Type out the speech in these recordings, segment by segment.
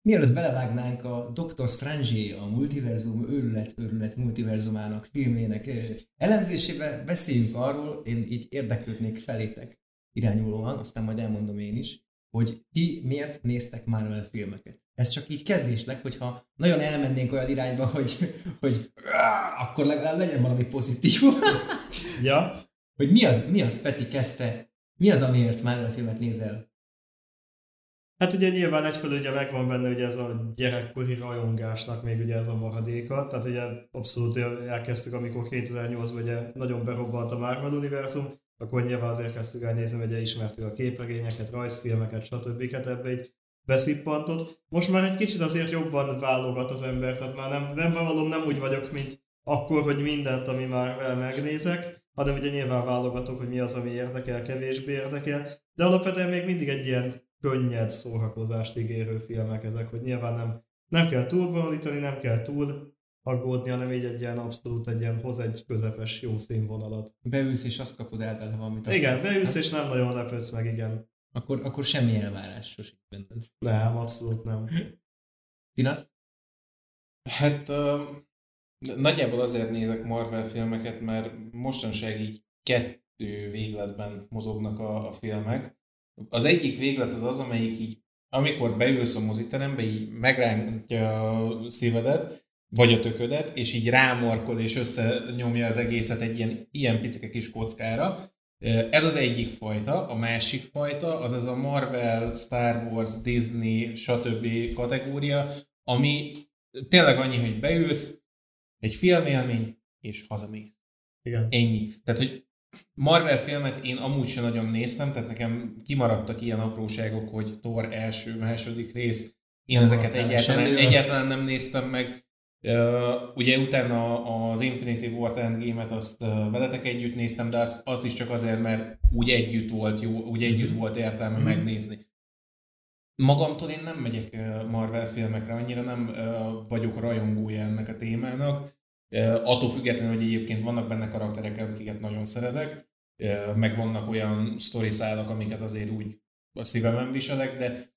Mielőtt belevágnánk a Dr. Strange, a multiverzum őrület multiverzumának filmének elemzésébe, beszéljünk arról, én így érdeklődnék felétek irányulóan, aztán majd elmondom én is, hogy ti miért néztek Marvel filmeket. Ez csak így kezdésnek, hogyha nagyon elmennénk olyan irányba, hogy akkor legalább legyen valami pozitív. Ja. Hogy mi az, Peti kezdte, mi az, amiért Marvel filmet nézel? Hát ugye nyilván egyfelől ugye megvan benne ugye ez a gyerekkori rajongásnak még ugye ez a maradéka, tehát ugye abszolút elkezdtük, amikor 2008-ban ugye nagyon berobbant a Marvel univerzum, akkor nyilván azért kezdtük el nézni, hogy ismertük a képregényeket, rajzfilmeket, stb. Ebbe egy beszippantott. Most már egy kicsit azért jobban válogat az ember, tehát már nem valóm, nem úgy vagyok, mint akkor, hogy mindent, ami már megnézek, hanem ugye nyilván válogatok, hogy mi az, ami érdekel, kevésbé érdekel, de alapvetően még mindig egy ilyen könnyed szórakozást ígérő filmek ezek, hogy nyilván nem kell túl bonyolítani, nem kell túl aggódni, hanem így egy ilyen abszolút hoz egy közepes jó színvonalat. Beülsz és azt kapod el vele valamit. Igen, beülsz és nem nagyon lepődsz meg, igen. Akkor semmi elvárás sosem benned. Nem, abszolút nem. Tinasz? Hát nagyjából azért nézek Marvel filmeket, mert mostanság így 2 végletben mozognak a filmek. Az egyik véglet az, amelyik így, amikor beülsz a moziterembe, így megrántja a szívedet, vagy a töködet, és így rámarkol, és összenyomja az egészet egy ilyen picike kis kockára. Ez az egyik fajta. A másik fajta, az ez a Marvel, Star Wars, Disney, stb. Kategória, ami tényleg annyi, hogy beülsz, egy filmélmény, és hazamész. Igen. Ennyi. Tehát, hogy Marvel filmet én amúgy sem nagyon néztem, tehát nekem kimaradtak ilyen apróságok, hogy Thor első, második rész. Én ezeket egyáltalán nem néztem meg. Ugye utána az Infinity War Endgame-et azt veletek együtt néztem, de azt is csak azért, mert úgy együtt volt jó, úgy együtt volt értelme megnézni. Magamtól én nem megyek Marvel filmekre, annyira nem vagyok rajongója ennek a témának. Attól függetlenül, hogy egyébként vannak benne karakterek, akiket nagyon szeretek, meg vannak olyan sztoriszálak, amiket azért úgy a szívemen viselek, de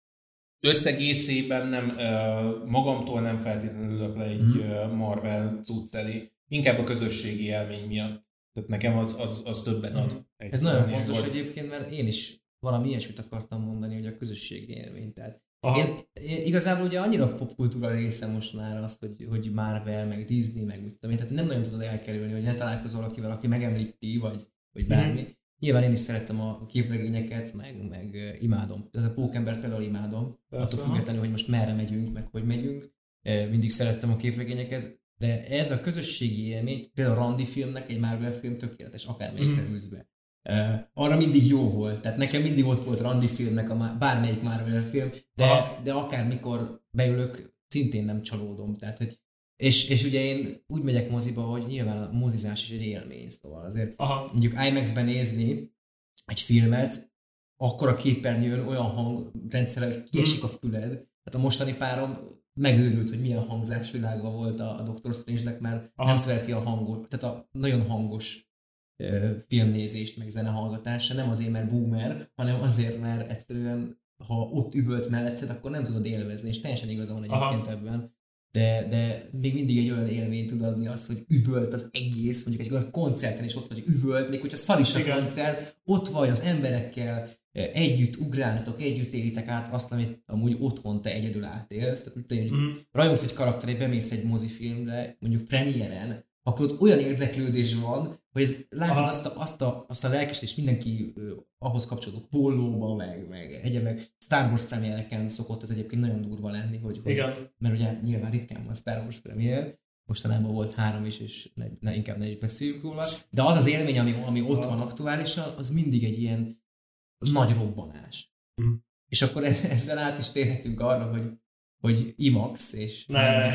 összegészében magamtól nem feltétlenül ülök le egy Marvel cucc elé. Inkább a közösségi élmény miatt. Tehát nekem az többet ad. Ez nagyon fontos egyébként, mert én is valami ilyesmit akartam mondani, hogy a közösségi élmény. Tehát én igazából ugye annyira popkultúra része most már az, hogy Marvel, meg Disney, meg mit tudom én, tehát nem nagyon tudod elkerülni, hogy ne találkozol valakivel, aki megemlíti, vagy bármi. Nyilván én is szeretem a képregényeket, meg imádom. Ez a Pókembert például imádom. Attól függetlenül, hogy most merre megyünk, meg hogy megyünk. Mindig szerettem a képregényeket, de ez a közösségi élmény, például a randi filmnek egy Marvel film tökéletes, akármelyikre ülsz be. Arra mindig jó volt, tehát nekem mindig ott volt randi filmnek bármelyik Marvel film, de akármikor beülök, szintén nem csalódom. Tehát, hogy és ugye én úgy megyek moziba, hogy nyilván a mozizás is egy élmény, szóval azért mondjuk IMAX-ben nézni egy filmet, akkor a képernyőn olyan hangrendszerrel, hogy kiesik a füled. Tehát a mostani párom megőrült, hogy milyen hangzásvilága volt a Dr. Strange-nek, mert nem szereti a hangot, tehát a nagyon hangos filmnézést, meg zenehallgatása, nem azért, mert boomer, hanem azért, mert egyszerűen, ha ott üvölt melletted, akkor nem tudod élvezni, és teljesen igaza van egyébként ebben. De még mindig egy olyan élményt tud adni az, hogy üvölt az egész, mondjuk egy olyan koncerten is ott vagy, üvölt, még hogyha szar is a koncert, ott vagy az emberekkel, együtt ugráltok, együtt élitek át azt, amit amúgy otthon te egyedül átélsz. Tehát, rajongsz egy karakterét, bemész egy mozifilmre, mondjuk premiéren, akkor ott olyan érdeklődés van, hogy látod azt a lelkesedést mindenki ahhoz kapcsolódó pólóba, meg egyébként Star Wars premiereken szokott ez egyébként nagyon durva lenni, mert ugye nyilván ritkán van Star Wars premier, mostanában volt 3 is, és inkább ne is beszéljünk róla, de az az élmény, ami ott van aktuálisan, az mindig egy ilyen nagy robbanás. És akkor ezzel át is térhetünk arra, hogy IMAX és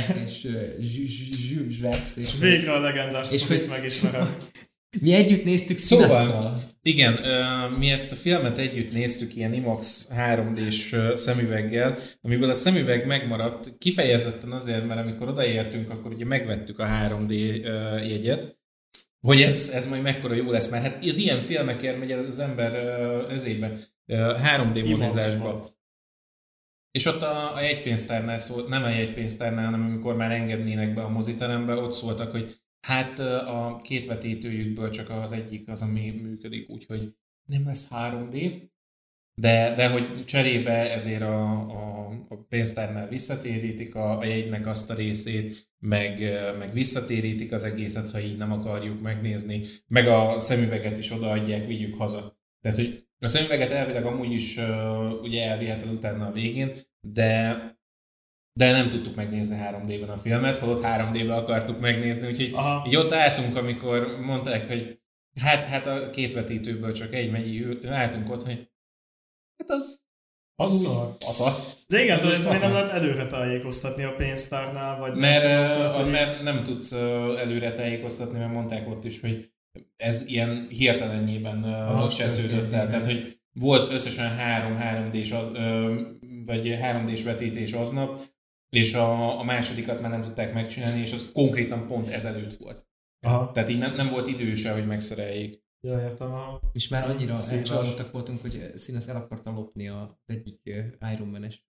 Zsüzsvex és végre a legendás sztorit megismerem. Mi együtt néztük Szóval, igen, mi ezt a filmet együtt néztük ilyen IMAX 3D-s szemüveggel, amiből a szemüveg megmaradt kifejezetten azért, mert amikor odaértünk, akkor ugye megvettük a 3D jegyet, hogy ez majd mekkora jó lesz, mert hát az ilyen filmekért megy az ember 3D mozizásba. És ott a jegypénztárnál szólt, nem a jegypénztárnál, hanem amikor már engednének be a moziterembe, ott szóltak, hogy hát a két vetítőjükből csak az egyik az, ami működik, úgyhogy nem lesz 3D, de hogy cserébe ezért a pénztárnál visszatérítik a jegynek azt a részét, meg visszatérítik az egészet, ha így nem akarjuk megnézni, meg a szemüveget is odaadják, vigyük haza. Tehát, hogy a szemüveget elvileg amúgy is ugye elviheted utána a végén, de nem tudtuk megnézni 3D-ben a filmet, holott 3D-ben akartuk megnézni, úgyhogy így ott álltunk, amikor mondták, hogy hát a két vetítőből csak egy megy, álltunk ott, hogy hát az szar. De igen, ez még nem lehet előre tájékoztatni a pénztárnál, vagy mert nem tudsz előre tájékoztatni, mert mondták ott is, hogy ez ilyen hirtelenjében csesződött el. Tehát, hogy volt összesen 3D-s vagy 3D-s vetítés aznap, és a másodikat már nem tudták megcsinálni, és az konkrétan pont ezelőtt volt. Aha. Tehát így nem volt idő se, hogy megszereljék. Ja, értem. És már annyira elcsalódtak voltunk, hogy Színes el akarta lopni az egyik Iron Man-es.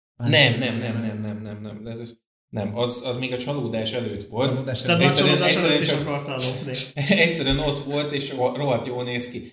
Nem, az még a csalódás előtt volt. Tehát a csalódás előtt is akartál lopni. Egyszerűen ott volt, és rohadt jól néz ki.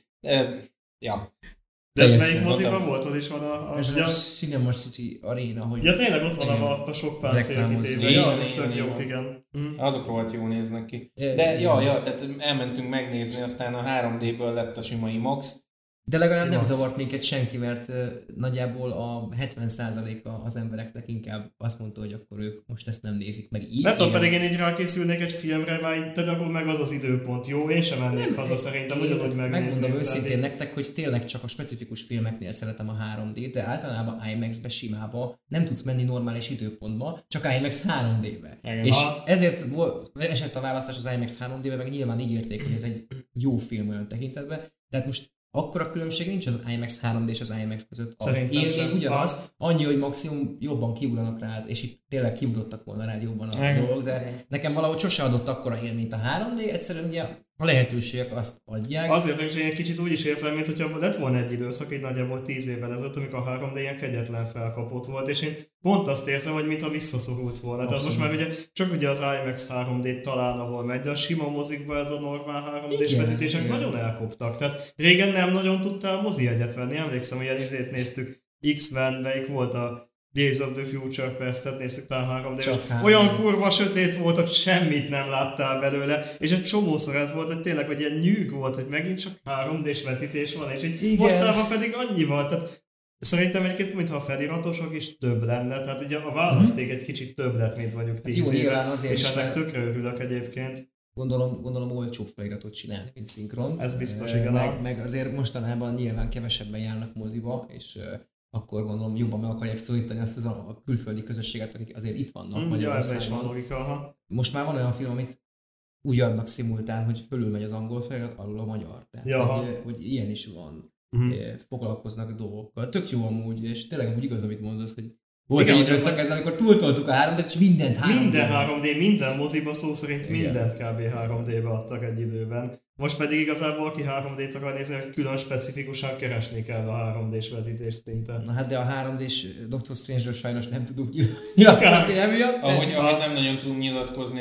Ja. De ez melyik moziban volt? Ott is van ez a Cinema City Arena, hogy... Ja, tényleg ott van a sok páncélkitéve. Ja, azok tök jók, igen. Azok rohadt jól néznek ki. De tehát elmentünk megnézni, aztán a 3D-ből lett a sima IMAX. De legalább nem zavart minket senki, mert nagyjából a 70%-a az embereknek inkább azt mondta, hogy akkor ők most ezt nem nézik meg így. Mert pedig én így rákészülnék egy filmre, tehát akkor meg az időpont. Jó, én sem mennék haza szerintem, ugyanúgy megnézni. Megmondom őszintén nektek, hogy tényleg csak a specifikus filmeknél szeretem a 3D-t, de általában IMAX-be simába nem tudsz menni normális időpontba, csak IMAX 3D-be. És ezért esett a választás az IMAX 3D-be, meg nyilván ígérték, hogy ez egy jó film olyan tekintetben. Tehát most akkora különbség nincs az IMAX 3D és az IMAX között. Az élmény ugyanaz, annyi, hogy maximum jobban kiugranak rád, és itt tényleg kiugrottak volna rád jobban a dolgok, de nekem valahogy sose adott akkora élményt a 3D, egyszerűen ugye a lehetőségek azt adják. Azért, hogy én egy kicsit úgy is érzem, mintha lett volna egy időszak, így nagyjából 10 évvel ezelőtt, amikor a 3D ilyen kegyetlen felkapott volt, és én pont azt érzem, hogy mintha visszaszorult volna. Tehát most már ugye csak ugye az IMAX 3D talán ahol megy, de a sima mozikban ez a normál 3D-s vetítések nagyon elkoptak. Tehát régen nem nagyon tudtál mozijegyet venni. Emlékszem, hogy ilyen izét néztük, X-Men, melyik volt a Days of the Future Past-et néztük talán 3D-s. Olyan kurva sötét volt, hogy semmit nem láttál belőle, és egy csomószor ez volt, hogy tényleg, hogy ilyen nyűg volt, hogy megint csak 3D-s vetítés van, és így mostában pedig annyival, tehát szerintem egyébként, mintha a feliratosok is több lenne, tehát ugye a választék egy kicsit több lett, mint mondjuk 10 éve, és ennek tökre örülök egyébként. Gondolom olcsóbb feliratot csinálni, mint szinkron. Ez biztos, igen. Meg azért mostanában nyilván kevesebben járnak moziba, és akkor gondolom jobban meg akarják szólítani azt az a külföldi közösséget, akik azért itt vannak Magyarországon. Most már van olyan film, amit úgy adnak szimultán, hogy fölül megy az angol felirat, alul a magyar. Tehát, hogy ilyen is van. Foglalkoznak dolgokkal. Tök jó amúgy, és tényleg úgy igaz, amit mondasz, hogy volt egy időszak ez, amikor túltoltuk a 3D-t, és mindent 3D. Minden 3D, minden moziba szó szerint mindent kb. 3D-be adtak egy időben. Most pedig igazából, aki 3D-t akar nézni, külön specifikusan keresni kell a 3D-s vetítés szinten. Na hát, de a 3D-s Doctor Strange-ről sajnos nem tudunk nyilatkozni emiatt. Ahogy nem nagyon tudunk nyilatkozni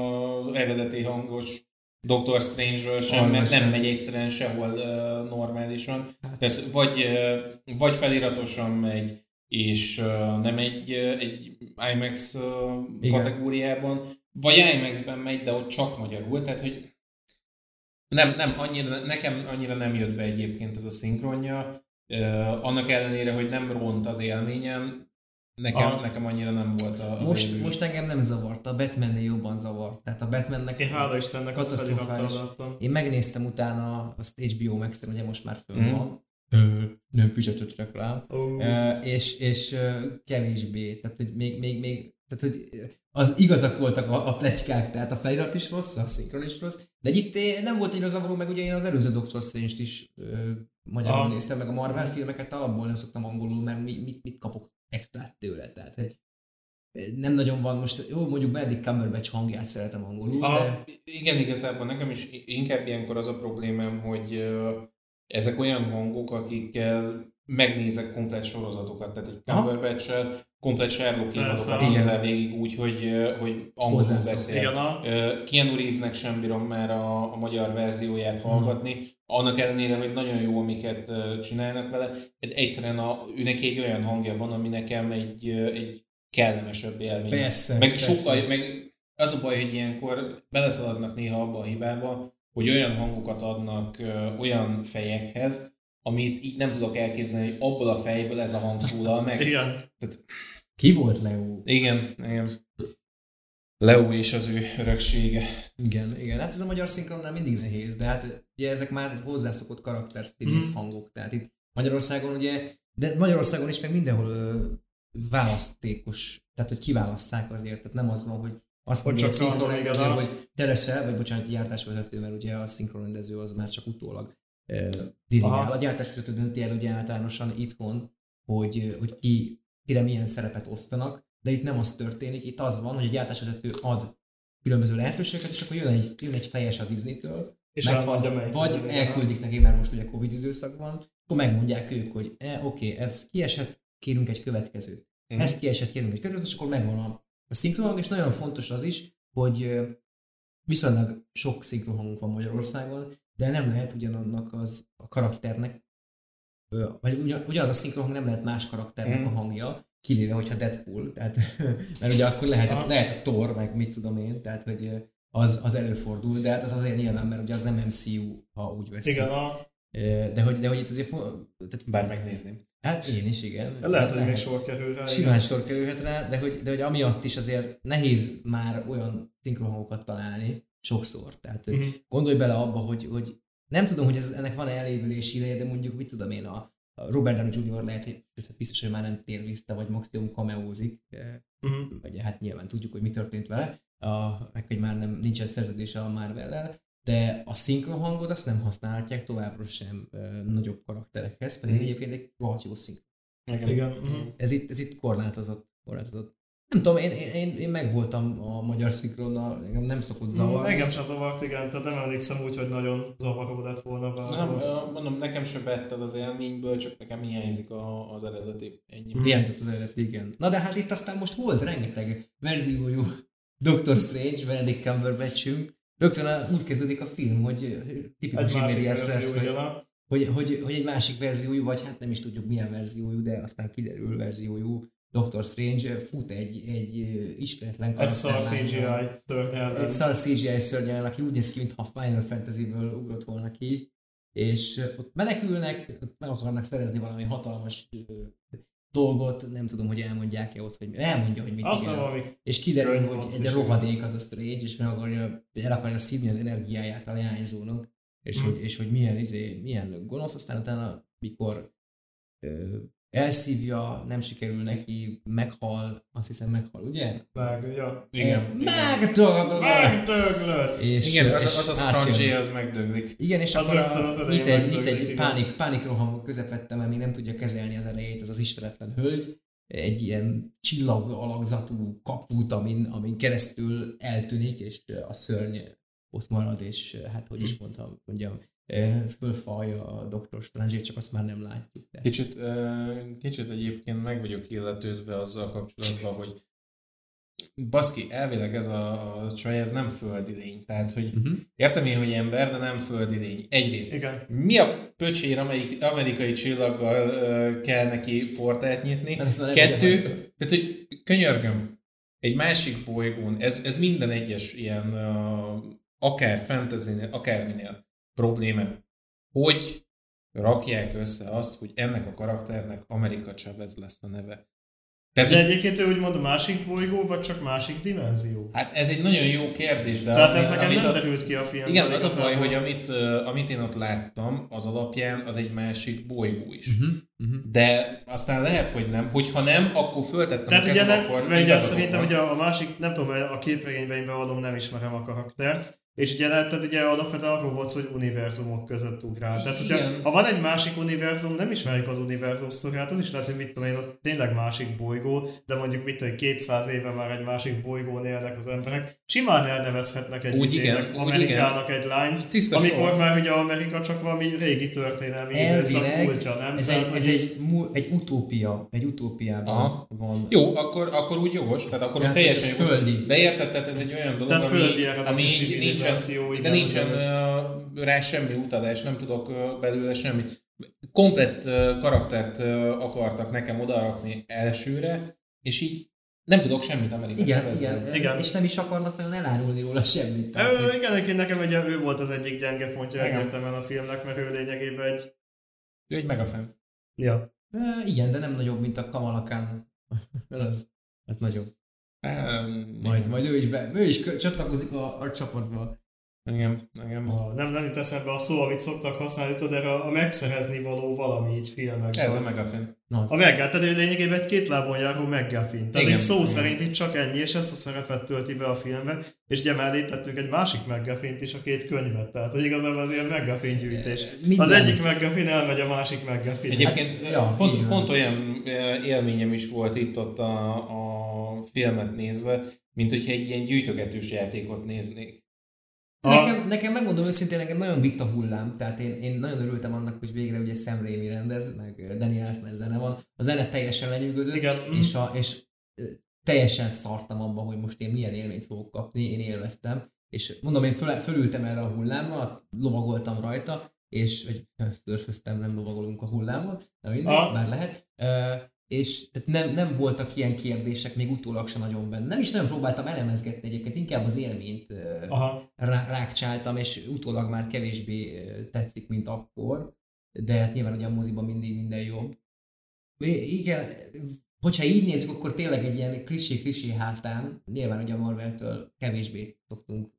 az eredeti hangos Doctor Strange-ről sem, mert nem megy egyszerűen sehol normálisan. Tehát vagy feliratosan megy, és nem egy IMAX kategóriában, vagy IMAX-ben megy, de ott csak magyarul, tehát hogy nekem annyira nem jött be egyébként ez a szinkronja, annak ellenére, hogy nem ront az élményen, nekem annyira nem volt a most engem nem zavart, a Batman-nél jobban zavart. Tehát a Batmannek... Én hála Istennek azt felirattal láttam. Én megnéztem utána azt HBO Max-en, ugye most már fönn van. Nem fizetett reklám. És kevésbé. Tehát, hogy még tehát, hogy az igazak voltak a pletykák, tehát a felirat is rossz, a szinkron is rossz, de itt nem volt egy zavaró, meg ugye én az előző Doctor Strange-t is magyarul néztem, meg a Marvel filmeket alapból nem szoktam angolul, mert mit kapok extra tőle, tehát nem nagyon van most, jó, mondjuk Benedict Cumberbatch hangját szeretem angolul, de... Igen, igazából nekem is inkább ilyenkor az a problémám, hogy ezek olyan hangok, akikkel megnézek komplet sorozatokat, tehát egy Cumberbatch-sel komplet Sherlock évadokat nézel végig úgy, hogy angolul beszél. Keanu Reevesnek sem bírom már a magyar verzióját hallgatni, annak ellenére, hogy nagyon jó, amiket csinálnak vele. Egyszerűen őnek egy olyan hangja van, ami nekem egy kellemesebb élmény. Meg az a baj, hogy ilyenkor beleszaladnak néha abba a hibába, hogy olyan hangokat adnak olyan fejekhez, amit így nem tudok elképzelni, hogy abból a fejből ez a hang szólal meg. Igen. Tehát, ki volt Leo? Igen. Leo és az ő öröksége. Igen. Hát ez a magyar szinkronnál mindig nehéz, de hát ugye ezek már hozzászokott karakterszínész hangok. Tehát itt Magyarországon ugye, de Magyarországon is meg mindenhol választékos, tehát hogy kiválaszták azért, tehát nem az van, hogy azt mondja egy szinkronrendező, hogy te leszel, vagy bocsánat, gyártásvezető, mert ugye a szinkronrendező az már csak utólag dirigál. A gyártásvezető dönti el ugye általánosan itthon, hogy kire milyen szerepet osztanak, de itt nem az történik, itt az van, hogy a gyártásvezető ad különböző lehetőségeket, és akkor jön egy fejes a Disney-től, és vagy elküldik neki, mert most ugye Covid időszak van, akkor megmondják ők, hogy oké, ez kiesett, kérünk egy következőt. Ez kiesett, kérünk egy következőt, és akkor megvan a szinkronhang, és nagyon fontos az is, hogy viszonylag sok szinkronhangunk van Magyarországon, de nem lehet ugyanannak a karakternek, vagy ugyanaz a szinkronhang nem lehet más karakternek a hangja, kivéve, hogyha Deadpool, tehát, mert ugye akkor lehet a Thor, meg mit tudom én, tehát hogy az előfordul, de hát az azért nyilván, mert ugye az nem MCU, ha úgy veszik. Igen, de hogy itt azért... Bár megnézném. Hát én is, igen. Lehet, hogy még sor kerül rá. Simán sor kerülhet rá, de hogy amiatt is azért nehéz már olyan szinkronhangokat találni, sokszor. Tehát gondolj bele abba, hogy nem tudom, hogy ennek van elévülési ideje, de mondjuk, mit tudom én, a Robert Downey Jr. lehet, hogy biztos, hogy már nem tér vissza, vagy maximum cameózik. Vagy hát nyilván tudjuk, hogy mi történt vele, meg hogy már nincsen szerződése a Marvel-lel, de a szinkronhangot azt nem használhatják továbbra sem nagyobb karakterekhez, pedig egyébként egy rohadt jó szinkron. Igen. Ez itt korlátozott. Nem tudom, én megvoltam a magyar szinkronnal, engem nem szokott zavarni. Engem sem zavart, igen, tehát nem emlékszem úgy, hogy nagyon zavaró lett volna bárhol. Mondom, nekem sem vetted az élményből, csak nekem hiányzik az eredeti. Ennyi. Hiányzott az eredeti, igen. Na de hát itt aztán most volt rengeteg verziójú Doctor Strange, Benedict Cumberbatch-ünk. Rögtön úgy kezdődik a film, hogy tipikus Imériász lesz, hogy egy másik verziójú, vagy hát nem is tudjuk milyen verziójú, de aztán kiderül verziójú Doctor Strange fut egy ismeretlen karakter. Egy szar CGI szörnyelen, aki úgy néz ki, mintha Final Fantasy-ből ugrott volna ki, és ott menekülnek, meg akarnak szerezni valami hatalmas dolgot, nem tudom, hogy elmondják-e ott, hogy elmondja, hogy mit igen. És kiderül, hogy egy rohadék az a Strange, és el akarja szívni az energiáját a leányzónak, és hogy milyen gonosz, aztán utána, mikor elszívja, nem sikerül neki, meghal, azt hiszem meghal, ugye? Igen. Megdöglött! Igen, az a Strange, az megdöglik. Igen, és akkor nyit egy pánikroham közepette, mert még nem tudja kezelni az erejét, az ismeretlen hölgy, egy ilyen csillag alakzatú kaput, amin keresztül eltűnik, és a szörny ott marad, és hát hogy is mondjam, fölfalja a Dr. Strange-ét, csak azt már nem látjuk. De. Kicsit egyébként meg vagyok illetődve azzal kapcsolatban, hogy baszki, elvileg ez a csaj, ez nem földi lény. Tehát, hogy értem én, hogy ember, de nem földi lény. Egyrészt, igen. Mi a pöcsér, amelyik amerikai csillaggal kell neki portát nyitni? Kettő, tehát, hogy könyörgöm, egy másik bolygón, ez minden egyes ilyen akár fantasy-nél, akárminél probléma, hogy rakják össze azt, hogy ennek a karakternek America Chavez lesz a neve. Tehát, de egyébként ő úgymond a másik bolygó, vagy csak másik dimenzió? Hát ez egy nagyon jó kérdés, de... Tehát ez nekem nem derült ki a filmben. Igen, az a baj, hogy amit én ott láttam, az alapján az egy másik bolygó is. De aztán lehet, hogy nem. Hogyha nem, akkor föltettem tehát a kezem, akkor... Tehát ugye szerintem, hogy a másik, nem tudom, a képregényben én bevallom, nem ismerem a karaktert, És ugye tehát ugye alapvetően arról volt, hogy univerzumok között ugrál. Tehát hogyha, ha van egy másik univerzum, nem ismerjük az univerzum sztoriát, az is lehet, hogy mit tudom én, ott tényleg másik bolygó, de mondjuk mit tudom, 200 éve már egy másik bolygón élnek az emberek, simán elnevezhetnek egy izének, Amerikának egy lányt, amikor már ugye Amerika csak valami régi történelmi időszak múltja, nem? Ez egy utópia, egy utópiában van. Jó, akkor úgy jogos, tehát akkor teljesen jogos. De érted, tehát ez egy olyan dolog, ami nincsen rá semmi utalás, nem tudok belőle semmi. Komplett karaktert akartak nekem odarakni elsőre, és így nem tudok semmit Amerikában. Igen, és nem is akarnak nagyon elárulni róla semmit. Igen, nekem ugye ő volt az egyik gyenge pontja egyértelműen a filmnek, mert ő lényegében egy megafan. Ja. Igen, de nem nagyobb, mint a Kamala Khan. az nagyobb. Majd ő is csatlakozik a csapatba. Igen. Nem jut eszembe a szó, amit szoktak használni, tudod, a megszerezni való valami így filmekben. Ez a McGuffin. A McGuffin, tehát lényegében egy két lábon járó McGuffin. Tehát egy szó szerint itt csak ennyi, és ezt a szerepet tölti be a filmbe, és ugye mellé tettünk egy másik McGuffint is, a két könyvet. Tehát, hogy igazából az ilyen McGuffin gyűjtés. Az egyik McGuffin elmegy a másik McGuffin. Egyébként pont olyan élményem is volt itt-ott a filmet nézve, mint hogyha egy ilyen gyűjtögetős játékot néznék. Nekem megmondom őszintén, nekem nagyon vitt a hullám, tehát én nagyon örültem annak, hogy végre ugye Sam Raimi rendez, meg Danny Elfman zene van. A zene teljesen lenyűgözött, és teljesen szartam abba, hogy most én milyen élményt fogok kapni, én élveztem. És mondom, én fölültem erre a hullámra, lovagoltam rajta, és szörföztem, nem lovagolunk a hullámon, de mindegy, bár lehet. És tehát nem voltak ilyen kérdések, még utólag sem nagyon benne. Nem is nagyon próbáltam elemezgetni egyébként, inkább az élményt rákcsáltam, és utólag már kevésbé tetszik, mint akkor. De hát nyilván ugye a moziban mindig minden jobb. Igen, hogyha így nézzük, akkor tényleg egy ilyen klisé hátán, nyilván ugye a Marvel-től kevésbé szoktunk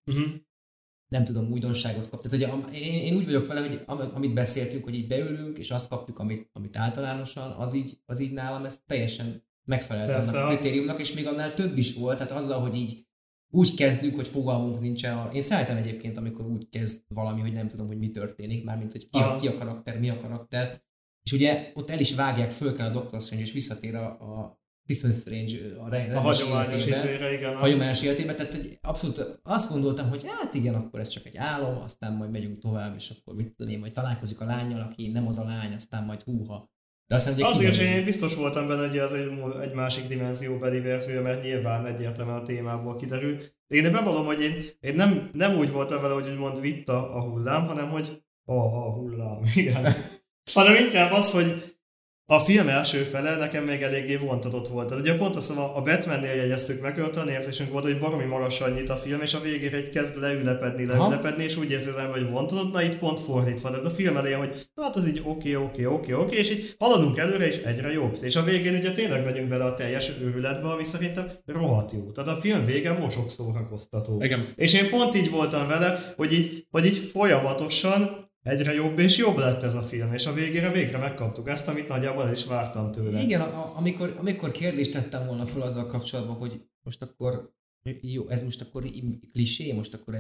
nem tudom, újdonságot kap. Tehát ugye, én úgy vagyok vele, hogy amit beszéltünk, hogy így beülünk, és azt kapjuk, amit általánosan, az így nálam ez teljesen megfelelt annak a kritériumnak, és még annál több is volt, tehát azzal, hogy így úgy kezdünk, hogy fogalmunk nincsen. Én szeretem egyébként, amikor úgy kezd valami, hogy nem tudom, hogy mi történik, mármint, hogy ki a karakter, mi a karakter. És ugye ott el is vágják, föl kell a Doctor Strange, és visszatér a Stephen Strange a hagyományos életében, tehát abszolút azt gondoltam, hogy hát igen, akkor ez csak egy álom, aztán majd megyünk tovább, és akkor mit tudom én, majd találkozik a lánnyal, aki nem az a lány, aztán majd húha. De aztán ugye azért, hogy én biztos voltam benne, hogy az egy másik dimenzióbeli verzió, mert nyilván egyértelműen a témából kiderül. De én bevallom, hogy én nem úgy voltam vele, hogy úgymond vitta a hullám, hanem hogy a hullám, igen. Hanem inkább az, hogy a film első fele nekem még eléggé vontatott volt. Tehát ugye pont azt mondom, a Batmannél jegyeztük meg, hogy olyan érzésünk volt, hogy baromi magasan nyit a film, és a végére egy kezd leülepedni, és úgy érzem, hogy vontatott, na itt pont fordítva. Tehát a film elején, hogy hát az így oké, és így haladunk előre, és egyre jobb. És a végén ugye tényleg megyünk bele a teljes őrületbe, ami szerintem rohadt jó. Tehát a film vége mocsok szórakoztató. Igen. És én pont így voltam vele, hogy így folyamatosan egyre jobb és jobb lett ez a film, és a végre megkaptuk ezt, amit nagyjából el is vártam tőle. Igen, amikor kérdést tettem volna fel azzal kapcsolatban, hogy most akkor jó, ez most akkor klisé, most akkor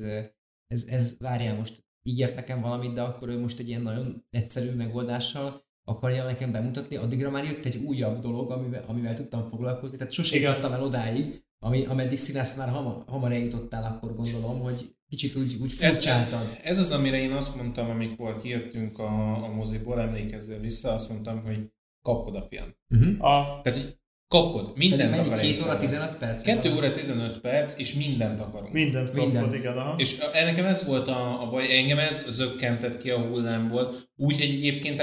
ez várjál, most ígért nekem valamit, de akkor ő most egy ilyen nagyon egyszerű megoldással akarja nekem bemutatni, addigra már jött egy újabb dolog, amivel tudtam foglalkozni, tehát sosem jutottam el odáig, ameddig színász már hamar eljutottál, akkor gondolom, hogy kicsit úgy furcsáltad. Ez az, amire én azt mondtam, amikor kijöttünk a moziból, emlékezzel vissza, azt mondtam, hogy kapkod a film. Tehát, hogy kapkod, mindent akar 2 óra 15 perc? 2 óra 15 perc, és mindent akarunk. Mindent kapkod, igen. Aha. És nekem ez volt a baj, engem ez zökkentett ki a hullámból, úgyhogy egyébként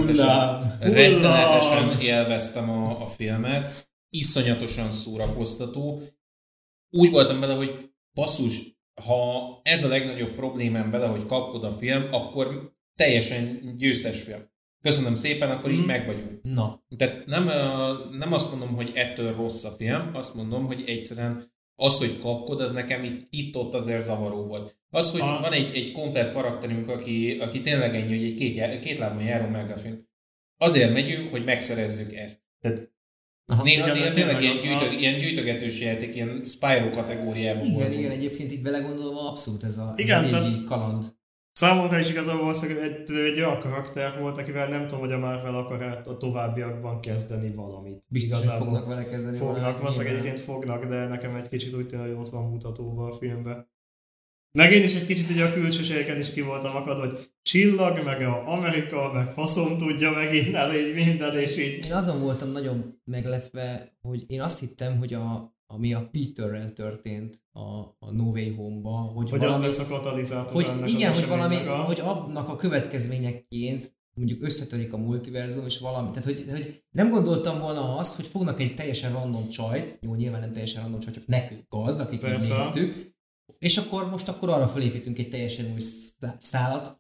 rettenetesen élveztem a filmet, iszonyatosan szórakoztató. Úgy voltam vele, hogy basszus, ha ez a legnagyobb problémám vele, hogy kapkod a film, akkor teljesen győztes film. Köszönöm szépen, akkor így meg vagyunk. Na. Tehát nem azt mondom, hogy ettől rossz a film, azt mondom, hogy egyszerűen az, hogy kapkod, az nekem itt-ott azért zavaró volt. Az, hogy van egy komplett karakterünk, aki tényleg ennyi, hogy egy két lábon járó McGuffin. Azért megyünk, hogy megszerezzük ezt. Tehát Néha tényleg ilyen gyűjtögetős játék, ilyen Spyro kategóriában volt. Igen, egyébként így belegondolva abszolút ez a régi kaland. Számomra is igazából egy olyan karakter volt, akivel nem tudom, hogy a Marvel akar a továbbiakban kezdeni valamit. Biztos, hogy fognak vele kezdeni valamit. Valószínűleg egyébként fognak, de nekem egy kicsit úgy tűnik, hogy ott van mutatóban a filmben. Meg én is egy kicsit ugye a külsőségeken is ki voltam akad, hogy csillag, meg a Amerika, meg faszom tudja, meg innen, így minden, és így. Én azon voltam nagyon meglepve, hogy én azt hittem, hogy ami a Peterrel történt a No Way Home-ba, hogy valami, az lesz a katalizátor ennek igen, hogy valami, hogy annak a következményeként mondjuk összetörik a multiverzum, és valami, tehát hogy nem gondoltam volna azt, hogy fognak egy teljesen random csajt, jó, nyilván nem teljesen random csajt, csak nekünk az, akik néztük, és akkor arra felépítünk egy teljesen új szálat,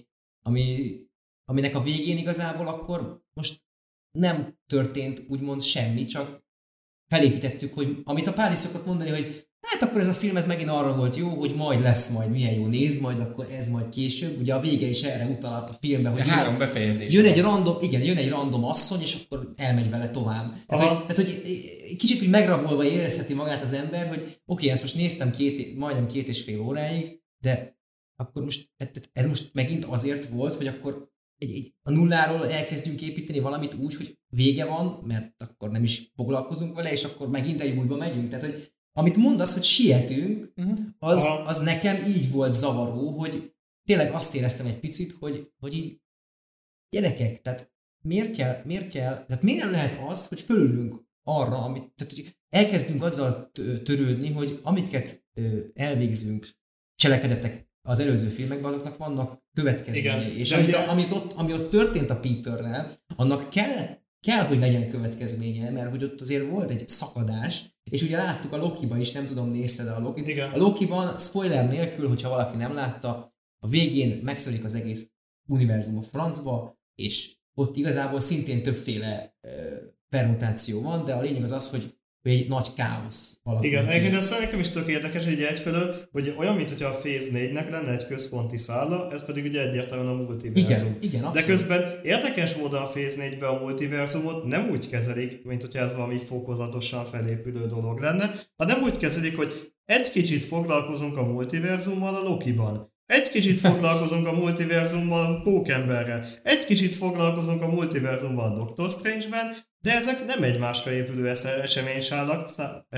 aminek a végén igazából akkor most nem történt úgymond semmi, csak felépítettük, hogy amit a Pádi szokott mondani, hogy hát akkor ez a film ez megint arra volt jó, hogy majd lesz majd milyen jó, nézd majd, akkor ez majd később. Ugye a vége is erre utal a filmben, hogy 3 befejezés. Jön egy random asszony, és akkor elmegy vele tovább. Tehát, hogy kicsit úgy megrabolva érezheti magát az ember, hogy oké, ezt most néztem majdnem 2,5 óráig, de akkor most ez most megint azért volt, hogy akkor a nulláról elkezdjünk építeni valamit úgy, hogy vége van, mert akkor nem is foglalkozunk vele, és akkor megint egy újba megyünk. Tehát, hogy amit mondasz, hogy sietünk, az nekem így volt zavaró, hogy tényleg azt éreztem egy picit, hogy így gyerekek, tehát miért kell, tehát miért nem lehet az, hogy fölülünk arra, tehát hogy elkezdünk azzal törődni, hogy amit elvégzünk cselekedetek az előző filmekben, azoknak vannak következményei. És ami ott történt a Peterrel, annak kell, hogy legyen következménye, mert hogy ott azért volt egy szakadás, és ugye láttuk a Loki-ban is, nem tudom, nézted a Lokit. Igen. A Loki-ban, spoiler nélkül, hogyha valaki nem látta, a végén megszörik az egész univerzum a francba, és ott igazából szintén többféle permutáció van, de a lényeg az, hogy egy nagy káosz alakul. Igen, egyébként ez nekem is tök érdekes, hogy egyfelől, hogy olyan, mintha a Phase 4-nek lenne egy központi szála, ez pedig ugye egyértelműen a multiverzum. Igen, de közben érdekes módon a Phase 4-ben a multiverzumot nem úgy kezelik, mint hogyha ez valami fokozatosan felépülő dolog lenne, hanem úgy kezelik, hogy egy kicsit foglalkozunk a multiverzummal a Loki-ban. Egy kicsit foglalkozunk a multiverzummal a Pókemberrel. Egy kicsit foglalkozunk a multiverzummal a Doctor Strange-ben, de ezek nem egymásra épülő eseménysálak,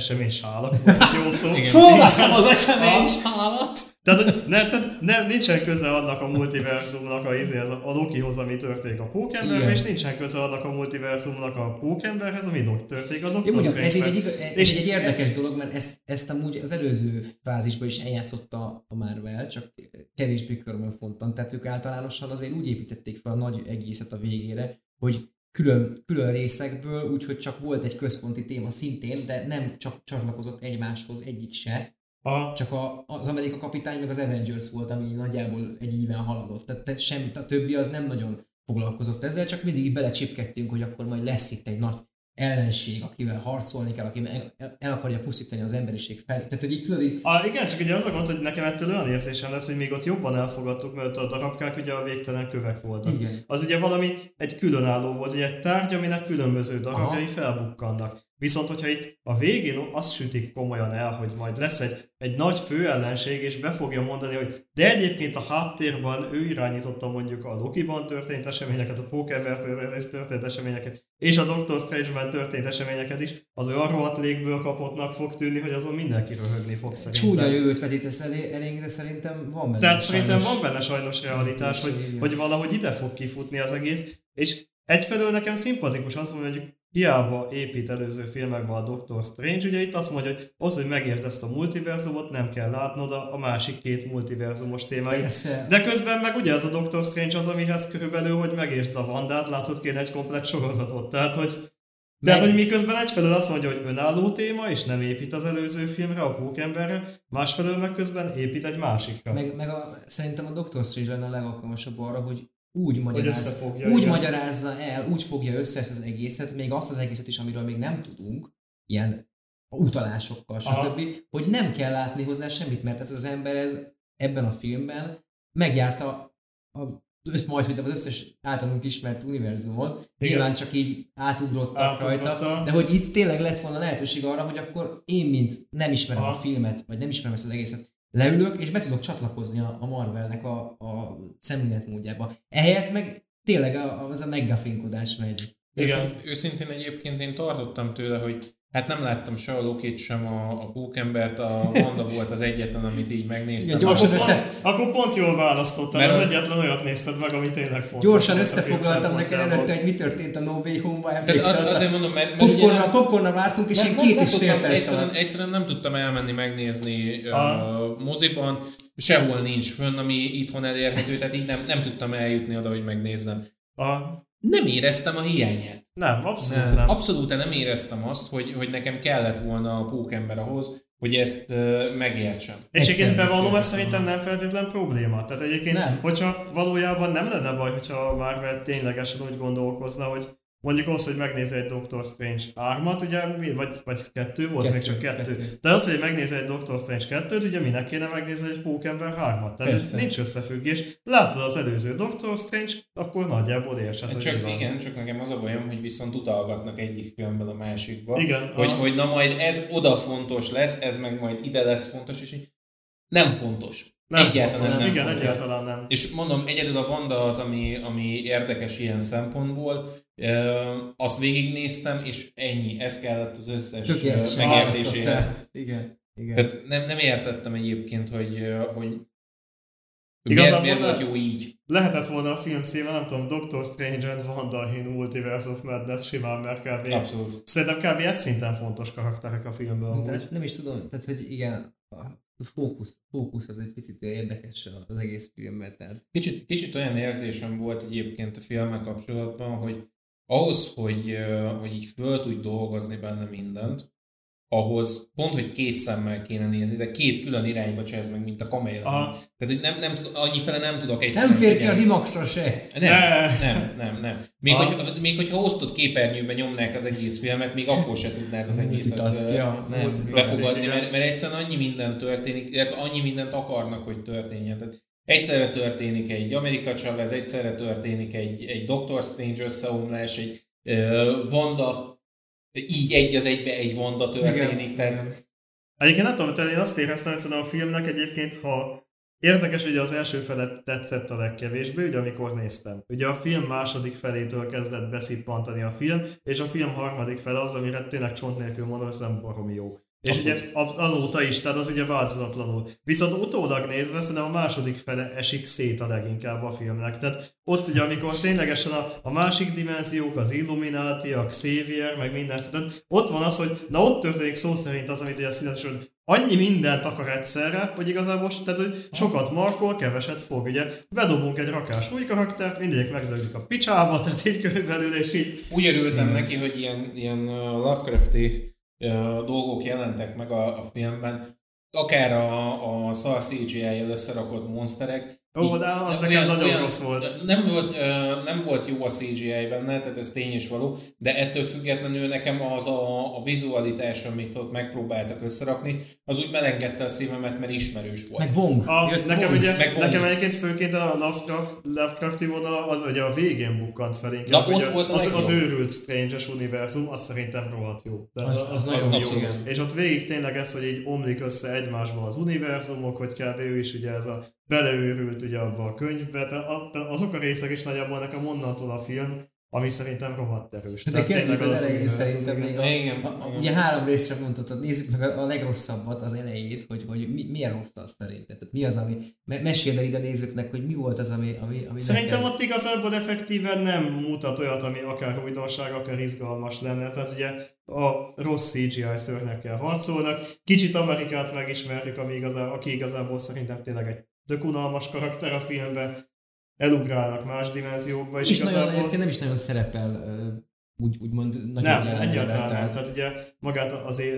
ez egy jó szó. Fölveszem az eseménysálat! Tehát nincsen köze annak a multiverzumnak a Lokihoz, ami történik a Pókemberben, és nincsen köze annak a multiverzumnak a Pókemberhez, ami történik a Doctor Strange-ben. Ez egy érdekes dolog, mert ezt amúgy az előző fázisban is eljátszotta a Marvel, csak kevésbé körmönfontan, tehát ők általánosan azért úgy építették fel a nagy egészet a végére, hogy külön részekből, úgyhogy csak volt egy központi téma szintén, de nem csak csatlakozott egymáshoz egyik se. Csak az Amerika Kapitány meg az Avengers volt, ami nagyjából egy íven haladott. Tehát semmit, a többi az nem nagyon foglalkozott ezzel, csak mindig belecsipkedtünk, hogy akkor majd lesz itt egy nagy ellenség, akivel harcolni kell, aki el akarja pusztítani az emberiség felé. Tehát, hogy így tudod így... Igen, csak ugye az a gond, hogy nekem ettől olyan érzésem lesz, hogy még ott jobban elfogadtuk, mert a darabkák ugye a végtelen kövek voltak. Igen. Az ugye valami egy különálló volt, ugye egy tárgy, aminek különböző darabjai felbukkannak. Viszont, hogyha itt a végén azt sütik komolyan el, hogy majd lesz egy nagy főellenség, és be fogja mondani, hogy de egyébként a háttérben ő irányította mondjuk a Loki-ban történt eseményeket, a Pókember történt eseményeket, és a Doctor Strange-ben történt eseményeket is, az olyan rohadt légből kapottnak fog tűnni, hogy azon mindenki röhögni fog szerintem. Csúnya jövőt vetítesz elénk, de szerintem van benne. Tehát szerintem van benne sajnos realitás, hogy valahogy ide fog kifutni az egész, és egyfelől nekem szimpatikus az, hogy hiába épít előző filmekben a Doctor Strange, ugye itt azt mondja, hogy az, hogy megért ezt a multiverzumot, nem kell látnod a másik két multiverzumos témáit. De közben meg ugye ez a Doctor Strange az, amihez körülbelül, hogy megért a Wandát, látod kéne egy komplett sorozatot. Tehát, hogy miközben egyfelől azt mondja, hogy önálló téma, és nem épít az előző filmre, a Pókemberre, másfelől meg közben épít egy másikra. Szerintem a Doctor Strange lenne a legalkalmasabb arra, hogy úgy magyarázza el, úgy fogja össze ezt az egészet, még azt az egészet is, amiről még nem tudunk, ilyen utalásokkal, stb., hogy nem kell látni hozzá semmit, mert ez az ember ebben a filmben megjárta az majd az összes általunk ismert univerzumot, nyilván csak így átugrottak rajta, de hogy itt tényleg lett volna lehetőség arra, hogy akkor én, mint nem ismerem a filmet, vagy nem ismerem ezt az egészet, leülök, és be tudok csatlakozni a Marvelnek a szemléletmódjába. Ehelyett meg tényleg az a meggafinkodás megy. Őszintén egyébként én tartottam tőle, hogy hát nem láttam se a Lokit, sem a Pókembert, a Wanda volt az egyetlen, amit így megnéztem. Igen, akkor pont jól választottál, mert az egyetlen olyat nézted meg, ami tényleg fontos. Gyorsan összefoglaltam neked előtte, hogy mi történt a No Way Home-ban. Azért mondom, mert popcornnal vártunk, és én 2,5 perc alatt. Egyszerűen nem tudtam elmenni megnézni moziban, sehol nincs fönn, ami itthon elérhető, tehát így nem tudtam eljutni oda, hogy megnézzem. Nem éreztem a hiányát. Nem, abszolút nem. Abszolút nem éreztem azt, hogy nekem kellett volna a Pókember ahhoz, hogy ezt megértsem. És egyébként bevallom, ez szerintem nem feltétlen probléma. Tehát egyébként, hogyha valójában nem lenne baj, hogyha a Marvel ténylegesen úgy gondolkozna, hogy mondjuk az, hogy megnézi egy Doctor Strange 3-at, ugye, vagy 2 volt, még csak 2. De az, hogy megnézi egy Doctor Strange 2-t, ugye minek kéne megnézni egy Pókember 3-at. Tehát ez nincs összefüggés. Láttad az előző Doctor Strange, akkor nagyjából értsed, hogy csak nekem az a bajom, hogy viszont utalgatnak egyik filmből a másikba. Igen. Hogy na majd ez oda fontos lesz, ez meg majd ide lesz fontos, és így nem fontos. Egyáltalán nem. És mondom, egyedül a Wanda az, ami érdekes ilyen szempontból. Azt végignéztem, és ennyi. Ez kellett az összes megértéséhez. Igen. Tehát nem értettem egyébként, hogy igazából miért volt jó így. Lehetett volna a film szíve, nem tudom, Doctor Strange and Wanda in Multiverse of Madness simán, mert kb. Abszolút. Szerintem kb. Egy szinten fontos karakterek a filmben. Tehát nem is tudom, tehát hogy igen, a fókusz az egy picit érdekes az egész filmben. Tehát. Kicsit olyan érzésem volt egyébként a filmmel kapcsolatban, hogy ahhoz, hogy így föl tudj dolgozni benne mindent, ahhoz pont, hogy két szemmel kéne nézni, de két külön irányba csehhez meg, mint a kamera. Tehát nem annyifele nem tudok egyszerűen. Nem fér ki az IMAX-ra se. Nem. Még hogyha osztott képernyőben nyomnák az egész filmet, még akkor se tudnád az egészet befogadni, mert egyszerűen annyi minden történik, illetve annyi mindent akarnak, hogy történjen. Tehát egyszerre történik egy America Chavez, egyszerre történik egy Doctor Strange összeomlás, egy Wanda, így egy az egybe egy Wanda történik. Igen, tehát... Egyébként nem tudom, én azt éreztem, hogy a filmnek egyébként, ha érdekes, hogy az első felet tetszett a legkevésbé, ugye amikor néztem. Ugye a film második felétől kezdett beszippantani a film, és a film harmadik fele az, amire tényleg csont nélkül mondom, ez nem baromi jó. És ugye azóta is, tehát az ugye változatlanul. Viszont utólag nézve szerintem a második fele esik szét a leginkább a filmnek. Tehát ott ugye, amikor ténylegesen a másik dimenziók, az Illuminati, a Xavier, meg minden, tehát ott van az, hogy na ott történik szó szerint az, amit ugye színesen, annyi mindent akar egyszerre, hogy igazából tehát, hogy sokat markol, keveset fog. Ugye bedobunk egy rakás új karaktert, mindegyik megdöglik a picsába, tehát így körülbelül, és így. Úgy örültem neki, hogy ilyen Lovecrafti dolgok jelentek meg a filmben, akár a szar CGI-jel összerakott monsterek. De az nekem nagyon rossz volt. Nem volt jó a CGI benne, tehát ez tény és való, de ettől függetlenül nekem az a vizualitás, amit ott megpróbáltak összerakni, az úgy melengedte a szívemet, mert ismerős volt. Meg Wong. Nekem egyébként főként a Lovecrafti vonala az ugye a végén bukkant fel inkább. Na, ott volt az őrült Strange-es univerzum, az szerintem rohadt jó. Az nagyon jó. És ott végig tényleg ez, hogy így omlik össze egymásban az univerzumok, hogy kb. Ő is ugye ez a beleőrült ugye abba a könyvbe, azok a részek is nagyjából nekem onnantól a film, ami szerintem rohadt erős. De kezdjük az elején szerintem még ugye 3 részre mondtad, nézzük meg a legrosszabbat, az elejét, hogy milyen rossz az szerinted. Tehát mi az, ami, meséld el ide a nézőknek, hogy mi volt az, ami szerintem ott igazából effektíven nem mutat olyat, ami akár újdonság, akár izgalmas lenne. Tehát ugye a rossz CGI szörnyekkel harcolnak. Kicsit Amerikát megismerjük, aki igazából szerintem tényleg egy tök unalmas karakter a filmben, elugrálnak más dimenziókba, és igazából... nem is nagyon szerepel, úgymond nagyon nem, egyáltalán nem. Tehát ugye magát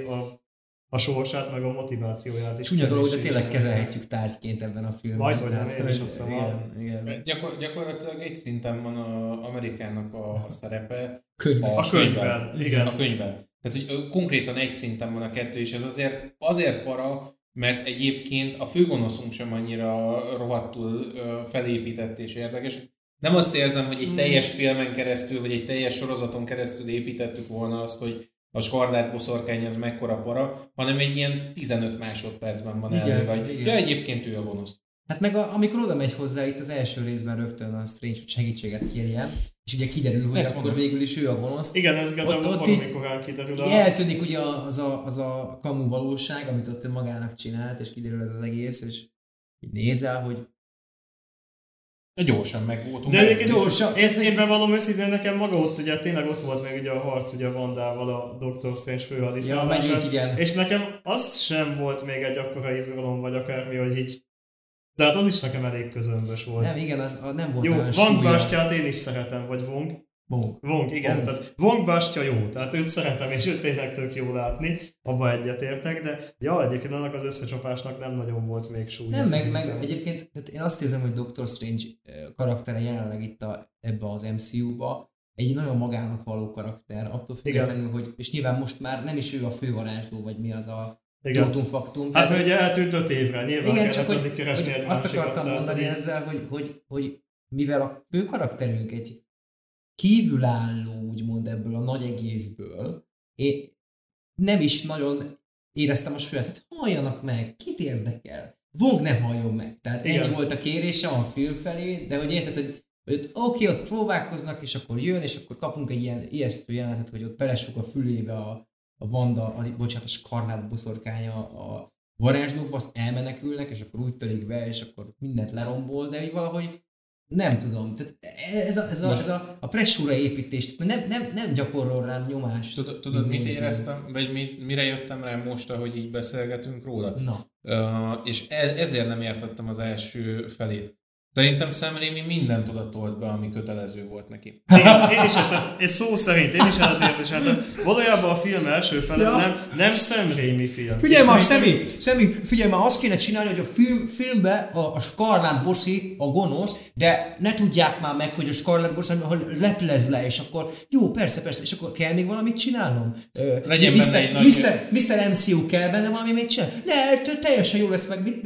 a sorsát, meg a motivációját is. Csúnya dolog, de tényleg kezelhetjük tárgyként ebben a filmben. Majd, hogy nem, én is azt hiszem. Igen. Gyakorlatilag egy szinten van Amerikának a szerepe. A könyvben. Igen. A könyvben. Tehát, hogy konkrétan egy szinten van a kettő, és ez azért para, mert egyébként a főgonoszunk sem annyira rohadtul felépített és érdekes. nem azt érzem, hogy egy teljes filmen keresztül, vagy egy teljes sorozaton keresztül építettük volna azt, hogy a skarlát boszorkány az mekkora para, hanem egy ilyen 15 másodpercben van elő, vagy ja, egyébként ő a gonosz. Hát meg amikor oda megy hozzá itt az első részben rögtön a Strange, hogy segítséget kérjen, és ugye kiderül, hogy akkor végül is ő a gonosz. Igen, ez igazából valami korán kiderül. Eltűnik ugye az a kamu valóság, amit ott magának csinált, és kiderül ez az egész, és így nézel, hogy gyorsan megvoltunk. De egyébként gyorsan. Én bevallom őszintén, nekem maga ott, ugye tényleg ott volt még ugye a harc ugye a Wandával a Doctor Strange főhadiszállásán. Ja, és nekem az sem volt még egy akkora izgalom, vagy akármi, hogy így. Tehát az is nekem elég közömbös volt. Nem, igen, az nem volt jó, olyan Wong bástyát én is szeretem, vagy Wong. Wong, igen. Wong. Tehát Wong bástya jó, tehát őt szeretem, és őt tényleg tök jó látni, abba egyetértek, de ja, egyébként annak az összecsapásnak nem nagyon volt még súly. Nem, meg egyébként tehát én azt érzem, hogy Doctor Strange karaktere jelenleg itt ebbe az MCU-ba egy nagyon magának való karakter, attól függetlenül, hogy, és nyilván most már nem is ő a fővarázsló, vagy mi az a faktum. Hát ugye eltűnt 5 évre, nyilván igen, kellett addig keresni egy azt akartam mondani ezzel, hogy mivel a fő karakterünk egy kívülálló, úgymond ebből a nagy egészből, én nem is nagyon éreztem a súlyát, hogy halljanak meg, kit érdekel? Wong ne halljon meg. Tehát igen. Ennyi volt a kérése a film felé, de hogy érted, hogy oké, ott próbálkoznak, és akkor kapunk egy ilyen ijesztő jelenetet, hogy ott belesuk a fülébe a Wanda, a skarlát boszorkánya a varázslókba, azt elmenekülnek, és akkor úgy törik be, és akkor mindent lerombol, de így valahogy nem tudom. Tehát ez a pressúra építés, nem gyakorol rám nyomást. Tudod mit éreztem? Vagy mire jöttem rá most, ahogy így beszélgetünk róla? Na. És ezért nem értettem az első felét. Szerintem Sam Raimi mindent oda tolt be, ami kötelező volt neki. Én is, tehát szó szerint, én is az érzés. Hát valójában a film első fele nem Sam Raimi film. Figyelj már, Sammy, figyelj már, azt kéne csinálni, hogy a filmben a Scarlet Bossy a gonosz, de ne tudják már meg, hogy a Scarlet Bossy leplez le, és akkor jó, persze, és akkor kell még valamit csinálnom? Legyen benne egy nagy... Mr. MCU kell benne valami még csinálni? Ne, teljesen jó lesz,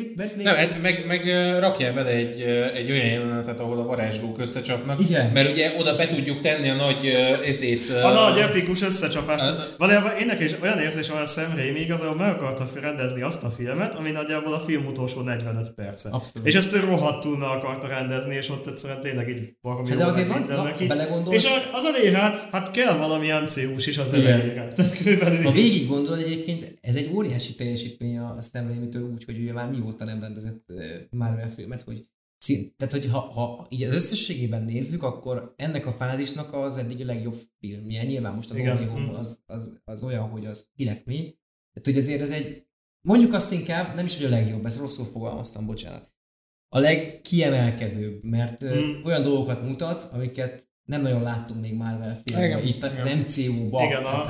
meg rakjál bele egy olyan jelenetet, ahol a varázslók összecsapnak, igen. Mert ugye oda be tudjuk tenni a nagy a nagy epikus összecsapást. Valójában én nekem is olyan érzés van, hogy Sam Raimi igazából meg akarta rendezni azt a filmet, ami nagyjából a film utolsó 45 perce. Abszolút. És ezt ő rohadtul meg akarta rendezni, és ott egyszerűen tényleg így valami de azért nagy belegondolsz. És az elejére, hát kell valami MCU-s is az elejére. Tehát körülbelül. Ha végig gondolod egyébként, ez egy óriási teljesítmény a Sam Raimi-től úgy, hogy ugye már mióta nem rendezett Marvel filmet, hogy tehát, hogy ha így az összességében nézzük, akkor ennek a fázisnak az eddig a legjobb filmje. Nyilván most a No Way Home az olyan, hogy az kinek mi. Tehát, hogy azért ez egy, mondjuk azt inkább, nem is, hogy a legjobb, ezt rosszul fogalmaztam, bocsánat. A legkiemelkedőbb, mert olyan dolgokat mutat, amiket nem nagyon láttunk még Marvel filmben, itt az MCU-ban.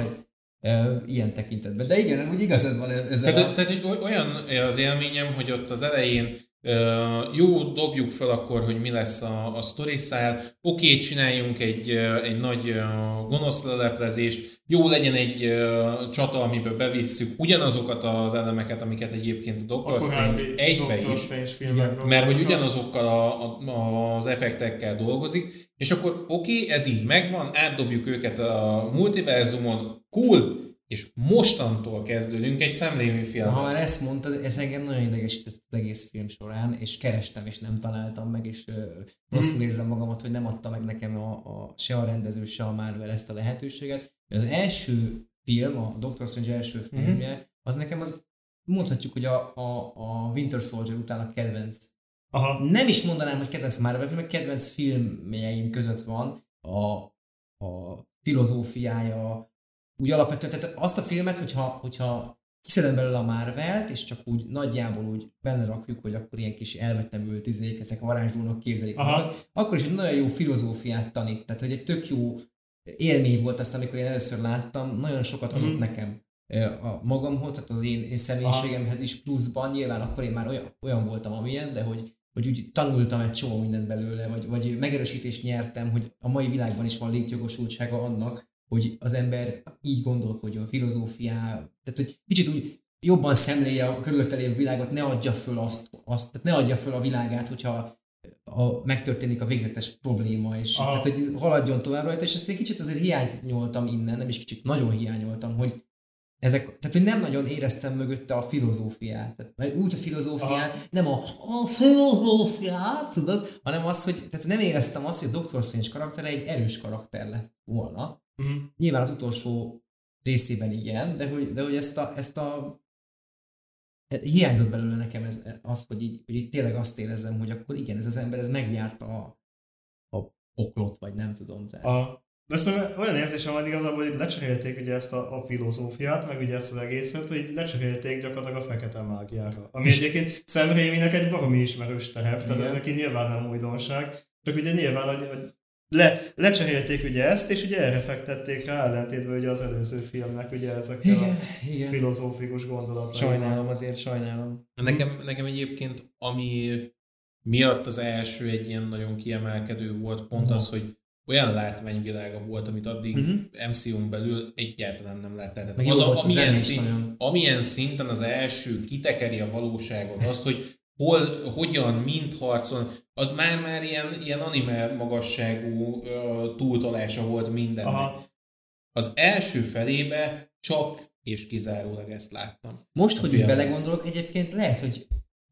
Ilyen tekintetben. De igen, úgy igazad van ezzel. Tehát olyan az élményem, hogy ott az elején jó, dobjuk fel akkor, hogy mi lesz a sztoriszál, oké, csináljunk egy nagy gonosz leleplezést, jó legyen egy csata, amiből bevisszük ugyanazokat az elemeket, amiket egyébként a Doctor Strange egybe is, mert hogy ugyanazokkal az effektekkel dolgozik, és akkor oké, ez így megvan, átdobjuk őket a multiverzumon, cool, és mostantól kezdődünk egy Sam Raimi filmben. Ha már ezt mondtad, ez engem nagyon idegesített az egész film során, és kerestem, és nem találtam meg, és rosszul érzem magamat, hogy nem adta meg nekem se a rendező, se a Marvel ezt a lehetőséget. Az első film, a Doctor Strange első filmje, az nekem az, mondhatjuk, hogy a Winter Soldier után a kedvenc. Aha. Nem is mondanám, hogy kedvenc Marvel film, kedvenc filmjeim között van a filozófiája, úgy alapvetően, tehát azt a filmet, hogyha kiszedem belőle a Marvelt, és csak úgy nagyjából úgy benne rakjuk, hogy akkor ilyen kis elvetemült ezek varázslónak képzelik magad, akkor is egy nagyon jó filozófiát tanít. Tehát, hogy egy tök jó élmény volt azt, amikor én először láttam, nagyon sokat adott nekem a magamhoz, tehát az én személyiségemhez is pluszban, nyilván akkor én már olyan voltam, amilyen, de hogy úgy tanultam egy csomó mindent belőle, vagy megerősítést nyertem, hogy a mai világban is van létjogosultsága annak, hogy az ember így gondolkodjon, filozófiá, tehát hogy kicsit úgy jobban szemlélje a körülötte lévő világot, ne adja föl tehát ne adja föl a világát, hogyha megtörténik a végzetes probléma, és tehát, hogy haladjon tovább rajta, és ezt egy kicsit azért hiányoltam innen, nem is kicsit, nagyon hiányoltam, hogy tehát, hogy nem nagyon éreztem mögötte a filozófiát. Tehát, úgy a filozófiát, nem a filozófiát, tudod, hanem az, hogy tehát nem éreztem azt, hogy a Dr. Strange karaktere egy erős karakter lett volna. Nyilván az utolsó részében igen, de hogy ezt a hiányzott belőle nekem az, hogy így tényleg azt érezzem, hogy akkor igen, ez az ember ez megjárta a poklot, vagy nem tudom. Viszont olyan érzésem van igazából, hogy lecserélték ugye ezt a filozófiát, meg ugye ezt az egészet, hogy lecserélték gyakorlatilag a fekete mágiára. Ami egyébként Sam Raiminek egy baromi ismerős terep, tehát ez neki nyilván nem újdonság. Csak ugye nyilván, hogy lecserélték ugye ezt, és ugye erre fektették rá, ellentétben ugye az előző filmnek ugye ezekkel a filozófikus gondolataival. Sajnálom. Nekem egyébként, ami miatt az első egy ilyen nagyon kiemelkedő volt, pont az, hogy olyan látványvilága volt, amit addig MCU-n belül egyáltalán nem láttál. Amilyen szinten az első kitekeri a valóságot, azt, hogy hogyan, mint harcol, az már ilyen anime magasságú túltolása volt mindennek. Az első felébe csak és kizárólag ezt láttam. Most, hogy így belegondolok, egyébként lehet, hogy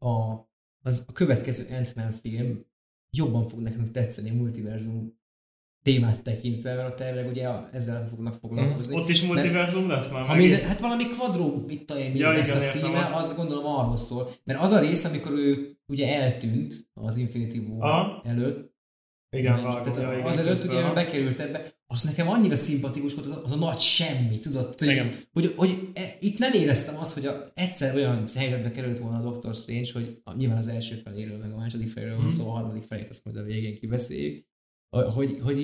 a következő Ant-Man film jobban fog nekünk tetszeni a multiverzum témát tekintve, mert tervleg ugye ezzel fognak foglalkozni. Ott is multiverzum lesz már? Hát valami kvadró lesz a címe, azt gondolom arról szól. Mert az a rész, amikor ő ugye eltűnt az Infinity War előtt, igen, az előtt ugye bekerült ebbe, az nekem annyira szimpatikus volt az a nagy semmi, tudod? Hogy itt nem éreztem azt, hogy egyszer olyan helyzetbe került volna a Dr. Strange, hogy nyilván az első feléről, meg a második feléről van szó, a harmadik felét azt majd a végén kibeszéljük, hogy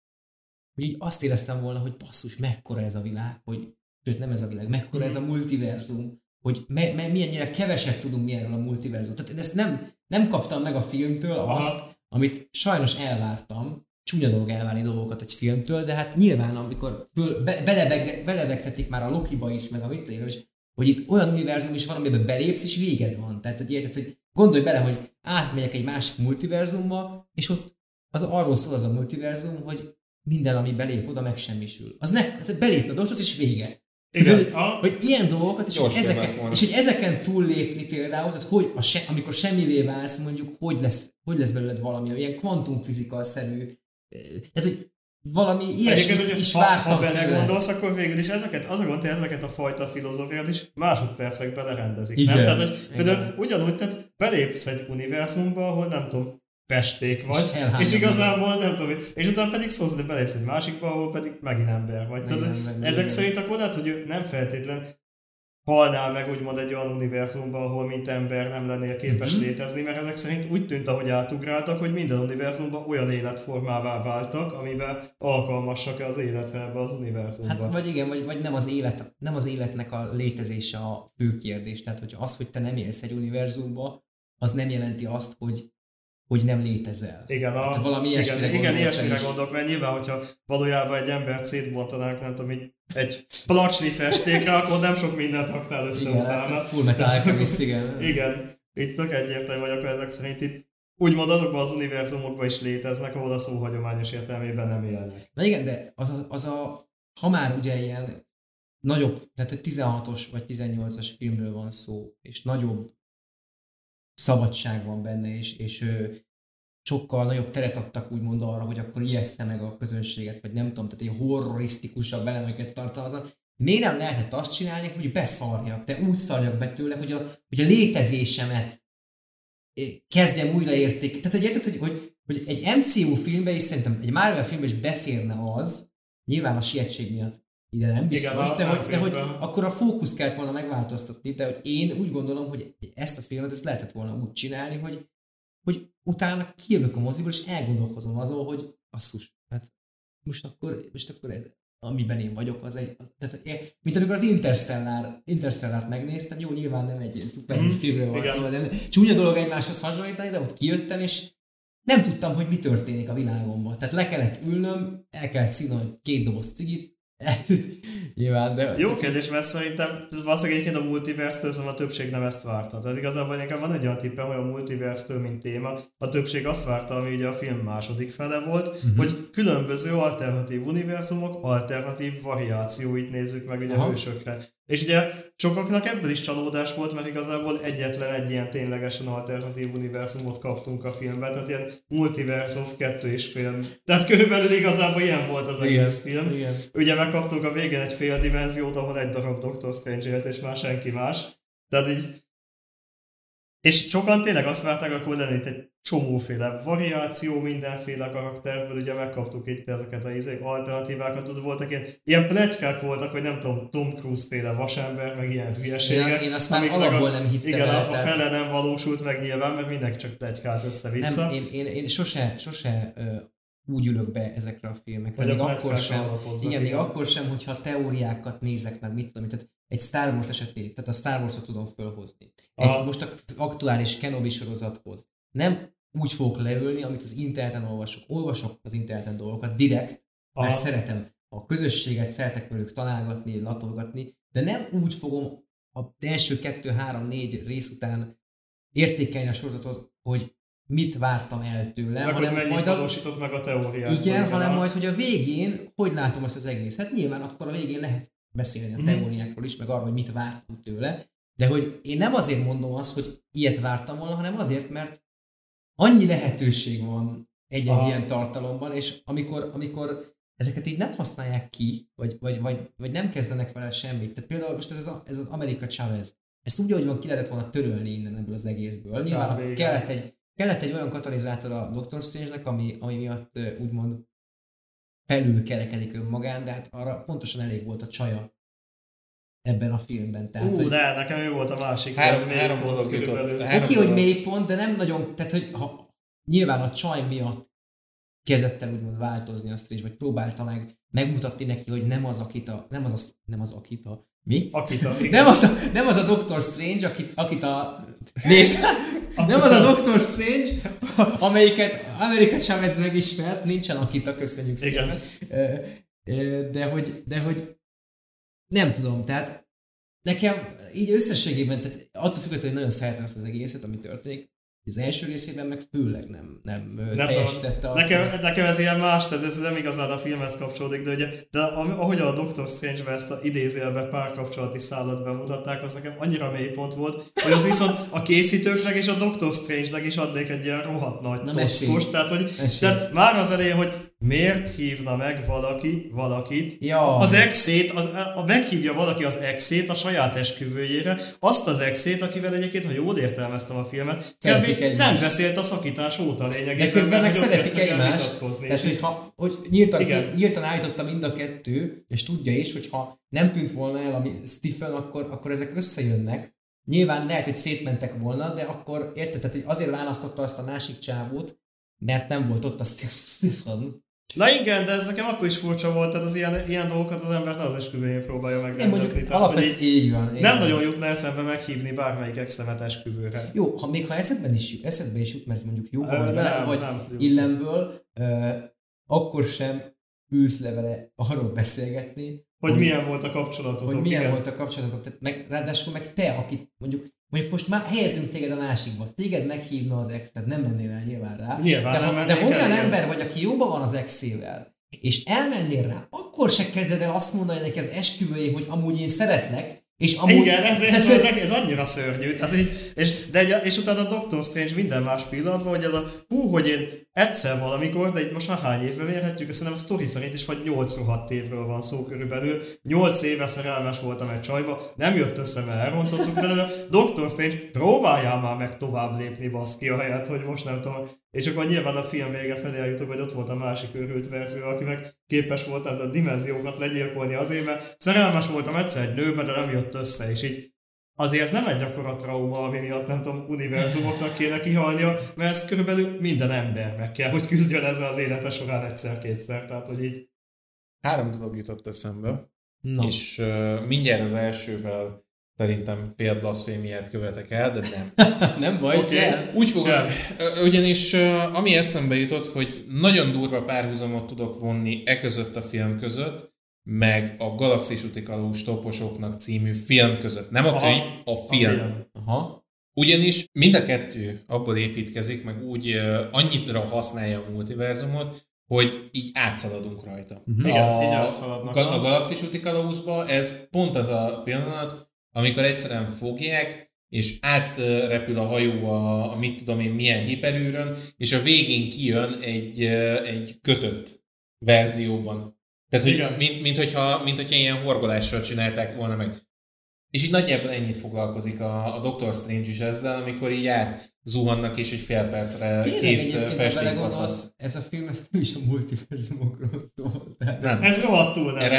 így azt éreztem volna, hogy basszus, mekkora ez a világ, sőt nem ez a világ, mekkora ez a multiverzum, hogy milyennyire keveset tudunk mi erről a multiverzum. Tehát ezt nem kaptam meg a filmtől azt, amit sajnos elvártam, csúnya dolog elvárni dolgokat egy filmtől, de hát nyilván amikor belevegtetik már a Lokiba is, meg a viccébe is, hogy itt olyan univerzum is van, amiben belépsz és véged van. Tehát hogy gondolj bele, hogy átmegyek egy másik multiverzumba, és ott arról szól az a multiverzum, hogy minden, ami belép oda, megsemmisül. Belép a dolghoz, és vége. Igen. Hogy ilyen dolgokat, és hogy ezeken túllépni például, tehát amikor semmivé válsz, mondjuk, hogy lesz belőled valami, ilyen kvantumfizika-szerű, tehát, hogy valami ilyesmit is vártam. Ha belegondolsz, akkor végül is ezeket a fajta filozófiát is másodpercekben lerendezik. Igen. Nem? Tehát, hogy például ugyanúgy, tehát belépsz egy univerzumba, ahol nem tudom, festék vagy, és igazából nem tudom, és utána pedig szólsz, hogy belépsz egy másikba, ahol pedig megint ember vagy. Ezek szerint akkor lehet, hogy nem feltétlen halnál meg úgymond egy olyan univerzumban, ahol mint ember nem lennél képes létezni, mert ezek szerint úgy tűnt, ahogy átugráltak, hogy minden univerzumban olyan életformává váltak, amiben alkalmasak az életre ebbe az univerzumban. Hát vagy igen, vagy nem az életnek a létezése a fő kérdés. Tehát hogy az, hogy te nem élsz egy univerzumba, az nem jelenti azt, hogy nem létezel. Igen, valami ilyesmire gondolok, mert nyilván, hogyha valójában egy embert szétbontanánk, nem tudom, egy placsni festékre, akkor nem sok mindent raknál össze utána. Hát Full Metal Alchemist, igen. Igen, itt tök egyértelmű vagy, akkor ezek szerint itt úgymond azokban az univerzumokban is léteznek, ahol a szó hagyományos értelmében nem élnek. Na igen, de ha már ugye ilyen nagyobb, tehát egy 16-os vagy 18-as filmről van szó, és nagyobb szabadság van benne, és sokkal nagyobb teret adtak úgymond arra, hogy akkor ijessze meg a közönséget, vagy nem tudom, tehát egy horrorisztikusabb elemeket tartalmazza. Miért nem lehetett azt csinálni, hogy beszarjak, de úgy szarjak be tőle, hogy a létezésemet kezdjem újra értékelni. Tehát érted, hogy egy MCU filmbe is szerintem, egy Marvel filmbe is beférne az, nyilván a sietség miatt ide nem biztos, igen, de hogy akkor a fókusz kellett volna megváltoztatni, de hogy én úgy gondolom, hogy ezt a filmet ezt lehetett volna úgy csinálni, hogy utána kijövök a moziból, és elgondolkozom azon, hogy basszus, hát most akkor ez, amiben én vagyok, az egy, tehát, mint amikor az Interstellárt megnéztem, jó, nyilván nem egy szuper filmről van szó, de csúnya dolog egymáshoz hasonlítani, de ott kijöttem, és nem tudtam, hogy mi történik a világomban. Tehát le kellett ülnöm, el kellett szívnom 2 doboz cigit, Nyilván, de... Jó kérdés, mert szerintem valószínűleg egyébként a multiverse-től szóval a többség nem ezt várta. Tehát igazából nekem van egy olyan tippem, hogy a multiverse-től, mint téma, a többség azt várta, ami ugye a film második fele volt, hogy különböző alternatív univerzumok, alternatív variációit nézzük meg ugye a hősökre. És ugye sokaknak ebből is csalódás volt, mert igazából egyetlen egy ilyen ténylegesen alternatív univerzumot kaptunk a filmben, tehát ilyen Multiverse of 2,5. Tehát körülbelül igazából ilyen volt az egész film. Igen. Ugye megkaptunk a végén egy fél dimenziót, ahol egy darab Doctor Strange élt, és már senki más. Tehát így... És sokan tényleg azt várták, akkor lenne itt egy csomóféle variáció mindenféle karakterből, ugye megkaptuk itt ezeket az alternatívákat, ott voltak ilyen pletykák voltak, hogy nem tudom, Tom Cruise-féle vasember, meg ilyen hülyeségek. Én azt már alapból nem hittem igen, el. A fele nem valósult meg nyilván, mert mindenki csak pletykált össze-vissza. Nem, én sose úgy ülök be ezekre a filmekre. Még akkor sem, hogyha teóriákat nézek meg, mit tudom, tehát egy Star Wars esetét, tehát a Star Wars-ot tudom fölhozni. Most a aktuális Kenobi sorozathoz. Nem úgy fogok leülni, amit az interneten olvasok. Olvasok az interneten dolgokat direkt, mert szeretem a közösséget, szeretek velük találgatni, latolgatni, de nem úgy fogom az első 2-3-4 rész után értékelni a sorozatot, hogy mit vártam el tőle. Meg hogy mennyit valósított meg a teóriát. Igen, hanem majd, hogy a végén hogy látom azt az egészet. Nyilván akkor a végén lehet beszélni a teóriákról is, meg arról, hogy mit vártam tőle, de hogy én nem azért mondom azt, hogy ilyet vártam volna, hanem azért, mert annyi lehetőség van egy ilyen tartalomban, és amikor ezeket így nem használják ki, vagy nem kezdenek vele semmit. Tehát például most ez az America Chavez, ezt úgy, ahogy van, ki lehetett volna törölni innen ebből az egészből. Nyilván kellett egy olyan katalizátor a Doctor Strange-nek, ami miatt úgymond felülkerekedik önmagán, de hát arra pontosan elég volt a csaja ebben a filmben. Tehát, de nekem ő volt a másik. Három dolog jutott. Oké, hogy mélypont, de nem nagyon, tehát hogy nyilván a csaj miatt kezdett el úgymond változni a Strange, vagy próbálta meg megmutatni neki, hogy nem az Akita, mi? Akita, nem az a Doctor Strange, akit a... Nézd! Nem az a Doctor Strange, amelyiket Amerika Chavez megismert, nincsen Akita, köszönjük szépen. De hogy nem tudom, tehát nekem így összességében, tehát attól függetlenül, hogy nagyon szeretem ezt az egészet, ami történik, az első részében meg főleg nem teljesítette azt. Nekem ez ilyen más, tehát ez nem igazán a filmhez kapcsolódik, de ahogy a Doctor Strange-ben ezt a idézőjelben párkapcsolati szállat bemutatták, az nekem annyira mélypont volt, hogy ott viszont a készítőknek és a Doctor Strange-nek is adnék egy ilyen rohadt nagy toszkos. Tehát már az elején, hogy miért hívna meg valakit az exét, meghívja valaki az exét a saját esküvőjére, azt az exét, akivel egyébként, ha jól értelmeztem a filmet, nem beszélt a szakítás óta lényegében. De közben meg szeretik egymást. Tehát, hogy nyíltan állította mind a kettő, és tudja is, hogy ha nem tűnt volna el a Stephen, akkor ezek összejönnek. Nyilván lehet, hogy szétmentek volna, de akkor érted, tehát, hogy azért választotta azt a másik csávót, mert nem volt ott a Stephen. Na igen, de ez nekem akkor is furcsa volt, tehát az ilyen dolgokat az ember az esküvőjén próbálja megrendezni. Így van. Nem nagyon jutna eszembe meghívni bármelyik exemet esküvőre. Jó, ha még ha eszedbe is jut, mert mondjuk jó vagy illemből, akkor sem ülsz le vele arról beszélgetni, hogy milyen volt a kapcsolatotok. Tehát ráadásul meg te, akit mondjuk most már helyezünk téged a másikba. Téged meghívna az ex-ed, nem mennél el nyilván rá. De olyan ember vagy, aki jóban van az exével, és elmennél rá, akkor se kezded el azt mondani neki az esküvőjén, hogy amúgy én szeretlek, és amúgy... Igen, ez annyira szörnyű. Tehát, és utána a Doctor Strange minden más pillanatban, hogy ez hogy én egyszer valamikor, de itt most már hány évvel mérhetjük, szerintem a sztori szerint is vagy 8 rohadt évről van szó körülbelül. 8 éve szerelmes voltam egy csajba, nem jött össze, mert elrontottuk, de ez a Doctor Strange, próbáljál már meg tovább lépni, baszki, ahelyett, hogy most nem tudom. És akkor nyilván a film vége felé eljutok, hogy ott volt a másik őrült verzió, aki meg képes volt a dimenziókat legyilkolni azért, mert szerelmes voltam egyszer egy nőben, de nem jött össze, és így azért ez nem egy akkora trauma, ami miatt nem tudom, univerzumoknak kéne kihalnia, mert ez körülbelül minden ember meg kell, hogy küzdjön ezzel az élete során egyszer-kétszer, tehát hogy így. 3 dolog jutott eszembe, és mindjárt az elsővel szerintem fél blaszfémiát követek el, de nem. Nem baj, úgy fogom. Ugyanis ami eszembe jutott, hogy nagyon durva párhuzamot tudok vonni között a film között, meg a Galaxis úti kalóz toposoknak című film között. Nem a könyv, a film. Aha. Ugyanis mind a kettő abból építkezik, meg úgy annyira használja a multiverzumot, hogy így átszaladunk rajta. A Galaxis úti kalauzba ez pont az a pillanat, amikor egyszerűen fogják, és átrepül a hajó a mit tudom én milyen hiperűrön, és a végén kijön egy kötött verzióban. Tehát, hogy mint hogyha ilyen horgolással csinálták volna meg. És így nagyjából ennyit foglalkozik a Doctor Strange is ezzel, amikor így átzuhannak, és egy fél percre két festékpacasz. Ez a film, ez nem is a multiverzumokról szól. Nem. Ez rohadtul nem.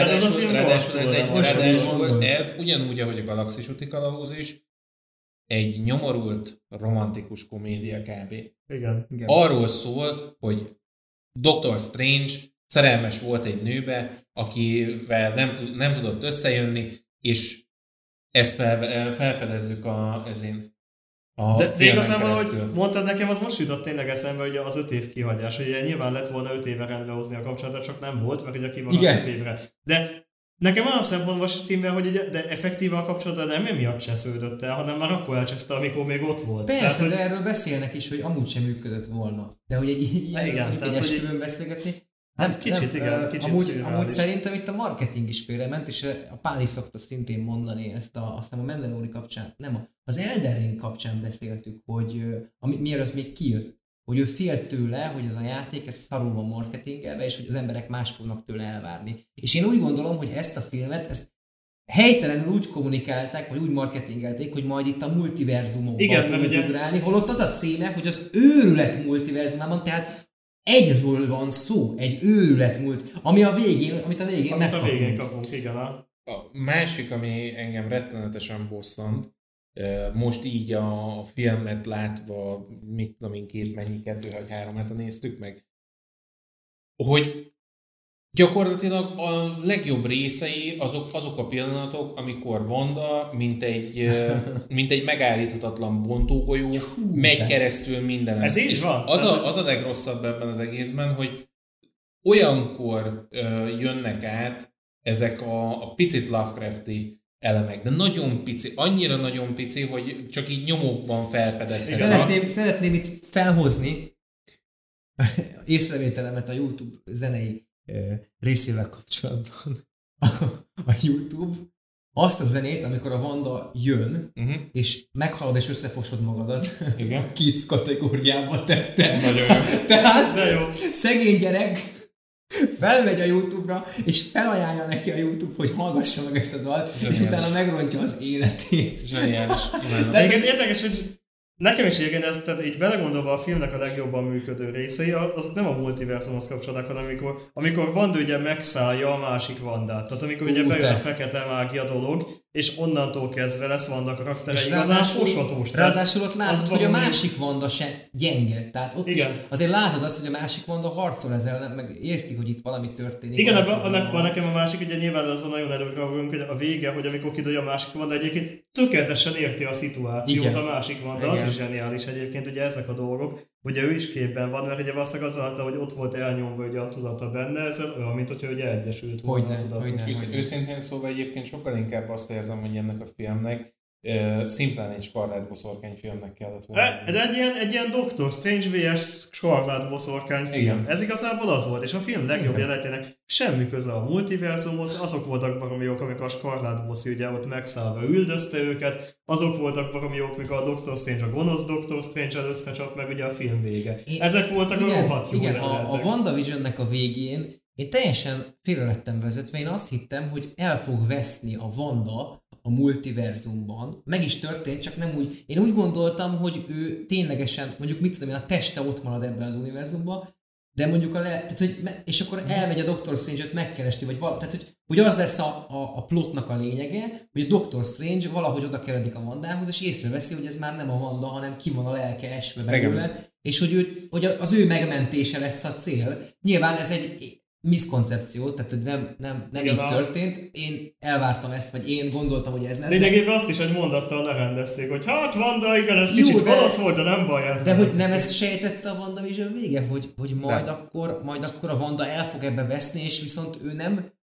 Ráadásul ez ugyanúgy, ahogy a Galaxis úti kalauz is, egy nyomorult, romantikus komédia kb. Igen. Arról szól, hogy Doctor Strange szerelmes volt egy nőbe, akivel nem tudott összejönni, és ezt felfedezzük a de igazából, ahogy mondtad nekem, az most jutott tényleg eszembe, hogy az 5 év kihagyás, hogy nyilván lett volna 5 éve rendbe hozni a kapcsolatot, csak nem volt, mert ugye kimaradt 5 évre. De nekem olyan szempont van címben, hogy de effektíve a kapcsolata nem emiatt csesződött el, hanem már akkor elcseszte, amikor még ott volt. Persze, tehát, de erről beszélnek is, hogy amúgy sem működött volna. De hogy egy esküvőn beszélgetni, kicsit amúgy szerintem itt a marketing is félrement, és a Páli szokta szintén mondani ezt aztán a Mandalori kapcsán, nem, az Elden Ring kapcsán beszéltük, hogy mielőtt még kijött, hogy ő fél tőle, hogy ez a játék, ez szarul van marketingelve, és hogy az emberek más fognak tőle elvárni. És én úgy gondolom, hogy ezt a filmet, ezt helytelenül úgy kommunikálták, vagy úgy marketingelték, hogy majd itt a multiverzumokban fogjuk ugrálni, holott az a címe, hogy az őrület multiverzumában, tehát egyről van szó, egy őrület amit a végén kapunk, igen. A másik, ami engem rettenetesen bosszant, most így a filmet látva, mit tudom én, 2 vagy 3 hete néztük meg, hogy gyakorlatilag a legjobb részei azok a pillanatok, amikor Wanda, mint egy megállíthatatlan bontógolyó, megy keresztül mindenen. Ez így van. Az a legrosszabb ebben az egészben, hogy olyankor jönnek át ezek a picit Lovecrafti elemek, de nagyon pici, annyira nagyon pici, hogy csak így nyomokban felfedezhető. Szeretném itt felhozni észrevételemet a YouTube zenei részével kapcsolatban. A YouTube azt a zenét, amikor a Wanda jön, és meghallod és összefosod magadat, kids kategóriába tettem. Nagyon jó. Tehát szegény gyerek felmegy a YouTube-ra, és felajánlja neki a YouTube, hogy hallgassa meg ezt a dalt, és utána megrontja az életét. Zseniális. Érdekes, hogy nekem is igen, ez, tehát így belegondolva a filmnek a legjobban működő részei, azok nem a multiverzumhoz kapcsolódnak, hanem amikor Wanda ugye megszállja a másik Wandát. Tehát amikor ugye bejön a fekete mágia dolog, és onnantól kezdve lesz Wanda karaktere igazán foshatós. Ráadásul ott látod, hogy a másik Wanda se gyenge. Tehát ott is azért látod azt, hogy a másik Wanda harcol ezzel, meg érti, hogy itt valami történik. Igen, abban nekem a másik, ugye nyilván az a nagyon előbb hogy a vége, hogy amikor kidolja a másik Wanda, egyébként tökéletesen érti a szituációt a másik Wanda. Az is zseniális egyébként, ugye ezek a dolgok. Ugye ő is képben van, mert ugye valószínűleg azáltal, hogy ott volt elnyomva ugye a tudata benne, ez olyan, mint hogyha ugye egyesült volna a tudatok. Őszintén szóval egyébként sokkal inkább azt érzem, hogy ennek a filmnek szimplán egy Scarlett boszorkány filmnek kellett volna. Egy ilyen Doctor Strange vs. Scarlett boszorkány film. Igen. Ez igazából az volt, és a film legjobb jelenetének semmi köze a multiverzumhoz, azok voltak baromi jók, amikor a Scarlett bosszi ugye ott megszállva üldözte őket, azok voltak baromi jók, amikor a Doctor Strange a gonosz Doctor Strange-el összecsap meg ugye a film vége. Ezek voltak a rohadt jó jelenetek. A WandaVision-nek a végén én teljesen félre lettem vezetve, én azt hittem, hogy el fog veszni a Wanda a multiverzumban. Meg is történt, csak nem úgy. Én úgy gondoltam, hogy ő ténylegesen, mondjuk mit tudom én, a teste ott marad ebben az univerzumban, de mondjuk tehát, hogy, és akkor elmegy a Doctor Strange-öt megkeresni, vagy valami, tehát hogy az lesz a plotnak a lényege, hogy a Doctor Strange valahogy oda keredik a Wandához, és észreveszi, hogy ez már nem a Wanda, hanem ki van a lelke esve belőle, és hogy az ő megmentése lesz a cél. Nyilván ez egy miszkoncepció, tehát hogy nem így történt. Én elvártam ezt, vagy én gondoltam, hogy ez lesz. Lényegében azt is egy mondattal lerendezték, hogy hát Wanda, igen, ez kicsit gonosz volt, de nem baj. De hogy nem ezt sejtette a WandaVision vége, hogy majd akkor a Wanda el fog ebbe veszni, és viszont ő nem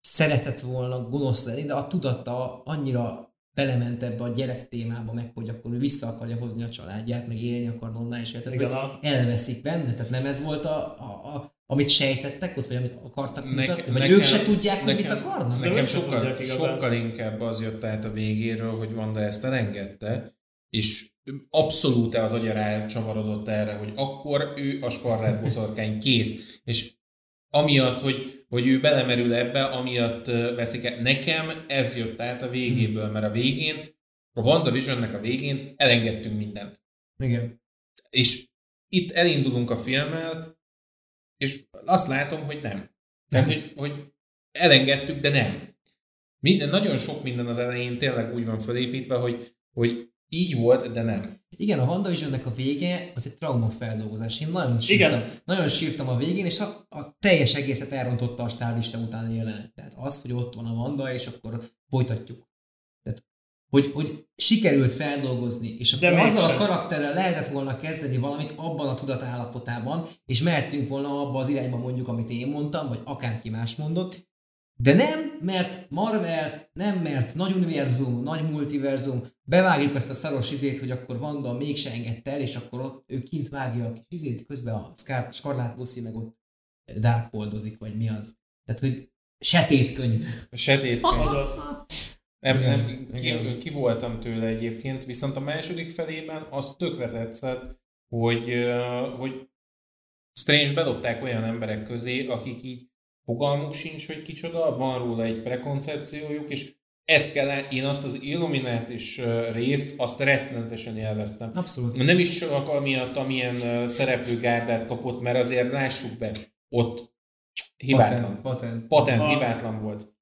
szeretett volna gonosz lenni, de a tudata annyira belement ebbe a gyerek témába meg, hogy akkor ő vissza akarja hozni a családját, meg élni akar normális életet, vagy elveszik benne, tehát nem ez volt amit sejtettek ott, vagy amit akartak mutatni, vagy ők se tudják, hogy mit akarnak? Nekem sokkal inkább az jött át a végéről, hogy Wanda ezt elengedte, és abszolút az agyará csavarodott erre, hogy akkor ő a skarlát boszorkány, kész. És amiatt, hogy ő belemerül ebbe, amiatt veszik el. Nekem ez jött át a végéből, mert a végén, a WandaVisionnek a végén elengedtünk mindent. Igen. És itt elindulunk a filmmel, és azt látom, hogy nem. Tehát, hogy elengedtük, de nem. Nagyon sok minden az elején tényleg úgy van felépítve, hogy így volt, de nem. Igen, a WandaVisionnek a vége az egy traumafeldolgozás. Én nagyon sírtam a végén, és a teljes egészet elrontotta a stáblista utáni jelenet. Tehát az, hogy ott van a Wanda, és akkor folytatjuk. Tehát, hogy sikerült feldolgozni, és akkor azzal a karakterrel lehetett volna kezdeni valamit abban a tudatállapotában, és mehettünk volna abba az irányba mondjuk, amit én mondtam, vagy akárki más mondott, de nem, mert Marvel, nem, mert nagy univerzum, nagy multiverzum, bevágjuk ezt a szaros izét, hogy akkor Wanda mégse engedte el, és akkor ott ő kint vágja a kis izét, közben a Scarlet Bossy meg ott Darkholdozik, vagy mi az. Tehát, hogy sötétkönyv. Sötétkönyv. Nem, ki voltam tőle egyébként, viszont a második felében az tökre tetszett, hogy Strange bedobták olyan emberek közé, akik így fogalmuk sincs, hogy kicsoda, van róla egy prekoncepciójuk, és ezt kell, én azt az Illuminatis részt, azt rettenetesen élveztem. Abszolút. Nem is csak amiatt, amilyen szereplőgárdát kapott, mert azért lássuk be, ott hibátlan. Patent hibátlan volt.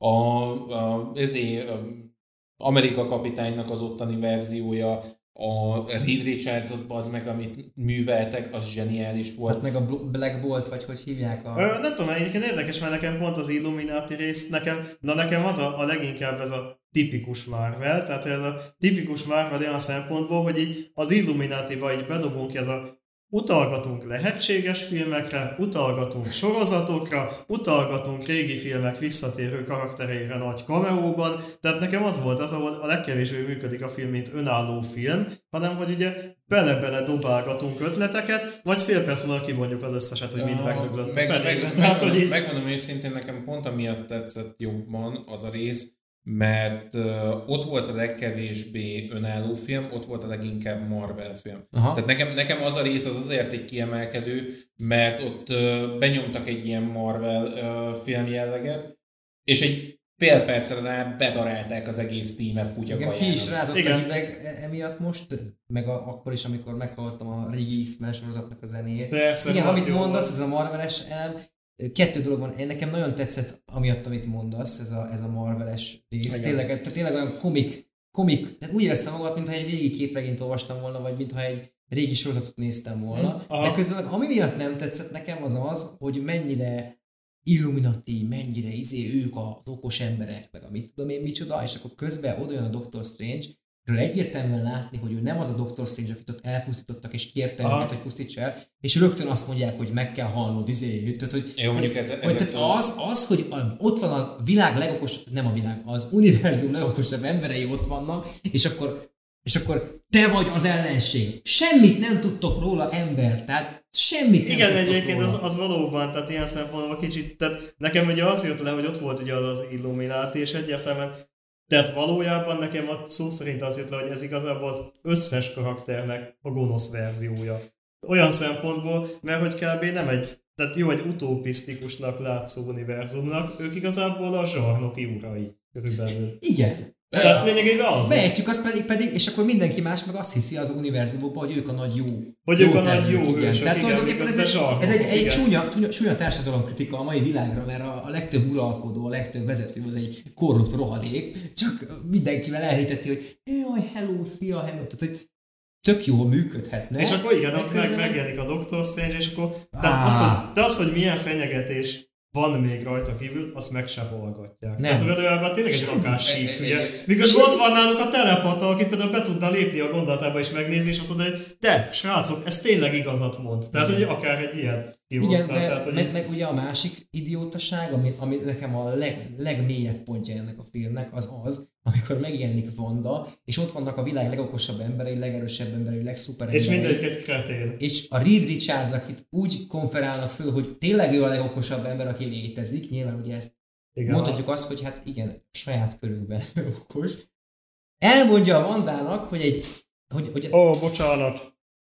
Amerika kapitánynak az ottani verziója, a Reed Richardsot az meg, amit műveltek, az zseniális volt. Hát meg a Black Bolt, vagy hogy hívják nem tudom, egyébként érdekes, mert nekem pont az Illuminati rész, nekem az a leginkább ez a tipikus Marvel, tehát ez a tipikus Marvel olyan szempontból, hogy így az Illuminati-ba így bedobunk ez a utalgatunk lehetséges filmekre, utalgatunk sorozatokra, utalgatunk régi filmek visszatérő karaktereire nagy cameóban, tehát nekem az volt az, ahol a legkevésbé működik a film, mint önálló film, hanem hogy ugye bele-bele dobálgatunk ötleteket, majd fél perc múlva kivonjuk az összeset, hogy mind megdöglött a felébe. Megmondom őszintén, nekem pont amiatt tetszett jobban az a rész, mert ott volt a legkevésbé önálló film, ott volt a leginkább Marvel film. Aha. Tehát nekem az a rész az azért egy kiemelkedő, mert ott benyomtak egy ilyen Marvel film jelleget, és egy fél percre rá bedarálták az egész tímet kutyakajának. Ki is rázott a hideg emiatt most, meg akkor is, amikor meghallottam a régi X-Men sorozatnak a zenéjét. Persze, igen, amit mondasz, ez a Marveles elem, kettő dolog van, nekem nagyon tetszett, amiatt, amit mondasz, ez a Marveles rész. Tényleg olyan komik, tehát úgy éreztem magam, mintha egy régi képregényt olvastam volna, vagy mintha egy régi sorozatot néztem volna. De közben meg, ami miatt nem tetszett nekem, az, hogy mennyire Illuminati, mennyire ők az okos emberek, meg amit tudom én micsoda, és akkor közben oda jön a Doctor Strange, ről egyértelműen látni, hogy ő nem az a Doctor Strange, akit ott elpusztítottak, és kérte őket, hogy pusztíts el, és rögtön azt mondják, hogy meg kell halnod, tehát, hogy, jó, mondjuk tehát hogy ott van a világ legokosabb, nem a világ, az univerzum legokosabb emberei ott vannak, és akkor te vagy az ellenség. Semmit nem tudtok róla, ember, tehát semmit nem igen, tudtok egyébként róla. az valóban, tehát ilyen szempontból kicsit, tehát nekem ugye az jött le, hogy ott volt ugye az Illuminati, és egyértelműen tehát valójában nekem a szó szerint az jött le, hogy ez igazából az összes karakternek a gonosz verziója. Olyan szempontból, mert hogy kb. Nem tehát jó, egy utopisztikusnak látszó univerzumnak, ők igazából a zsarnoki urai körülbelül. Igen. Tehát lényegében az. Vehetjük azt pedig, és akkor mindenki más meg azt hiszi az univerzumokban, hogy ők a nagy jó. Hogy ők a nagy jó hősök, tehát tulajdonképpen ez egy csúnya társadalomkritika a mai világra, mert a legtöbb uralkodó, a legtöbb vezető az egy korrupt rohadék, csak mindenkivel elhiteti, hogy jaj, hello, szia, hello. Tehát, hogy tök jól működhetne. És akkor igen, ott megjelenik a Doctor Strange, és akkor tehát az, hogy milyen fenyegetés van még rajta kívül, azt meg se hallgatják. Nem. Tehát valójában tényleg egy rakássík, ugye. Miközben ott van náluk a telepata, aki például be tudna lépni a gondolatába és megnézni, és azt mondja, hogy te, srácok, ez tényleg igazat mond. Tehát, hogy akár egy ilyet kihoztál. Igen, de tehát, hogy meg ugye a másik idiótaság, ami nekem a legmélyebb pontja ennek a filmnek, az, amikor megjelenik Wanda, és ott vannak a világ legokosabb emberei, legerősebb emberei, legszuper és emberei. mindegyik egy kretén. És a Reed Richards, akit úgy konferálnak föl, hogy tényleg ő a legokosabb ember, aki létezik, nyilván ugye ezt igen, mondhatjuk azt, hogy hát igen, saját körükben okos. Elmondja a Wandának, Bocsánat.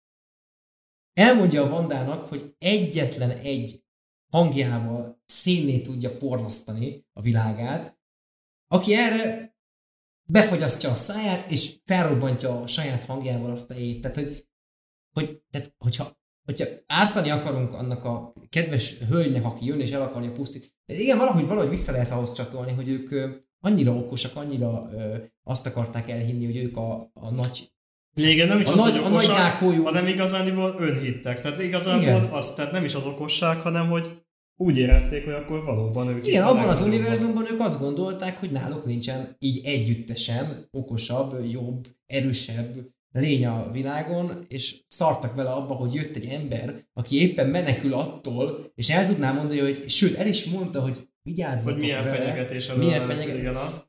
Elmondja a Wandának, hogy egyetlen egy hangjával szénné tudja porlasztani a világát, aki erre befogyasztja a száját, és felrobbantja a saját hangjával a fejét. Tehát, hogyha ártani akarunk annak a kedves hölgynek, aki jön és el akarja pusztítani. Igen, valahogy vissza lehet ahhoz csatolni, hogy ők annyira okosak, annyira azt akarták elhinni, hogy ők a nagy... Igen, nem is az, hogy okosak, hanem hanem igazániból önhittek. Tehát igazából az, tehát nem is az okosság, hanem hogy úgy érezték, hogy akkor valóban ők igen, abban az univerzumban ők azt gondolták, hogy náluk nincsen így együttesen okosabb, jobb, erősebb lény a világon, és szartak vele abba, hogy jött egy ember, aki éppen menekül attól, és el tudná mondani, hogy sőt, el is mondta, hogy vigyázzatok hogy milyen vele, fenyegetés milyen fenyegetés.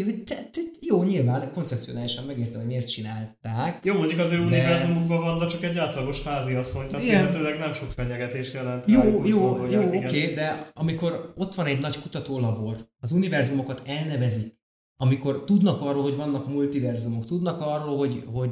Jó, nyilván koncepcionálisan megértem, hogy miért csinálták. Jó, mondjuk az ő univerzumukban Wanda csak egy átlagos háziasszony, tehát lehetőleg nem sok fenyegetés jelent. Jó, oké, de amikor ott van egy nagy kutatólabor, az univerzumokat elnevezik, amikor tudnak arról, hogy vannak multiverzumok, tudnak arról,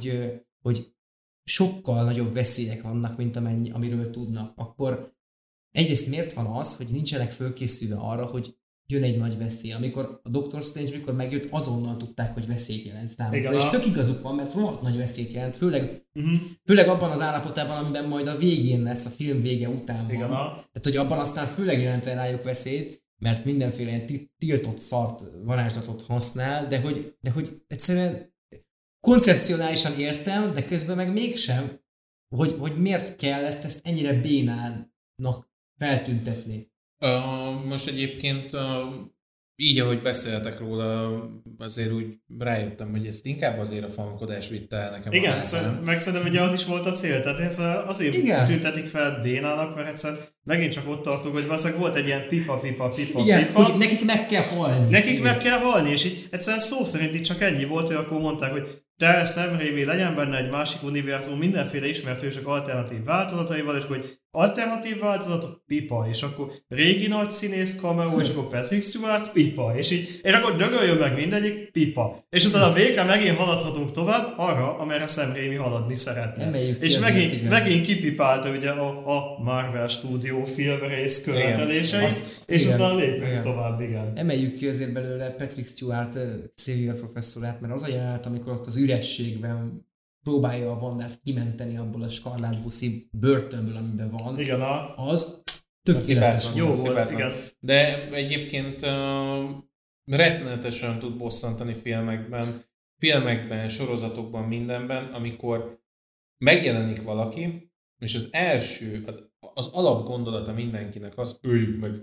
hogy sokkal nagyobb veszélyek vannak, mint amiről tudnak, akkor egyrészt miért van az, hogy nincsenek fölkészülve arra, hogy jön egy nagy veszély. Amikor a Doctor Strange, mikor megjött, azonnal tudták, hogy veszélyt jelent számukra. És tök igazuk van, mert rohadt nagy veszélyt jelent, főleg abban az állapotában, amiben majd a végén lesz, a film vége után van. Tehát, hogy abban aztán főleg jelent rájuk veszélyt, mert mindenféle ilyen tiltott szart, varázslatot használ, de hogy egyszerűen koncepcionálisan értem, de közben meg mégsem, hogy miért kellett ezt ennyire bénának feltüntetni. Most egyébként így, ahogy beszéltek róla, azért úgy rájöttem, hogy ezt inkább azért a fankodás vitte el nekem. Igen, meg szerintem ugye az is volt a cél, tehát ez azért tüntetik fel bénának, mert egyszerűen megint csak ott tartunk, hogy valószínűleg volt egy ilyen pipa. Igen, hogy nekik meg kell halni. Meg kell halni, és így egyszerűen szó szerint így csak ennyi volt, hogy akkor mondták, hogy de Sam Raimi legyen benne egy másik univerzum mindenféle ismert hősök alternatív változataival, és hogy alternatív változatok pipa, és akkor régi nagy színész cameo, és akkor Patrick Stewart pipa, és akkor dögöljön meg mindegyik pipa. És utána végre megint haladhatunk tovább arra, amerre Sam Raimi haladni szeretne. És megint kipipálta ugye a Marvel Studio filmrész követeléseit, és utána lépjünk tovább, igen. Emeljük ki azért belőle Patrick Stewart Xavier professzorát, mert az a jelenet, amikor ott az ürességben próbálja a Wandát kimenteni abból a skarlátbuszi börtönből, amiben van. Igen, az tökéletes. Jó volt, igen. De egyébként rettenetesen tud bosszantani filmekben, sorozatokban, mindenben, amikor megjelenik valaki, és az első, az alapgondolata mindenkinek az, öljük meg.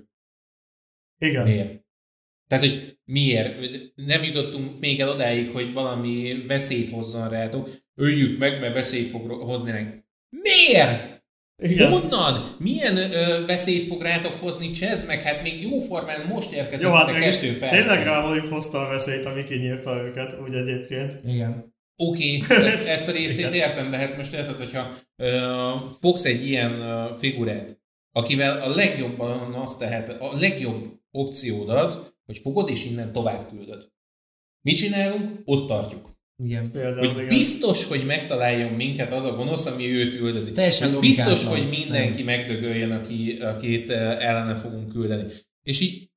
Igen. Miért? Tehát, hogy miért? Nem jutottunk még el odáig, hogy valami veszélyt hozzon rátok. Öljük meg, mert veszélyt fog hozni ránk. Miért? Igen. Honnan? Milyen veszélyt fog rátok hozni? Csezd meg, hát még jóformán most érkezett a 2 perc. Tényleg rávaljuk hozta a veszélyt, ami kinyírta őket, úgy egyébként. Igen. Oké, ezt a részét értem, de hát most érted, hogyha fogsz egy ilyen figurát, akivel a legjobban azt tehet, a legjobb opciód az, hogy fogod és innen tovább küldöd. Mit csinálunk? Ott tartjuk. Igen. Például, hogy biztos, hogy megtaláljon minket az a gonosz, ami őt üldözi. Biztos, hogy mindenki megdögöljön, akit ellene fogunk küldeni. És így...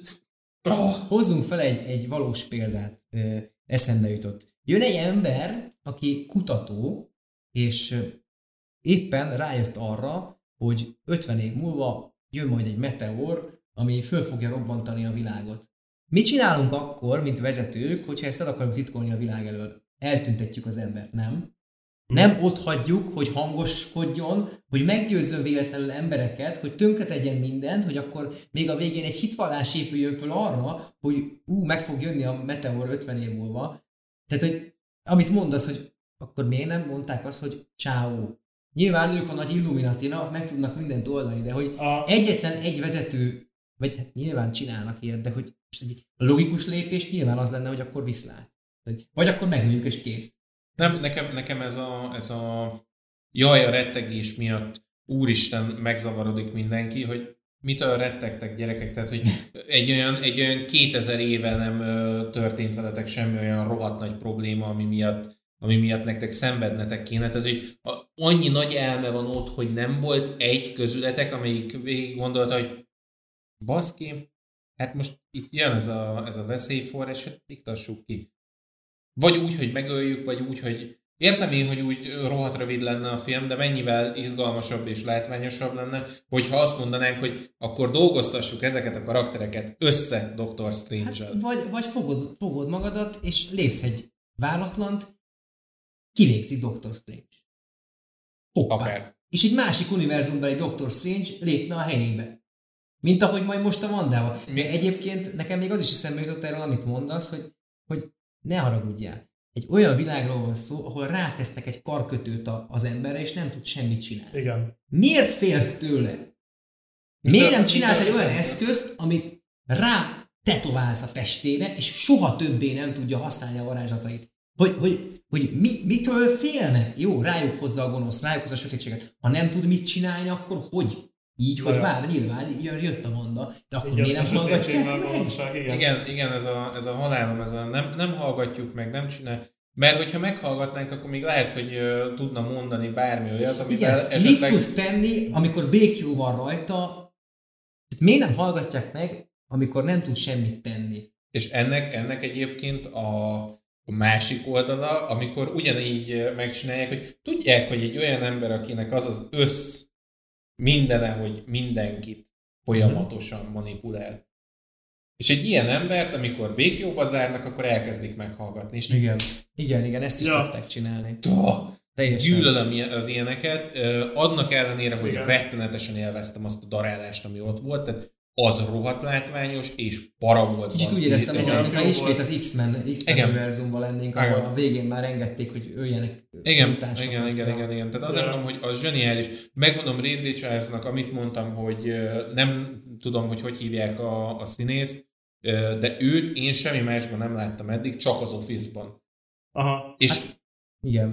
Hozzunk fel egy valós példát. Eszembe jutott. Jön egy ember, aki kutató, és éppen rájött arra, hogy 50 év múlva jön majd egy meteor, ami föl fogja robbantani a világot. Mit csinálunk akkor, mint vezetők, hogyha ezt el akarjuk titkolni a világ elől? Eltüntetjük az embert, nem? Nem ott hagyjuk, hogy hangoskodjon, hogy meggyőzzön véletlenül embereket, hogy tönkretegyen mindent, hogy akkor még a végén egy hitvallás épüljön föl arra, hogy meg fog jönni a meteor 50 év múlva. Tehát, hogy amit mondasz, hogy akkor miért nem mondták azt, hogy ciao. Nyilván ők a nagy illuminatina, meg tudnak mindent oldani, de hogy egyetlen egy vezető, vagy hát nyilván csinálnak ilyet, de hogy a logikus lépés nyilván az lenne, hogy akkor viszlát. Vagy akkor megöljük és kész. Nem, nekem ez a jaj, a rettegés miatt úristen megzavarodik mindenki, hogy mitől rettegtek gyerekek, tehát hogy egy olyan 2000 éve nem történt veletek semmi olyan rohadt nagy probléma, ami miatt nektek szenvednetek kéne, tehát hogy annyi nagy elme van ott, hogy nem volt egy közületek, amelyik végig gondolta, hogy baszki, hát most itt jön ez a veszélyforrás, hát iktassuk ki. Vagy úgy, hogy megöljük, vagy úgy, hogy értem én, hogy úgy rohadt rövid lenne a film, de mennyivel izgalmasabb és látványosabb lenne, hogyha azt mondanánk, hogy akkor dolgoztassuk ezeket a karaktereket össze Doctor Strange-el. Hát, vagy fogod magadat, és lépsz egy váratlant, kivégzi Doctor Strange. Hoppá. Akár. És egy másik univerzumban egy Doctor Strange lépne a helyébe. Mint ahogy majd most a Wandával. De egyébként nekem még az is eszembe jutott erről, amit mondasz, hogy ne haragudjál. Egy olyan világról van szó, ahol rátesznek egy karkötőt az emberre, és nem tud semmit csinálni. Igen. Miért félsz tőle? Miért nem csinálsz egy olyan eszközt, amit rá tetoválsz a testére, és soha többé nem tudja használni a varázslatait? Hogy mitől félnek? Jó, rájuk hozza a gonosz, rájuk hozza a sötétséget. Ha nem tud mit csinálni, akkor hogy? Így, hogy vár, nyilván jött a Wanda, de akkor miért nem hallgatják meg? Igen, ez a halálom, nem hallgatjuk meg, nem csinál. Mert hogyha meghallgatnánk, akkor még lehet, hogy tudna mondani bármi olyat, amivel esetleg... Mit tud tenni, amikor BQ van rajta? Miért nem hallgatják meg, amikor nem tud semmit tenni? És ennek egyébként a másik oldala, amikor ugyanígy megcsinálják, hogy tudják, hogy egy olyan ember, akinek az mindene, hogy mindenkit folyamatosan manipulál. És egy ilyen embert, amikor békjóba zárnak, akkor elkezdik meghallgatni. És igen, ezt is szokták csinálni. Gyűlölöm az ilyeneket, annak ellenére, hogy rettenetesen élveztem azt a darálást, ami ott volt, tehát az rohadt látványos, és para volt. Kicsit úgy éreztem, hogy ismét az X-Men univerzumban lennénk, ahol a végén már engedték, hogy öljenek. Igen. Tehát azért mondom, hogy az zseniális. Megmondom Reed Richardsnak, amit mondtam, hogy nem tudom, hogy hívják a színészt, de őt én semmi másban nem láttam eddig, csak az Office-ban. Aha. És igen.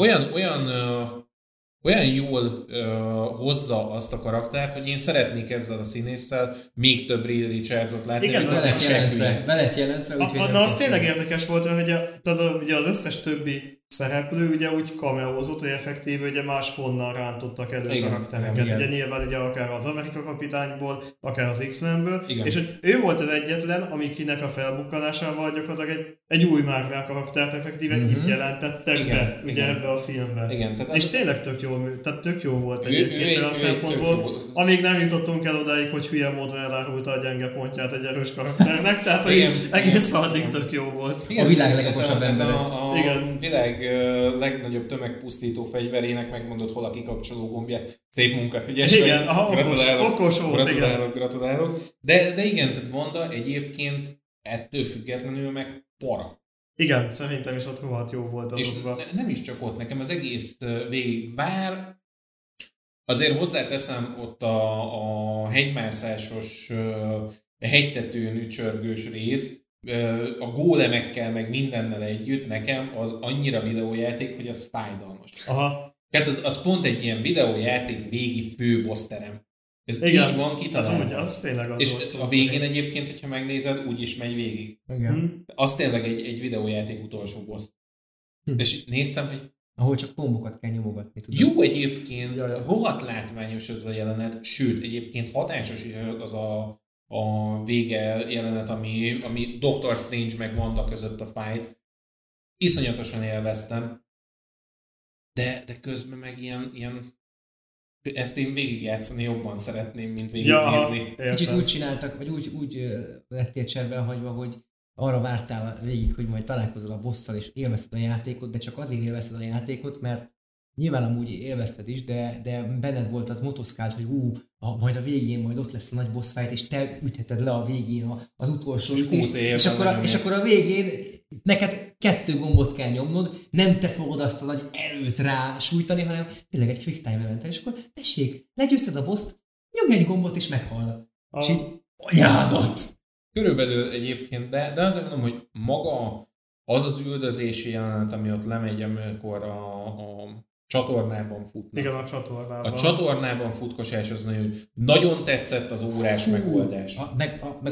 Olyan jól hozza azt a karaktert, hogy én szeretnék ezzel a színésszel még több Reed Richardsot látni. Igen, be lett jelentve. Na, az tényleg érdekes volt, mert ugye az összes többi szereplő ugye úgy cameózott, hogy effektíve ugye máshonnan rántottak elő karaktereket. Ugye nyilván ugye akár az Amerika Kapitányból, akár az X-Menből, és hogy ő volt az egyetlen, akinek a felbukkanásával gyakorlatilag egy új Marvel karaktert effektíven itt jelentettek be, ugye ebbe a filmbe. És tényleg tök jó volt egyébként a szempontból, amíg nem jutottunk el odáig, hogy hülye módon elárulta a gyenge pontját egy erős karakternek, tehát egész addig tök jó volt. A világ legokosabb ember. A világ legnagyobb tömegpusztító fegyverének megmondott hol a kikapcsoló gombját. Szép munka, ügyes vagy. Igen, okos volt. Gratulálok. De igen, tehát Wanda egyébként ettől függetlenül meg para. Igen, szerintem is ott rohadt jó volt azokban. És nem is csak ott, nekem az egész végig, bár azért hozzáteszem ott a hegymászásos, hegytetőn ücsörgős rész, a gólemekkel meg mindennel együtt nekem az annyira videójáték, hogy az fájdalmas. Aha. Tehát az pont egy ilyen videójáték végi főboszterem. Ez így van kitalálva. Az tényleg az és volt a végén egyébként, hogyha megnézed, úgy is megy végig. Igen. Az tényleg egy videójáték utolsó boss. És néztem, hogy ahol csak kombokat kell nyomogatni. Tudom. Jó egyébként, rohadt látványos ez a jelenet, sőt, egyébként hatásos is az a vége jelenet, ami Doctor Strange meg Wanda között a fight. Iszonyatosan élveztem, de közben meg ilyen ezt én végigjátszani jobban szeretném, mint végignézni. Kicsit úgy csináltak, vagy úgy lettél cserben hagyva, hogy arra vártál végig, hogy majd találkozol a bosszal, és élvezted a játékot, de csak azért élvezted a játékot, mert nyilván amúgy élvezted is, de benned volt az motoszkált, hogy majd a végén majd ott lesz a nagy boss fight, és te ütheted le a végén az utolsó ütést, és akkor a végén neked 2 gombot kell nyomnod, nem te fogod azt a nagy erőt rá sújtani, hanem tényleg egy quick time event, és akkor tessék, legyőzted a boss-t, nyomj egy gombot és meghal. És így anyádat! Körülbelül egyébként, de azért mondom, hogy maga az üldözési jelenet, ami ott lemegy, amikor a csatornában futnak. Igen, a csatornában. A csatornában futkosás az nagyon tetszett az órás megoldás. Meg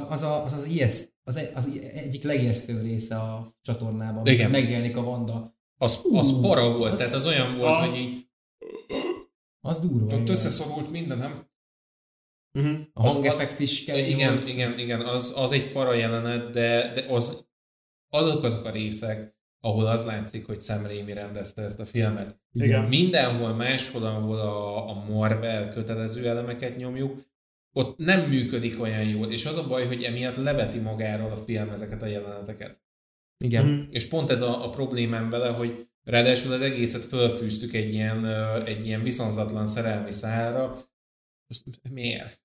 az egyik legijesztőbb része a csatornában, igen. Megjelenik a Wanda. Az para volt, tehát az olyan volt, hogy így... Az durva. Ott összeszorult minden, nem? A hangeffekt is kell. Igen, az egy para jelenet, de azok a részek, ahol az látszik, hogy Sam Raimi rendezte ezt a filmet. Igen. Mindenhol máshol, ahol a Marvel kötelező elemeket nyomjuk, ott nem működik olyan jól, és az a baj, hogy emiatt leveti magáról a film ezeket a jeleneteket. Igen. És pont ez a problémám vele, hogy ráadásul az egészet fölfűztük egy ilyen viszonzatlan szerelmi szálra. Miért?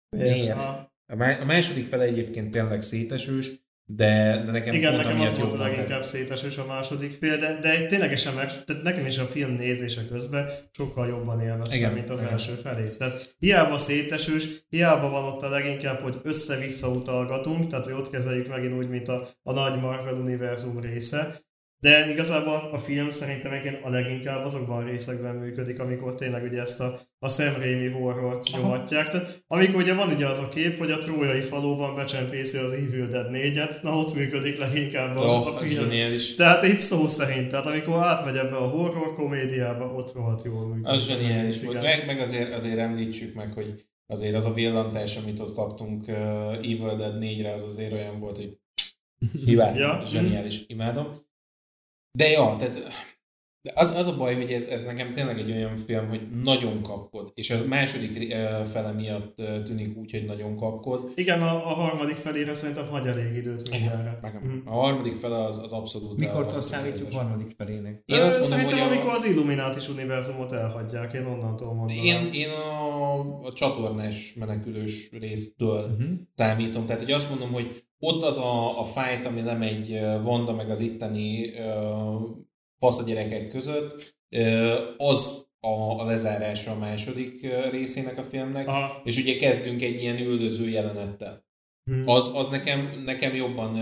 A második fele egyébként tényleg szétesős, de nekem igen, pont nekem az volt a leginkább szétesős a második fél, de ténylegesen tehát nekem is a film nézése közben sokkal jobban élveztem, mint az első felé. Tehát hiába szétesős, hiába van ott a leginkább, hogy össze-vissza utalgatunk, tehát hogy ott kezeljük megint úgy, mint a nagy Marvel univerzum része, de igazából a film szerintem a leginkább azokban a részekben működik, amikor tényleg ugye ezt a Sam Raimi horrort nyomatják. Tehát amikor ugye van ugye az a kép, hogy a trójai faluban becsempészi az Evil Dead 4-et, na ott működik leginkább a film. Tehát itt szó szerint, tehát amikor átmegy ebbe a horror komédiába, ott rohadt jól működik. Az zseniális volt. Meg azért említsük meg, hogy azért az a villantás, amit ott kaptunk Evil Dead 4-re, az azért olyan volt, hogy hibátlan, zseniális, imádom. De ja, tehát az a baj, hogy ez nekem tényleg egy olyan film, hogy nagyon kapkod, és a második fele miatt tűnik úgy, hogy nagyon kapkod. Igen, a harmadik felére szerintem hagy elég időt mindenre. A harmadik fele az abszolút... Mikortól számítjuk harmadik felének? Én azt szerintem, mondom, amikor az Illuminatis univerzumot elhagyják, én onnantól mondanám. Én a csatornás menekülős résztől számítom, tehát hogy azt mondom, hogy ott az a fight, ami nem egy Wanda meg az itteni faszagyerekek között, az a lezárása a második részének a filmnek, és ugye kezdünk egy ilyen üldöző jelenettel. Az nekem jobban,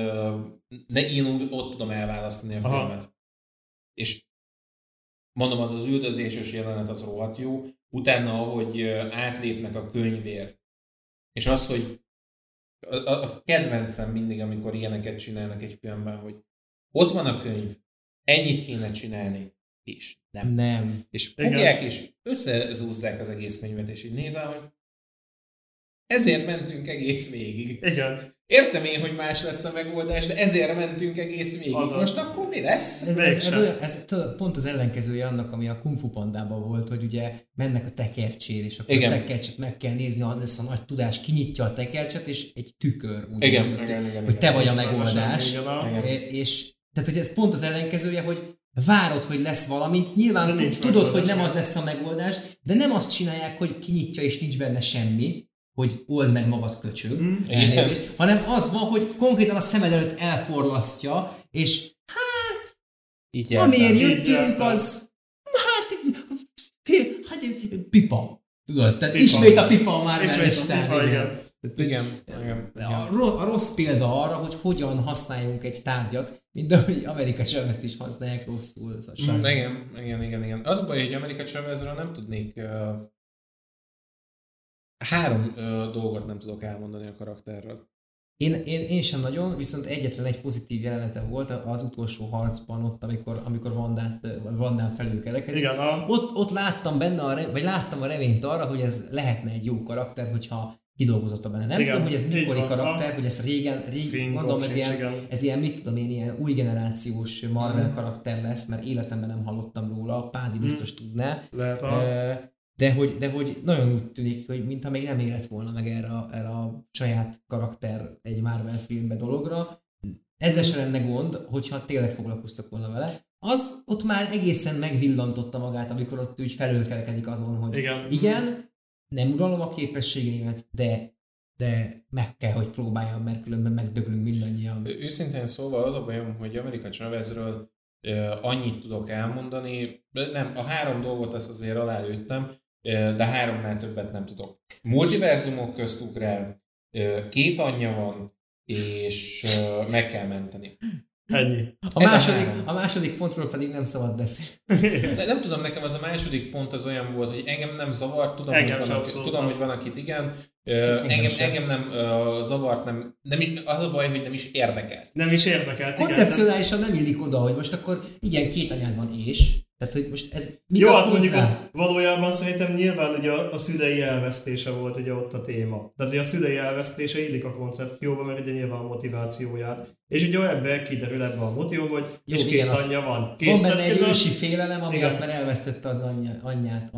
én ott tudom elválasztani a filmet. És mondom, az üldözéses jelenet az rohadt jó, utána, ahogy átlépnek a könyvér, és az, hogy a kedvencem mindig, amikor ilyeneket csinálnak egy filmben, hogy ott van a könyv, ennyit kéne csinálni, és nem. És fogják, és összezúzzák az egész könyvet, és így nézel, hogy ezért mentünk egész végig. Igen. Értem én, hogy más lesz a megoldás, de ezért mentünk egész végig. Most akkor mi lesz? Ez pont az ellenkezője annak, ami a Kung Fu Pandában volt, hogy ugye mennek a tekercsér, és akkor a tekercset meg kell nézni, az lesz a nagy tudás, kinyitja a tekercset, és egy tükör, hogy te vagy a megoldás. És tehát, hogy ez pont az ellenkezője, hogy várod, hogy lesz valami, nyilván tudod, hogy nem az lesz a megoldás, de nem azt csinálják, hogy kinyitja, és nincs benne semmi, hogy old meg magad köcsög, hanem az van, hogy konkrétan a szemed előtt elporlasztja, és hát, amiért jöttünk, az pipa. Tudod, tehát ismét a pipa már listán. Igen. A rossz példa arra, hogy hogyan használjunk egy tárgyat, mint ahogy Amerika Chavez-t is használják rosszul. Igen. Az a baj, hogy Amerika Chavezről nem tudnék... 3 dolgot nem tudok elmondani a karakterről. Én sem nagyon, viszont egyetlen egy pozitív jelenete volt az utolsó harcban, ott, amikor Vandán felül kerekedik. Ott láttam benne, vagy láttam a reményt arra, hogy ez lehetne egy jó karakter, hogyha kidolgozotta benne. Nem tudom, hogy ez mikori karakter, hogy ezt régen mondom, ez ilyen, mit tudom én, ilyen új generációs Marvel karakter lesz, mert életemben nem hallottam róla, Pádi biztos tudná. De hogy nagyon úgy tűnik, hogy mintha még nem érett volna meg erre a saját karakter egy Marvel filmbe dologra. Ezzel sem lenne gond, hogyha tényleg foglalkoztak volna vele. az ott már egészen megvillantotta magát, amikor ott úgy felülkelkedik azon, hogy igen, nem uralom a képességeimet, de meg kell, hogy próbáljam, mert különben megdöglünk mindannyian. Őszintén szólva az a bajom, hogy America Chavezről annyit tudok elmondani, nem, a 3 dolgot azt azért alálőttem, de 3-nál többet nem tudok. Multiverzumok közt ugrál, 2 anyja van, és meg kell menteni. Ennyi. A második pontról pedig nem szabad beszélni. Nem tudom, nekem az a második pont az olyan volt, hogy engem nem zavart, tudom, hogy van akit igen, engem nem zavart, nem, az a baj, hogy nem is érdekelt. Nem is érdekelt. Koncepcionálisan nem illik oda, hogy most akkor igen, 2 anyád van és... Tehát, hogy most ez mit jó, hát mondjuk valójában szerintem nyilván ugye a szülei elvesztése volt ugye ott a téma. Tehát ugye a szülei elvesztése illik a koncepcióba, mert ugye nyilván a motivációját. És ugye ebben kiderül ebben a motivum, hogy jó, és 2 anyja van. Van benne egy ősi félelem, amiatt mert elvesztette az anyját.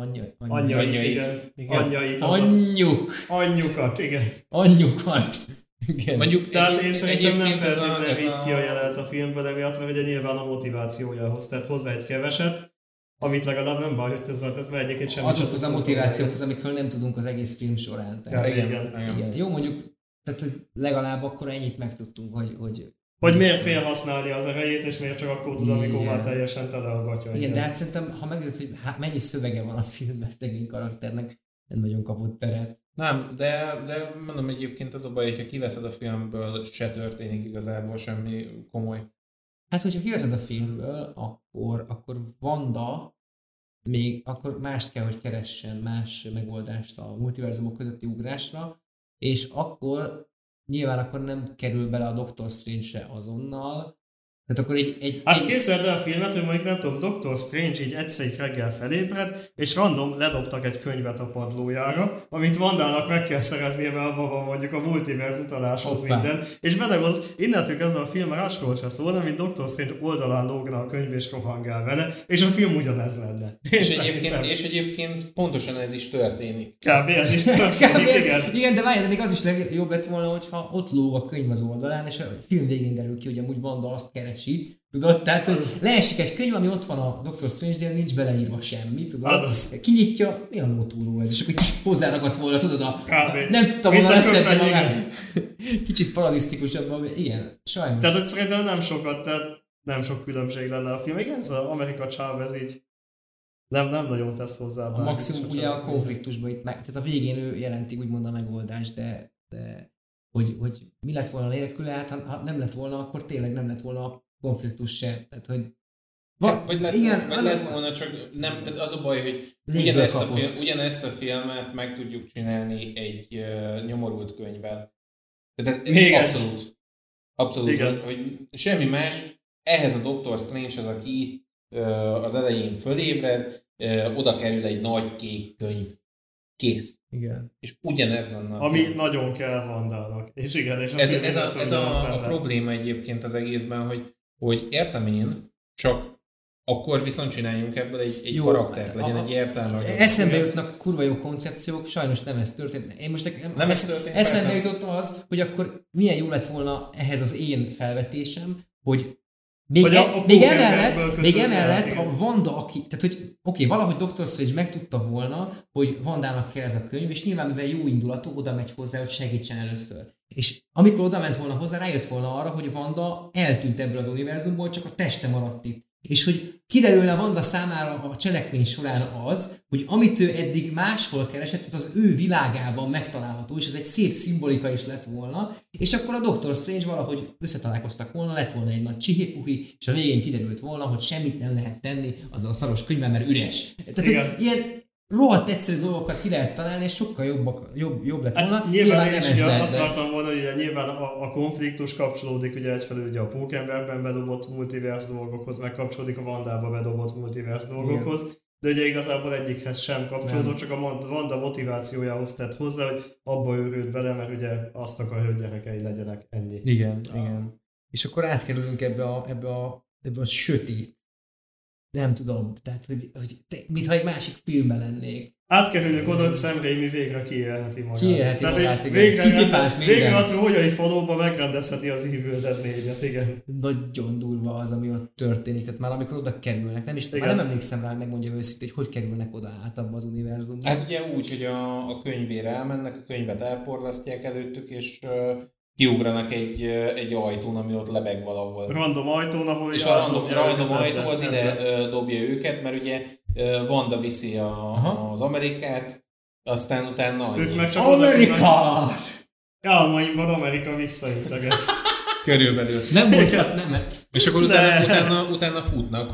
Anyjukat, igen. Anyjukat. Igen. Mondjuk tehát én szerintem nem feltétlenül vitt ki a jelenet a filmből emiatt, mert ugye nyilván a motivációjához tett hozzá egy keveset, amit legalább nem baj, hogy ez már egyébként semmi. Azokhoz a motivációkhoz, amikről nem tudunk az egész film során. Tehát, igen. Jó, mondjuk, tehát legalább akkor ennyit megtudtunk, hogy miért fél használni az erejét, és miért csak akkor tud, amikor már teljesen tele a gatya. Igen, de hát szerintem, ha megnézed, hogy mennyi szövege van a filmben szegény karakternek, nem nagyon kapott teret. Nem, de mondom egyébként az a baj, hogyha kiveszed a filmből, se történik igazából semmi komoly. Hát, hogyha kiveszed a filmből, akkor Wanda még akkor mást kell, hogy keressen, más megoldást a multiverzumok közötti ugrásra, és akkor nyilván akkor nem kerül bele a Doctor Strange-re azonnal. Tehát akkor Hát képzeld el a filmet, hogy mondjuk nem tudom, Doctor Strange így egyszer reggel felébred, és random ledobtak egy könyvet a padlójára, amit Wandának meg kell szereznie, mert abban van mondjuk a multiverz utaláshoz minden. És belegondolsz, innentől kezdve a film másról se szólna, mint Doctor Strange oldalán lógna a könyv és rohangál vele, és a film ugyanez lenne. És egyébként pontosan ez is történik. Kb. Ez is történik, igen. Igen, de várj, de még az is jobb lett volna, hogyha ott lóg a könyv az oldalán, és a film végén derül ki, hogy amúgy Wanda azt keresi. Tudod? Tehát, hogy leesik egy könyv, ami ott van a Doctor Strange-nél, nincs beleírva semmi, tudod? Kinyitja, mi a nótúró ez? És akkor hozzáragadt volna, tudod? Nem tudtam volna leszedni magát. Kicsit paradisztikusabban, igen, sajnos. Tehát, hogy szerintem nem sok különbség lenne a film. Igen, ez az America Chavez így nem nagyon tesz hozzá. A maximum ugye a konfliktusban itt tehát a végén ő jelenti úgymond a megoldást, de hogy mi lett volna nélküle, hát ha nem lett volna, akkor tényleg nem lett volna konfliktus se. Tehát, hogy vagy lett volna, csak nem, tehát az a baj, hogy ugyanezt a filmet meg tudjuk csinálni egy nyomorult könyvvel. Tehát abszolút hogy semmi más, ehhez a Doctor Strange az, aki az elején fölébred, oda kerül egy nagy kék könyv. Kész. Igen. És ugyanez lenne a film. Nagyon kell Wandának. És igen, és ez a probléma egyébként az egészben, hogy értem én, csak akkor viszont csináljunk ebből egy karaktert, legyen egy értelme. Eszembe jutnak kurva jó koncepciók, sajnos nem ez történt. Én most eszembe jutott az, hogy akkor milyen jó lett volna ehhez az én felvetésem, hogy még emellett a Wanda, tehát hogy valahogy Doctor Strange megtudta volna, hogy Wandának kell ez a könyv, és nyilván mivel jó indulatú, oda megy hozzá, hogy segítsen először. És amikor oda ment volna hozzá, rájött volna arra, hogy Wanda eltűnt ebből az univerzumból, csak a teste maradt itt. És hogy kiderülne Wanda számára a cselekmény során az, hogy amit ő eddig máshol keresett, az ő világában megtalálható, és ez egy szép szimbolika is lett volna, és akkor a Doctor Strange valahogy összetalálkoztak volna, lett volna egy nagy csihipuhi, és a végén kiderült volna, hogy semmit nem lehet tenni azzal a szaros könyvvel, mert üres. Tehát ilyen rohadt egyszerű dolgokat ki lehet találni, és sokkal jobb lett volna. Nyilván nem ez lehet. Azt vártam volna, hogy ugye nyilván a konfliktus kapcsolódik ugye egyfelől ugye a Pókemberben bedobott multiverse dolgokhoz, meg kapcsolódik a Wandába bedobott multiverse dolgokhoz, de ugye igazából egyikhez sem kapcsolódott, csak a Wanda motivációjához tett hozzá, hogy abba őrült bele, mert ugye azt akarja, hogy gyerekei legyenek, ennyi. Igen. És akkor átkerülünk ebbe a sötét nem tudom, tehát, hogy mintha egy másik filmben lennék. Átkerülünk oda, hogy Sam Raimi végre kiélheti magát. Kiélheti magát, igen. Végre a trójai falóba megrendezheti az Evil Dead 4-et, igen. Nagyon durva az, ami ott történik. Tehát már amikor oda kerülnek, nem is tudom, már nem emlékszem rá, megmondja őszintén, hogy kerülnek oda át abba az univerzumba. Hát ugye úgy, hogy a könyvére elmennek, a könyvet elporlasztják előttük, és kiugranak egy ajtón, ami ott lebeg valahol. Random ajtón, ahol... És a random ajtó az ide dobja őket, mert ugye Wanda viszi az Amerikát, aztán utána... Ők meg csak Amerika! Álmaimban Amerika visszainteget. Körülbelül. Nem mondhat, nem. És akkor utána futnak,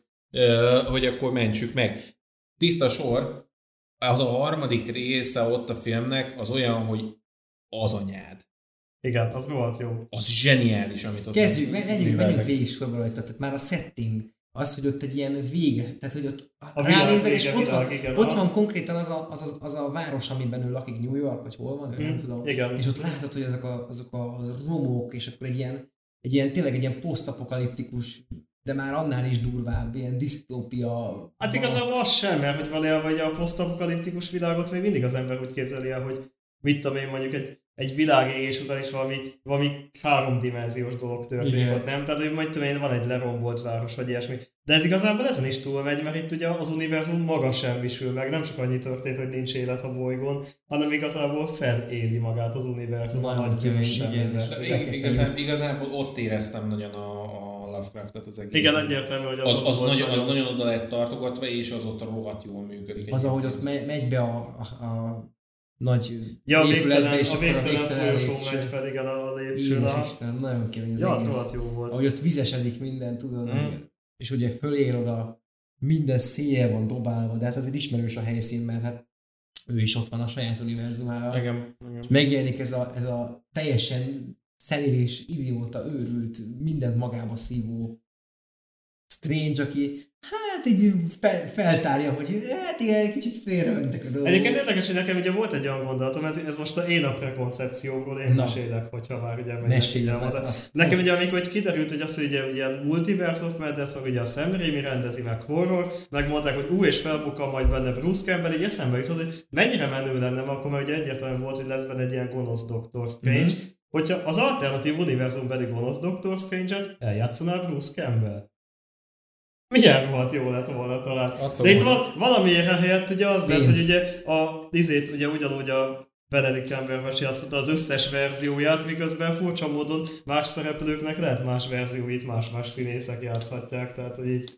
hogy akkor mentsük meg. Tiszta sor, az a harmadik része ott a filmnek az olyan, hogy az anyád. Igen, az rohadt jó. Az zseniális, amit ott... Menjünk végig sorba rajta, tehát már a setting, az, hogy ott egy ilyen vége, tehát hogy ott ránézek, és ott van konkrétan az a város, amiben ő lakik, New York, vagy hol van, nem tudom. Igen. És ott látod, hogy azok a romok, és akkor egy ilyen tényleg egy ilyen posztapokaliptikus, de már annál is durvább, ilyen disztópia. Hát igazából az sem, mert hogy valójában a posztapokaliptikus világot még mindig az ember úgy képzeli el, hogy mit tudom én, mondjuk egy világégés után is valami háromdimenziós dolog történik ott, nem? Tehát, hogy majd tudom én, van egy lerombolt város, vagy ilyesmi. De ez igazából ezen is túlmegy, mert itt ugye az univerzum maga semmisül meg, nem csak annyi történt, hogy nincs élet a bolygón, hanem igazából feléli magát az univerzum a nagy semmibe. Igazából ott éreztem nagyon a Lovecraftet az egész. Igen, egyértelmű, hogy az nagyon oda lett tartogatva, és az ott rohadt jól működik. Az, ahogy ott megy be a nagy épületbe, és a végtelen folyosó megy fel, igen, a lépcsőn. Istenem, nagyon kemény az egész. Az jó volt. Ahogy ott vizesedik minden, tudod, és ugye fölér oda, minden széjjel van dobálva, de hát azért ismerős a helyszín, mert hát ő is ott van a saját univerzumában. Igen. És megjelenik ez a teljesen szenilés, idióta, őrült, mindent magába szívó Strange, aki hát így feltárja, hogy hát igen, kicsit félrementek a dolgok. Egyébként érdekes, hogy nekem ugye volt egy olyan gondolatom, ez most én a prekoncepcióról, én mesélek, hogyha már ugye megyek. Nekem ugye amikor kiderült, hogy az, hogy ugye Multiverse of Madness, ugye a Sam Raimi rendezi meg horror, megmondták, hogy és felbukkan majd benne Bruce Campbell, így eszembe jutott, hogy mennyire menő lenne, akkor már ugye egyértelműen volt, hogy lesz benne egy ilyen gonosz Doctor Strange, hogyha az alternatív univerzumbeli gonosz Doctor Strange-et eljátszaná Bruce Campbell. Milyen rohadt jó lett volna talán. De itt valamiért helyett ugye az lett, hogy ugye ugye ugyanúgy a Benedict Cumberbatch játszotta az összes verzióját, miközben furcsa módon más szereplőknek lehet más verzióit, más színészek játszhatják, tehát hogy így...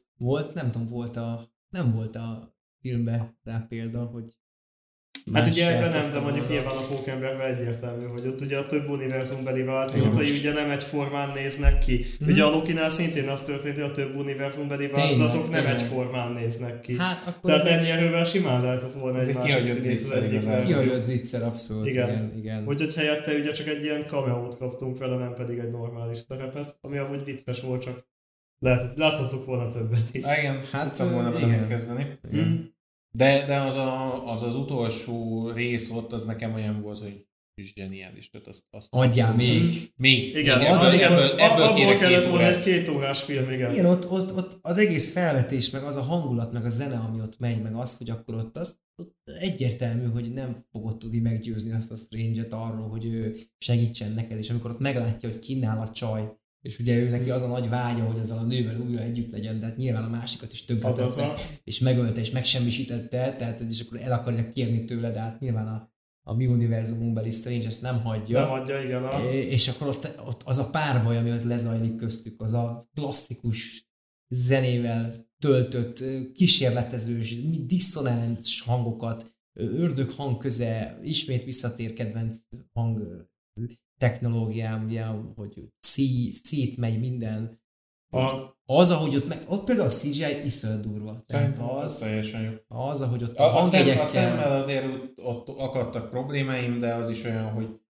Nem volt a filmben rá példa, hogy hát ugye ebben nem, de mondjuk nyilván a Pókemberben egyértelmű, hogy ott ugye a több univerzumbeli változatai ugye nem egyformán néznek ki. Ugye a Lokinál szintén az történt, hogy a több univerzumbeli változatok nem egyformán néznek ki. Hát, akkor tehát ennyi erővel simán lehetett volna egy másik színész az egyik verzió. Kihagyott zicser, abszolút. Igen. Úgyhogy helyette ugye csak egy ilyen cameót kaptunk vele, nem pedig egy normális szerepet, ami amúgy vicces volt, csak láthattuk volna többet is. Igen, hát tudtam volna valamit kezdeni. De az utolsó rész ott, az nekem olyan volt, hogy zseniális. Azt adjál még. Igen, ebből kérek kellett volna egy 2 órás film, igen. Igen, ott az egész felvetés, meg az a hangulat, meg a zene, ami ott megy, meg az, hogy akkor ott egyértelmű, hogy nem fogod tudni meggyőzni azt a Strange-et arról, hogy ő segítsen neked, és amikor ott meglátja, hogy kínál a csaj, és ugye ő neki az a nagy vágya, hogy ezzel a nővel újra együtt legyen, de hát nyilván a másikat is tönkretette, és megölte, és megsemmisítette, tehát és akkor el akarja kérni tőle, de hát nyilván a mi univerzumunkbeli Strange ezt nem hagyja. Nem hagyja, igen. És akkor ott az a párbaj, ami ott lezajlik köztük, az a klasszikus zenével töltött, kísérletezős, diszonáns hangokat, ördög hang köze, ismét visszatér kedvenc hang technológiám, ugye, hogy szétmegy minden. Az, ahogy ott például a CGI iszonyat durva. Az teljesen jó. Az, ahogy ott a hangjegyekkel... A szemmel azért ott akadtak problémáim, de az is olyan, hogy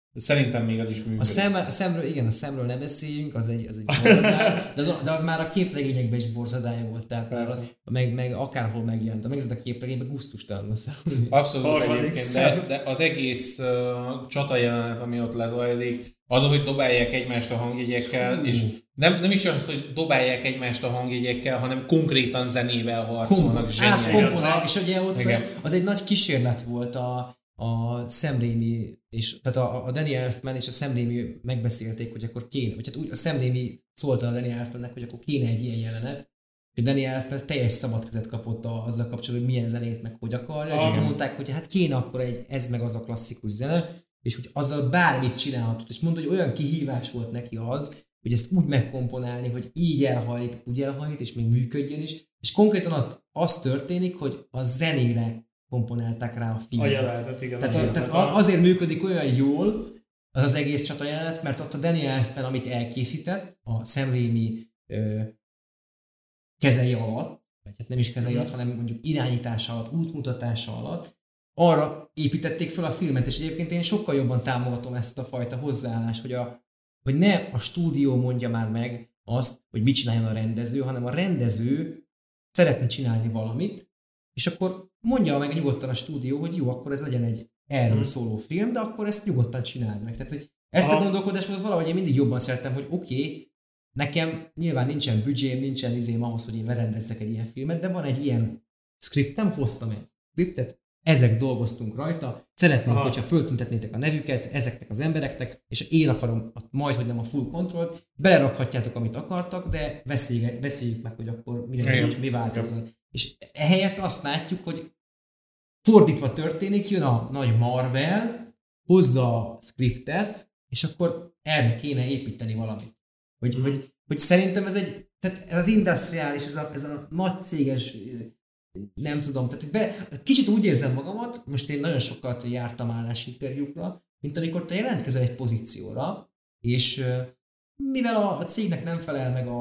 Szerintem még az is működik. A szemről ne beszéljünk, az egy borzadály, de az már a képregényekben is borzadály volt, tehát meg akárhol megjelent. A megnézed a képregényben gusztustalanul számolni. Abszolút egyébként, de az egész csata jelenet, ami ott lezajlik, az, hogy dobálják egymást a hangjegyekkel, és nem is az, hogy dobálják egymást a hangjegyekkel, hanem konkrétan zenével harcolnak. Átkomponálják, és ugye ott az egy nagy kísérlet volt a Sam Raimi, és tehát a Danny Elfman és a Sam Raimi megbeszélték, hogy akkor kéne, vagy hát úgy a Sam Raimi szólta a Danny Elfmannek, hogy akkor kéne egy ilyen jelenet, hogy Danny Elfman teljes szabad kezet kapott azzal kapcsolatban, hogy milyen zenét meg hogy akarja, és akkor mondták, hogy hát kéne akkor ez meg az a klasszikus zene, és hogy azzal bármit csinálhatott, és mondta, hogy olyan kihívás volt neki az, hogy ezt úgy megkomponálni, hogy így elhajlít, úgy elhajlít, és még működjön is, és konkrétan az történik, hogy a zenére komponálták rá a filmet. A jelenetet, igen. Tehát azért működik olyan jól az egész csata jelenet, mert ott a Danny Elfman, amit elkészített, a Sam Raimi kezei alatt, vagy hát nem is kezei alatt, hanem mondjuk irányítása alatt, útmutatása alatt, arra építették fel a filmet, és egyébként én sokkal jobban támogatom ezt a fajta hozzáállást, hogy ne a stúdió mondja már meg azt, hogy mit csináljon a rendező, hanem a rendező szeretne csinálni valamit, és akkor mondja meg nyugodtan a stúdió, hogy jó, akkor ez legyen egy erről szóló film, de akkor ezt nyugodtan csináld meg. Tehát, hogy ezt a gondolkodásmódot valahogy én mindig jobban szerettem, hogy oké, nekem nyilván nincsen büdzsém, nincsen izém ahhoz, hogy én rendezzek egy ilyen filmet, de van egy ilyen scriptem, hoztam egy scriptet, ezek dolgoztunk rajta, szeretném, hogyha föltüntetnétek a nevüket ezeknek az embereknek, és én akarom majd, hogy nem a full controlt, belerakhatjátok, amit akartak, de beszéljük meg, hogy akkor mi változzon. És ehelyett azt látjuk, hogy fordítva történik, jön a nagy Marvel, hozza a scriptet, és akkor erre kéne építeni valamit. Hogy szerintem tehát az industriális, ez a nagy céges, nem tudom, tehát kicsit úgy érzem magamat, most én nagyon sokat jártam állásinterjúkra, mint amikor te jelentkezel egy pozícióra, és mivel a cégnek nem felel meg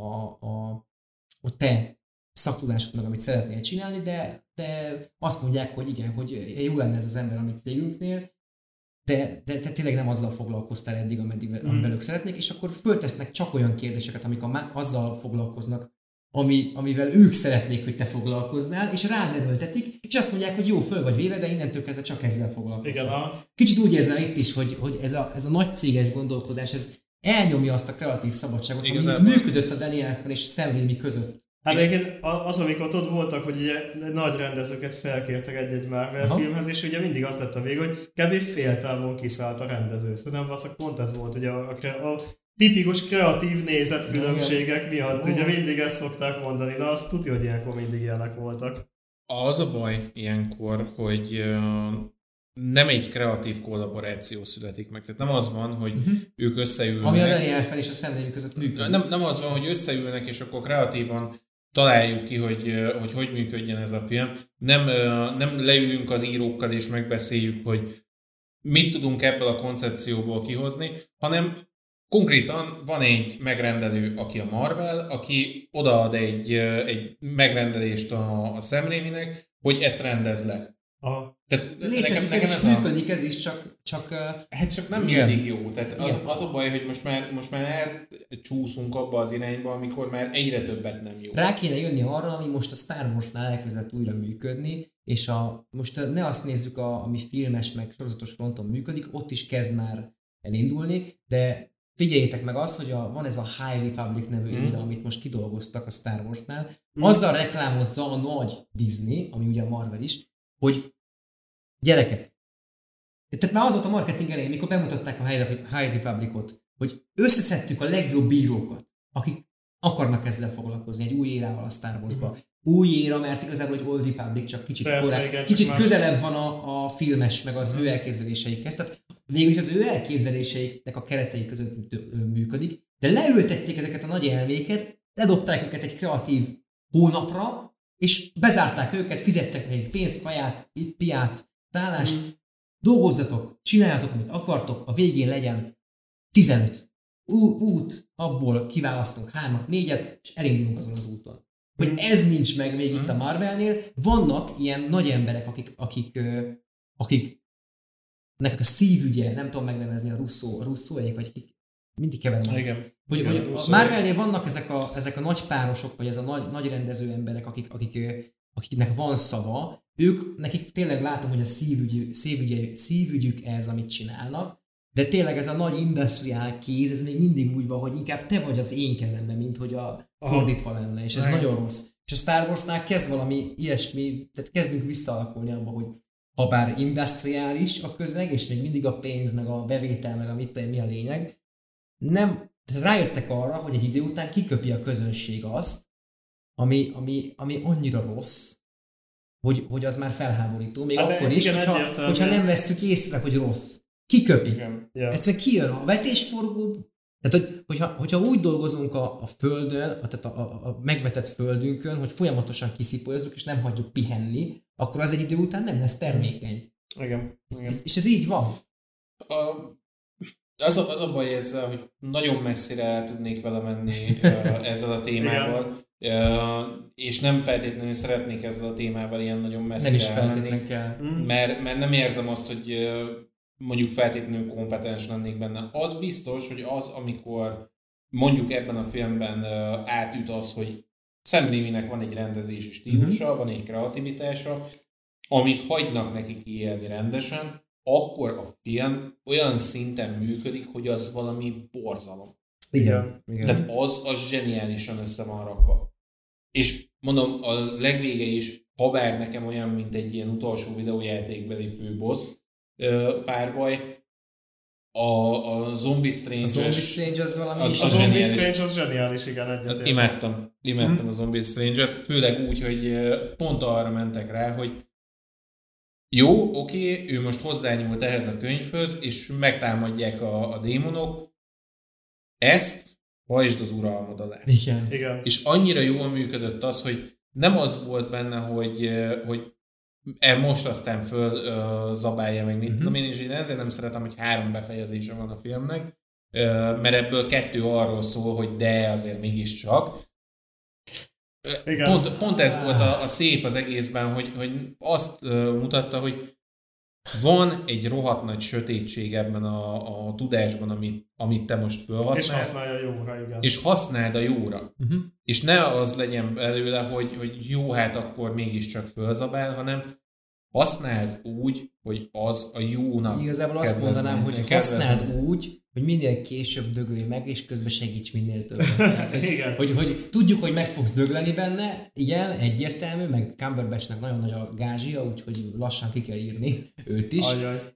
a te szaktudásodnak, amit szeretnél csinálni, de azt mondják, hogy igen, hogy jó lenne ez az ember, amit cégünknél, de tényleg nem azzal foglalkoztál eddig, amivel ők szeretnék, és akkor föltesznek csak olyan kérdéseket, amik azzal foglalkoznak, amivel ők szeretnék, hogy te foglalkozzál, és rád erőltetik, és azt mondják, hogy jó, föl vagy véve, de innentől kezdve csak ezzel foglalkozhatsz. Kicsit úgy érzem itt is, hogy ez a nagy céges gondolkodás, ez elnyomja azt a kreatív szabadságot, amit működött a Danny Elfman és Sam Raimi között. Hát egyébként az, amikor ott voltak, hogy ugye nagy rendezőket felkértek egy-egy Marvel filmhez, és ugye mindig azt lett a vége, hogy kb. Féltávon kiszállt a rendező. Szerintem valószínűleg pont ez volt, ugye a tipikus kreatív nézetkülönbségek miatt, ugye mindig ezt szokták mondani, na azt tudja, hogy ilyenkor mindig ilyenek voltak. Az a baj ilyenkor, hogy nem egy kreatív kollaboráció születik meg. Tehát nem az van, hogy ők összeülnek. Ami a Danny Elfman és a Sam Raimi között működik. Nem az van, hogy összeülnek, és akkor kreatívan találjuk ki, hogy működjen ez a film. Nem leülünk az írókkal, és megbeszéljük, hogy mit tudunk ebből a koncepcióból kihozni, hanem konkrétan van egy megrendelő, aki a Marvel, aki odaad egy megrendelést a Sam Raiminek, hogy ezt rendezd le. Tehát nekem ez működik, ez is csak hát csak nem mindig jó. Tehát az a baj, hogy most már elcsúszunk abba az irányba, amikor már egyre többet nem jó. Rá kéne jönni arra, ami most a Star Warsnál elkezdett újra működni, és most ne azt nézzük, ami filmes meg sorozatos fronton működik, ott is kezd már elindulni, de figyeljétek meg azt, hogy van ez a High Republic nevű író, amit most kidolgoztak a Star Warsnál, azzal reklámozza a nagy Disney, ami ugye a Marvel is, hogy gyerekek, tehát már az volt a marketing elején, mikor bemutatták a High Republicot, hogy összeszedtük a legjobb bírókat, akik akarnak ezzel foglalkozni egy új érával a Star Warsba. Új éra, mert igazából egy Old Republic csak kicsit közelebb van a filmes, meg az ő elképzeléseikhez. Tehát végülis az ő elképzeléseiknek a keretei között működik, de leültették ezeket a nagy elméket, ledobták őket egy kreatív hónapra, és bezárták őket, fizettek nekik pénzt, kaját, piát, szállást, dolgozzatok, csináljatok, amit akartok, a végén legyen 15 út, abból kiválasztunk 3-4-et, és elindulunk azon az úton. Hogy ez nincs meg még itt a Marvelnél, vannak ilyen nagy emberek, akik nekik a szívügye, nem tudom megnevezni a Russo vagy ki, mindig keverem. Igen. Hogy a Marvelnél vannak ezek a nagy párosok, vagy ez a nagy rendező emberek, akiknek van szava, nekik tényleg látom, hogy a szívügyük ez, amit csinálnak, de tényleg ez a nagy industriál kéz, ez még mindig úgy van, hogy inkább te vagy az én kezemben, mint hogy fordítva lenne, és ez nagyon rossz. És a Star Warsnál kezd valami ilyesmi, tehát kezdünk visszaalakulni abba, hogy ha bár industriális a közeg, és még mindig a pénz, meg a bevétel, meg a mi a lényeg, nem, rájöttek arra, hogy egy idő után kiköpi a közönség azt, ami annyira rossz, hogy az már felháborító, még hát akkor is, hogyha nem vesszük észre, hogy rossz. Kiköpi. Yeah. Egyszerűen kijön a vetésforgó. Tehát, hogyha úgy dolgozunk a földön, tehát a megvetett földünkön, hogy folyamatosan kiszipolyozzuk, és nem hagyjuk pihenni, akkor az egy idő után nem lesz termékeny. Igen. És ez így van. Az a baj ezzel, hogy nagyon messzire el tudnék vele menni ezzel a témával. És nem feltétlenül szeretnék ezzel a témával ilyen nagyon messzire elmenni. Mert nem érzem azt, hogy mondjuk feltétlenül kompetens lennék benne. Az biztos, hogy az, amikor mondjuk ebben a filmben átüt az, hogy Sam Raiminek van egy rendezési stílusa, van egy kreativitása, amit hagynak neki kiélni rendesen, akkor a film olyan szinten működik, hogy az valami borzalom. Igen. Tehát az zseniálisan össze van rakva. És mondom, a legvége is, habár nekem olyan, mint egy ilyen utolsó videójátékbeli főbossz párbaj, a Zombie Strange. A Zombie Strange az valami a Zombie Strange az zseniális, igen, egyetlen. Imádtam a Zombie Strange-et, főleg úgy, hogy pont arra mentek rá, hogy jó, oké, ő most hozzányúlt ehhez a könyvhöz, és megtámadják a démonok. Ezt hajtsd az uralmad alá. Igen. És annyira jól működött az, hogy nem az volt benne, hogy most aztán zabálja meg, mint tudom én, és én ezért nem szeretem, hogy 3 befejezése van a filmnek, mert ebből 2 arról szól, hogy de azért mégiscsak. Pont ez volt a szép az egészben, hogy azt mutatta, hogy van egy rohadt nagy sötétség ebben a tudásban, amit te most felhasználsz. És használja jóra, igen. És használd a jóra. És ne az legyen belőle, hogy jó, hát akkor mégiscsak fölzabál, hanem használd úgy, hogy az a jónak. Igazából azt mondanám, hogy használd úgy, hogy minél később dögölj meg, és közben segíts minél többet. Tehát, hogy tudjuk, hogy meg fogsz dögleni benne, igen, egyértelmű, meg Cumberbatchnek nagyon nagy a gázsia, úgyhogy lassan ki kell írni őt is.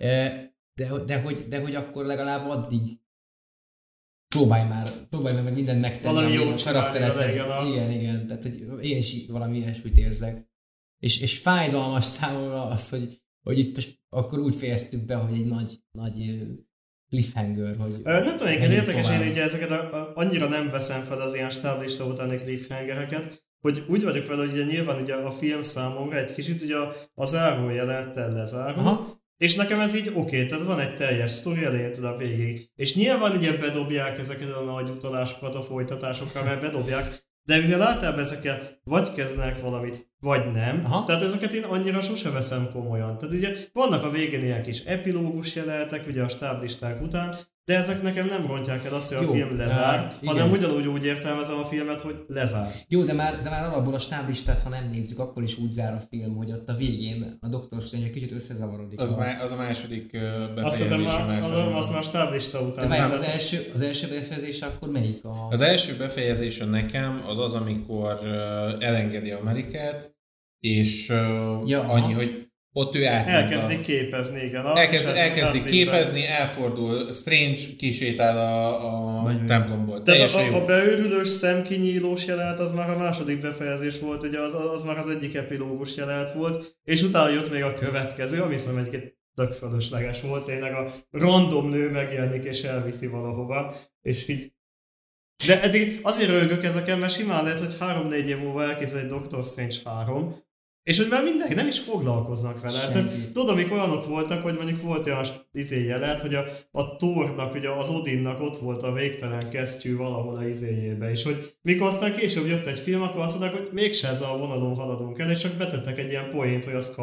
De hogy akkor legalább addig próbálj meg mindent megtenni, valami jó a karakteredhez. Igen. Tehát hogy én is valami ilyesmit érzek. És fájdalmas számomra az, hogy itt most akkor úgy fejeztük be, hogy egy nagy cliffhanger, hogy... Nem tudom, én érdekes, én ugye ezeket annyira nem veszem fel az ilyen stáblista utáni cliffhangereket, hogy úgy vagyok vele, hogy ugye nyilván ugye a film számomra egy kicsit ugye a zárójelettel lezárul, és nekem ez így oké, tehát van egy teljes sztori elejétől a végig. És nyilván ugye bedobják ezeket a nagy utalásokat a folytatásokra, mert bedobják, de mivel általában ezekkel vagy kezdenek valamit, vagy nem, tehát ezeket én annyira sose veszem komolyan. Tehát ugye vannak a végén ilyen kis epilógus jelenetek, ugye a stáblisták után, de ezek nekem nem rontják el azt, hogy a film lezárt, hanem ugyanúgy úgy értelmezem a filmet, hogy lezárt. Jó, de már alapból a stáblistát, ha nem nézzük, akkor is úgy zár a film, hogy ott a végén a Dr. Strange egy kicsit összezavarodik. Az a második befejezése már szerintem. Az már stáblista után. De az első befejezése akkor melyik? Az első befejezése nekem az, amikor elengedi Amerikát, és annyi, hogy ott ő átment. Elkezdik képezni, igen. Elkezdik képezni, elfordul, Strange kisétál a templomból. Tehát a beőrülős szemkinyílós jelenet az már a második befejezés volt, ugye az már az egyik epilógus jelenet volt, és utána jött még a következő, ami szerintem egyébként tök fölösleges volt, tényleg a random nő megjelenik és elviszi valahova, és így. De eddig azért rögök ezeken, mert simán lehet, hogy 3-4 év múlva elkészül egy Doctor Strange 3, és hogy már mindenki nem is foglalkoznak vele. Tehát, tudod, amik olyanok voltak, hogy mondjuk volt olyan jelenet, hogy a Thornak, ugye az Odinnak ott volt a végtelen kesztyű valahol a izéjébe, és hogy mikor aztán később jött egy film, akkor azt mondták, hogy mégse ezzel a vonalon haladunk el, és csak betettek egy ilyen poént, hogy az kamu.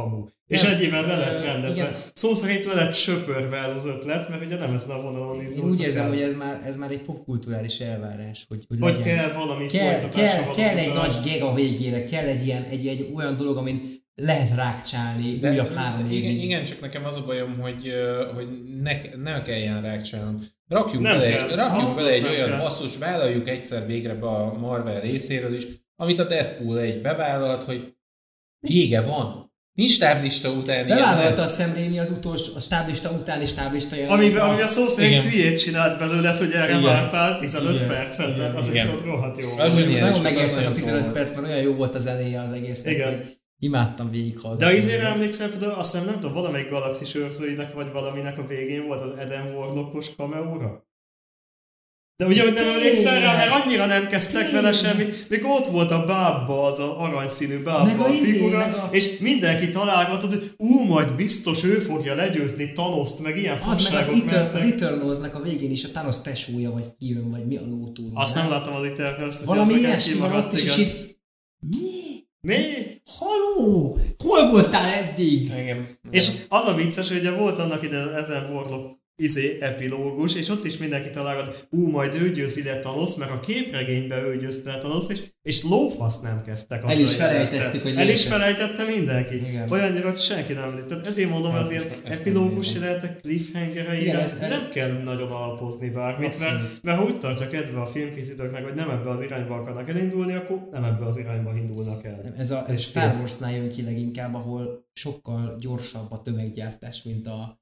És egy éven le lett rendezve. Szó szerint le lett söpörve ez az ötlet, mert ugye nem ezen a vonalon indult. Én úgy érzem, hogy ez már egy popkulturális elvárás. Hogy kell valami folytatása. Kell egy nagy geg a végére, kell egy olyan dolog, amin lehet rákcsálni újabb 3 évig. Igen, csak nekem az a bajom, hogy ne kelljen rákcsálnom. Rakjuk bele egy olyan basszus, vállaljuk egyszer végre be a Marvel részéről is, amit a Deadpool 1 bevállalt, hogy vége van. Nincs stáblista után. Bevállalta a Sam Raimi az utolsó, a stáblista utáni stáblista jelent. Amiben a szó szerint hülyét csinált belőle, hogy erre vártál 15 percet, mert azért ott rohadt jó. Nagyon megért ez a 15 perc, mert olyan jó volt a zenéje az egésznek. Igen. Imádtam végighallgatni. De azért emlékszem, például azt hiszem, nem tudom, valamelyik Galaxis őrzőinek vagy valaminek a végén volt az Eden Warlock-os kameóra. De ugye, hogy nem emlékszel rá, mert annyira nem kezdtek vele semmit, még ott volt a bábba, az a aranyszínű bábba a figura, és mindenki találgatott, hogy majd biztos ő fogja legyőzni Thanost, meg ilyen fasságot mentek. Az Eternals-nak a végén is a Thanos tesója, vagy kijön, vagy mi a lótúr. Azt nem láttam az Eternals-t. Valami ilyesmi maradt, és így... Mi? Haló! Hol voltál eddig? Igen. És az a vicces, hogy ugye volt annak ide ezen Warlock epilógus, és ott is mindenki találgat, majd ő győzi le Thanos, mert a képregényben ő győzte le Thanos, és lófasz nem kezdtek. El is felejtettük, hogy el is felejtette mindenki. Igen. Olyannyira, hogy senki nem említett. Ezért mondom, az ilyen epilógus lehetek cliffhangereire, nem kell nagyon alapozni bármit, mert ha úgy tartja kedve a filmkészítőknek, hogy nem ebbe az irányba akarnak elindulni, akkor nem ebbe az irányba indulnak el. Ez a Star Warsnál jön ki leginkább, ahol sokkal gyorsabb a tömeggyártás, mint a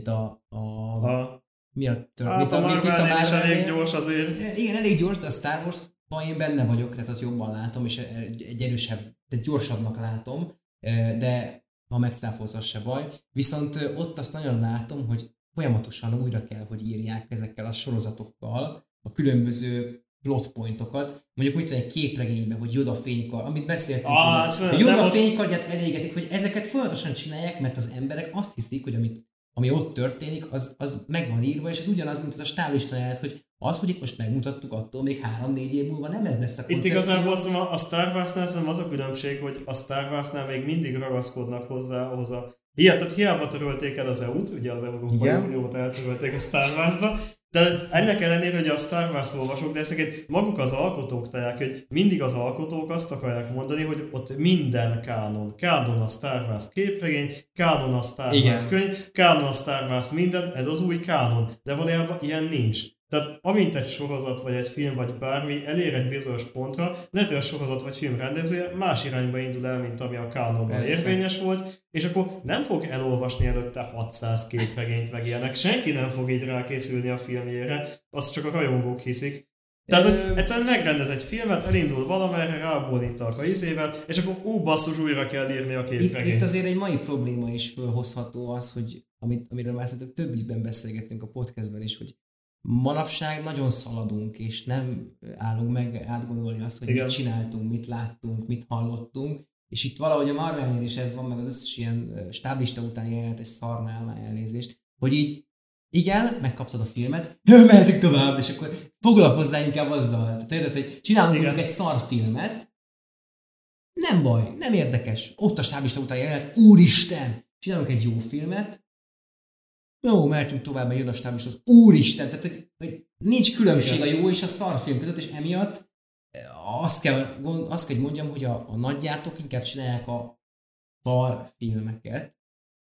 mi a Marvel is elég gyors azért. Igen, elég gyors, de a Star Wars-ban én benne vagyok, tehát ott jobban látom, és egy erősebb, tehát gyorsabbnak látom, de ha megcáfolsz, az se baj. Viszont ott azt nagyon látom, hogy folyamatosan újra kell, hogy írják ezekkel a sorozatokkal a különböző plot pointokat. Mondjuk úgy egy képregényben, hogy Yoda fénykard, amit beszéltünk, hogy Yoda fénykardját elégetik, hogy ezeket folyamatosan csinálják, mert az emberek azt hiszik, hogy ami ott történik, az meg van írva, és ez ugyanaz, mint az a stáblistajárat, hogy az, hogy itt most megmutattuk, attól még 3-4 év múlva nem ez lesz a koncepció. Itt igazából a Star Warsnál szerintem az a különbség, hogy a Star Warsnál még mindig ragaszkodnak hozzá ahhoz tehát hiába törölték el az EU-t, ugye az Európai Uniót eltörölték a Star Warsba, de ennek ellenére, hogy a Star Wars olvasók, de ezeket maguk az alkotók találják, hogy mindig az alkotók azt akarják mondani, hogy ott minden kánon. Kánon a Star Wars képregény, kánon a Star Wars könyv, kánon a Star Wars minden, ez az új kánon. De valójában ilyen nincs. Tehát amint egy sorozat, vagy egy film, vagy bármi elér egy bizonyos pontra, lehet, hogy a sorozat vagy film rendezője más irányba indul el, mint ami a kánonban érvényes volt, és akkor nem fog elolvasni előtte 600 képregényt, meg ilyenek. Senki nem fog így rákészülni a filmjére, azt csak a rajongók hiszik. Tehát, hogy egyszerűen megrendez egy filmet, elindul valamerre, rábólintak a izével, és akkor basszus, újra kell írni a képregényt. Itt azért egy mai probléma is fölhozható az, hogy amiről már szerintem több ízben beszélgettünk a podcastben is, hogy manapság nagyon szaladunk, és nem állunk meg átgondolni azt, hogy mit csináltunk, mit láttunk, mit hallottunk, és itt valahogy a Marvelnél is ez van, meg az összes ilyen stáblista utáni jelenetes szarnál már elnézést, hogy így igen, megkaptad a filmet, mehetünk tovább, és akkor foglalkozzál inkább azzal. Tehát érted, hogy csinálunk mondjuk egy szarfilmet, nem baj, nem érdekes, ott a stáblista utáni jelenet, úristen, csinálunk egy jó filmet, jó, mehetünk tovább, mert jön a stáblista, úristen, tehát hogy nincs különbség a jó és a szarfilm között, és emiatt azt kell mondjam, hogy a nagygyártók inkább csinálják a szarfilmeket.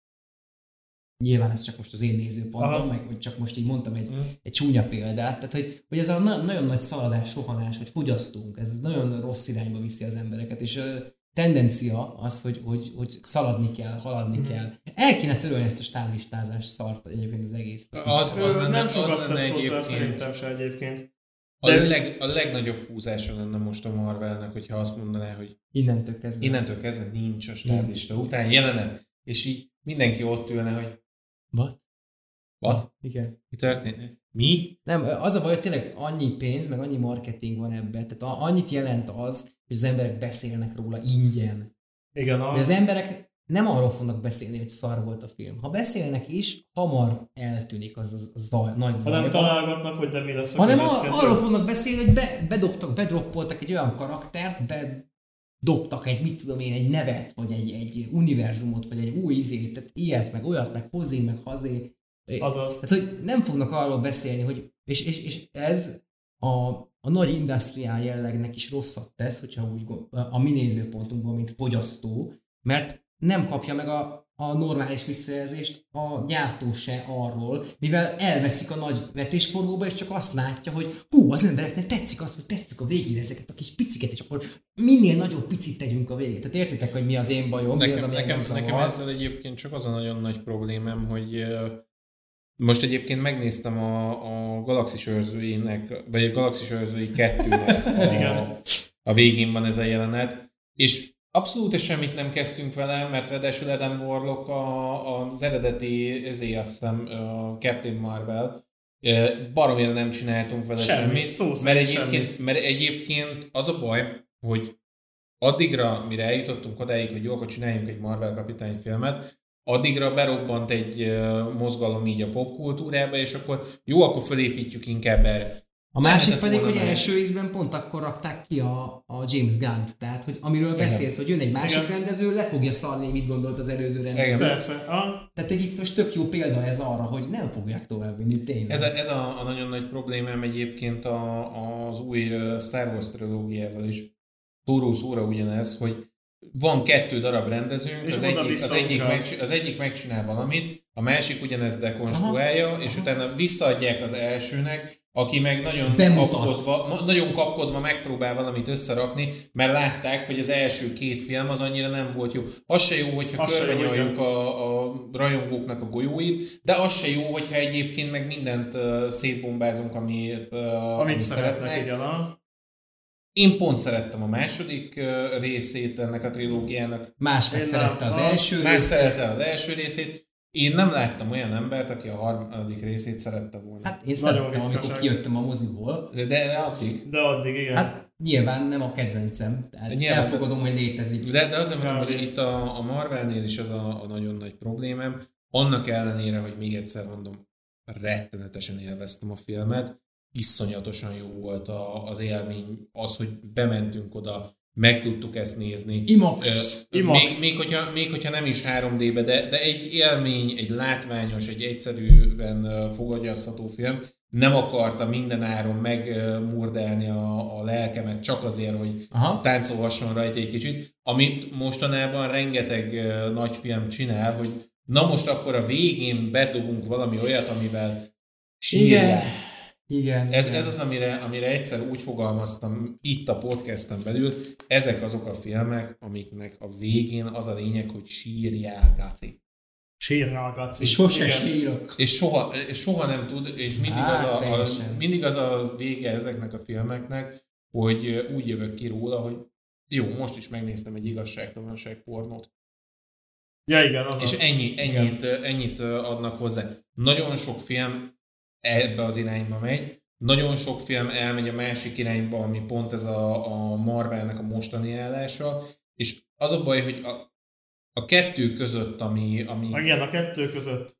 Nyilván ez csak most az én nézőpontom, meg hogy csak most így mondtam egy csúnya példát, tehát hogy ez a nagyon nagy szaladás, sohanás, hogy fogyasztunk, ez nagyon rossz irányba viszi az embereket, és tendencia az, hogy szaladni kell, haladni kell. El kéne törölni ezt a stáblistázás szart egyébként az egész. Nem sokat tesz hozzá szerintem se egyébként. A legnagyobb húzása lenne most a Marvelnek, hogyha azt mondaná, hogy innentől kezdve nincs a stáblista után jelenet, és így mindenki ott ülne, hogy What? Igen. Mi történt? Mi? Nem, az a baj, hogy tényleg annyi pénz, meg annyi marketing van ebben. Tehát annyit jelent az, hogy az emberek beszélnek róla ingyen. Igen. Az emberek nem arról fognak beszélni, hogy szar volt a film. Ha beszélnek is, hamar eltűnik az nagy zaj. Ha nem találgatnak, hogy de mi lesz a hanem arról fognak beszélni, hogy bedroppoltak egy olyan karaktert, dobtak egy, mit tudom én, egy nevet, vagy egy univerzumot, vagy egy új izét, tehát ilyet, meg olyat, meg hozzé, meg hazé. Azaz. Tehát, hogy nem fognak arról beszélni, hogy és ez a nagy industriál jellegnek is rosszat tesz, hogyha úgy a mi nézőpontunkban, mint fogyasztó, mert nem kapja meg a normális visszajelzést a gyártó se arról, mivel elveszik a nagy vetésforgóba, és csak azt látja, hogy az embereknek tetszik azt, hogy tetszik a végére ezeket a kis piciket, és akkor minél nagyobb picit tegyünk a végét. Tehát értitek, hogy mi az én bajom, mi az, ami nekem ezzel egyébként csak az a nagyon nagy problémám, hogy most egyébként megnéztem a Galaxis őrzőinek, vagy a Galaxis őrzői 2-nek a végén van ez a jelenet, és abszolút semmit nem kezdtünk vele, mert ráadásul Adam Warlock az eredeti, azt hiszem, Captain Marvel, baromira nem csináltunk vele semmit, mert egyébként az a baj, hogy addigra, mire eljutottunk odáig, hogy jó, akkor csináljunk egy Marvel kapitányfilmet, addigra berobbant egy mozgalom így a popkultúrába, és akkor jó, akkor fölépítjük inkább erre. A másik pedig, hogy első ízben pont akkor rakták ki a James Gunn-t, tehát hogy amiről beszélsz, hogy jön egy másik rendező, le fogja szarni, mit gondolt az előző rendező. Persze. Tehát itt most tök jó példa ez arra, hogy nem fogják továbbvinni, tényleg. Ez a nagyon nagy problémám egyébként az új Star Wars trilógiával is. Szóra ugyanez, hogy van 2 darab rendezőnk, az egyik megcsinál valamit, a másik ugyanezt dekonstruálja, és utána visszaadják az elsőnek, aki meg nagyon kapkodva megpróbál valamit összerakni, mert látták, hogy az első 2 film az annyira nem volt jó. Az se jó, hogyha körbenyaljuk a rajongóknak a golyóit, de az se jó, hogyha egyébként meg mindent szétbombázunk, amit szeretnek. Igen, Én pont szerettem a második részét ennek a trilógiának. Más meg szerette az első részét. Más szerette az első részét. Én nem láttam olyan embert, aki a harmadik részét szerette volna. Hát én szerettem, amikor kijöttem a moziból. De addig. De addig, igen. Hát nyilván nem a kedvencem. Tehát elfogadom, hogy létezik. De azért mondom, hogy itt a Marvelnél is ez a nagyon nagy problémám. Annak ellenére, hogy még egyszer mondom, rettenetesen élveztem a filmet. Iszonyatosan jó volt az élmény, az, hogy bementünk oda, meg tudtuk ezt nézni. IMAX. Még hogyha nem is 3D-be, de egy élmény, egy látványos, egy egyszerűen fogyasztható film. Nem akarta minden áron megmurdelni a lelkemet csak azért, hogy táncolhasson rajta egy kicsit. Amit mostanában rengeteg nagy film csinál, hogy na most akkor a végén bedobunk valami olyat, amivel sírják. Igen. Ez az, amire egyszer úgy fogalmaztam itt a podcasten belül, ezek azok a filmek, amiknek a végén az a lényeg, hogy sírjál, Gaci. Sírjál, Gaci. És sose sírok. És soha nem tud, és mindig az a vége ezeknek a filmeknek, hogy úgy jövök ki róla, hogy jó, most is megnéztem egy igazságtalanság pornót. Ja, igen, és ennyit adnak hozzá. Nagyon sok film ebbe az irányba megy. Nagyon sok film elmegy a másik irányba, ami pont ez a Marvelnek a mostani állása, és az a baj, hogy a kettő között, ami... Igen, a kettő között.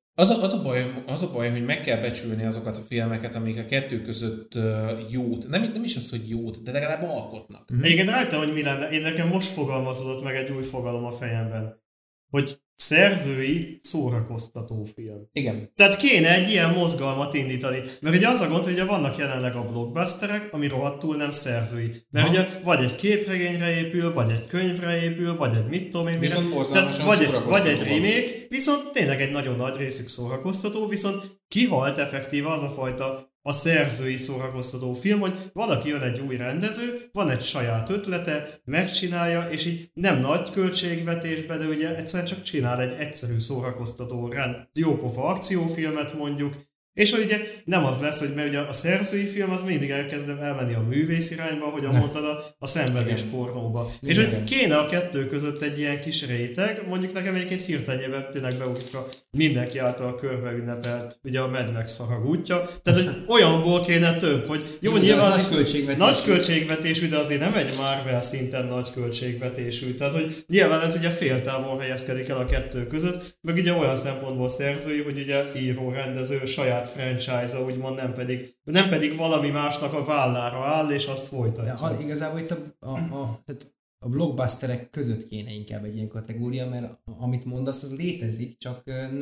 Az a baj, hogy meg kell becsülni azokat a filmeket, amik a kettő között jót, nem is az, hogy jót, de legalább alkotnak. Egyébként rájöttem, hogy mi lenne. Én nekem most fogalmazódott meg egy új fogalom a fejemben, hogy szerzői szórakoztató film. Igen. Tehát kéne egy ilyen mozgalmat indítani. Mert ugye az a gond, hogy ugye vannak jelenleg a blockbusterek, ami rohadtul nem szerzői. Mert ugye vagy egy képregényre épül, vagy egy könyvre épül, vagy egy mit tudom én mire. Vagy egy remake, viszont tényleg egy nagyon nagy részük szórakoztató, viszont kihalt effektíve az a fajta a szerzői szórakoztató film, hogy valaki jön egy új rendező, van egy saját ötlete, megcsinálja, és így nem nagy költségvetésbe, de ugye egyszerűen csak csinál egy egyszerű szórakoztató, jópofa akciófilmet mondjuk, és hogy ugye nem az lesz, hogy mert ugye a szerzői film az mindig elkezdem elmenni a művész irányba, ahogyan mondtad, a szenvedés pornóba. És hogy kéne a kettő között egy ilyen kis réteg, mondjuk nekem egyébként hirtelenjében tényleg beugrik a mindenki által körbe ünnepelt, ugye a Mad Max haragútja. Tehát, hogy olyanból kéne több, hogy jó, nyilván nagy költségvetésű, de azért nem egy Marvel szinten nagy költségvetésű. Tehát, hogy nyilván ez ugye féltávon helyezkedik el a kettő között, meg ugye olyan szempontból szerzői, hogy ugye író, rendező, saját franchise-a, úgymond nem pedig valami másnak a vállára áll, és azt folytatja. Igazából itt tehát a blockbusterek között kéne inkább egy ilyen kategória, mert amit mondasz, az létezik, csak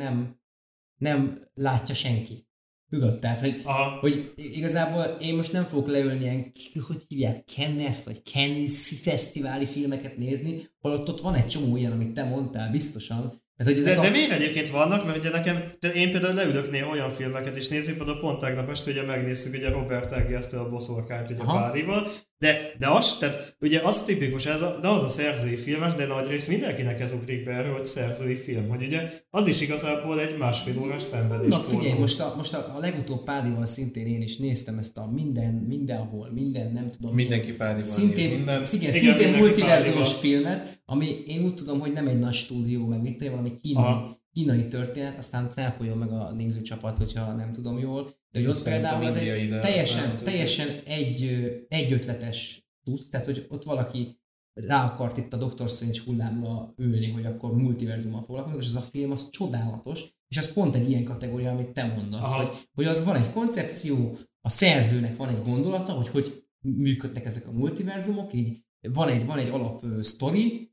nem látja senki. Tudod? Tehát, hogy igazából én most nem fogok leülni ilyen, hogy hívják, Cannes vagy Cannes fesztiváli filmeket nézni, holott ott van egy csomó ilyen, amit te mondtál, biztosan. De miért egyébként vannak, mert ugye én például leülök néha olyan filmeket is nézni, például pont tegnap este ugye megnéztük ugye Robert Eggers-től a Boszorkányt ugye Párival, de az, tehát ugye az tipikus, de az a szerzői filmes, de nagy rész mindenkinek ez ugrik be erről, hogy szerzői film, hogy ugye az is igazából egy másfél órás szenvedés. Na figyelj, most a legutóbb Pádival szintén én is néztem ezt a mindenhol, nem tudom. Mindenki Pádival néz mindent. Szintén multiverzumos filmet, ami én úgy tudom, hogy nem egy nagy stúdió, meg mit tudom, valami kínai történet, aztán elfolyjon meg a nézőcsapat, hogyha nem tudom jól. De hogy ott például az egy teljesen egy ötletes tudsz, tehát hogy ott valaki rá akart itt a Doctor Strange hullámra ülni, hogy akkor multiverzummal foglalkozunk, és az a film az csodálatos, és az pont egy ilyen kategória, amit te mondasz, hogy az van egy koncepció, a szerzőnek van egy gondolata, hogy működnek ezek a multiverzumok, így van egy alap sztori,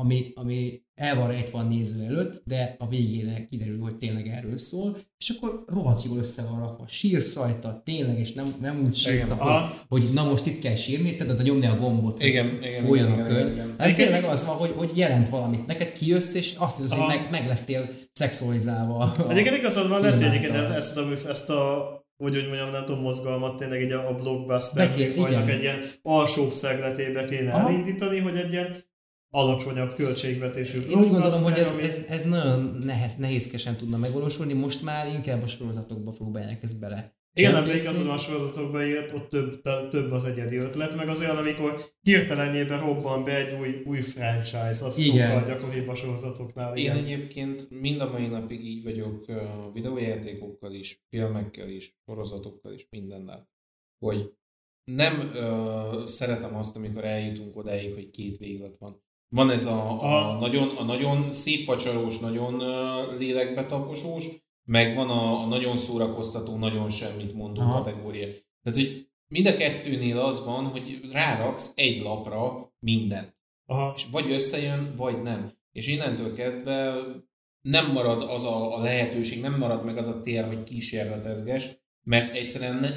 ami el van rejtve a néző előtt, de a végére kiderül, hogy tényleg erről szól, és akkor rohadt jól össze van rakva. Sírsz rajta, tényleg, és nem úgy sírsz, hogy na most itt kell sírni, tehát nyomni a gombot, hogy folyjon a könyv. Hát tényleg az van, hogy jelent valamit. Neked kijössz, és azt hiszed, hogy meg lettél szexualizálva. Egyébként igazad van, lehet, hogy egyébként ezt a úgy mondjam, nem tudom, mozgalmat tényleg így a blockbuster fajnak egy ilyen alsóbb szegletébe kéne elindítani, hogy egy ilyen alacsonyabb költségvetésű. Én úgy gondolom, hogy ez nagyon nehézkesen tudna megvalósulni, most már inkább a sorozatokba próbálják ezt bele. Igen, nem igazán a sorozatokban írt, ott több az egyedi ötlet, meg az olyan, amikor hirtelenjében robban be egy új franchise, az sokkal gyakoribb a sorozatoknál. Én egyébként mind a mai napig így vagyok videójátékokkal is, filmekkel is, sorozatokkal is, mindennel, hogy nem szeretem azt, amikor eljutunk odáig, hogy két véglet van. Van ez a nagyon szívfacsaros, nagyon lélekbetaposós, meg van a nagyon szórakoztató, nagyon semmit mondó kategória. Tehát, hogy mind a kettőnél az van, hogy ráraksz egy lapra mindent. És vagy összejön, vagy nem. És innentől kezdve nem marad az a lehetőség, nem marad meg az a tér, hogy kísérletezges, mert egyszerűen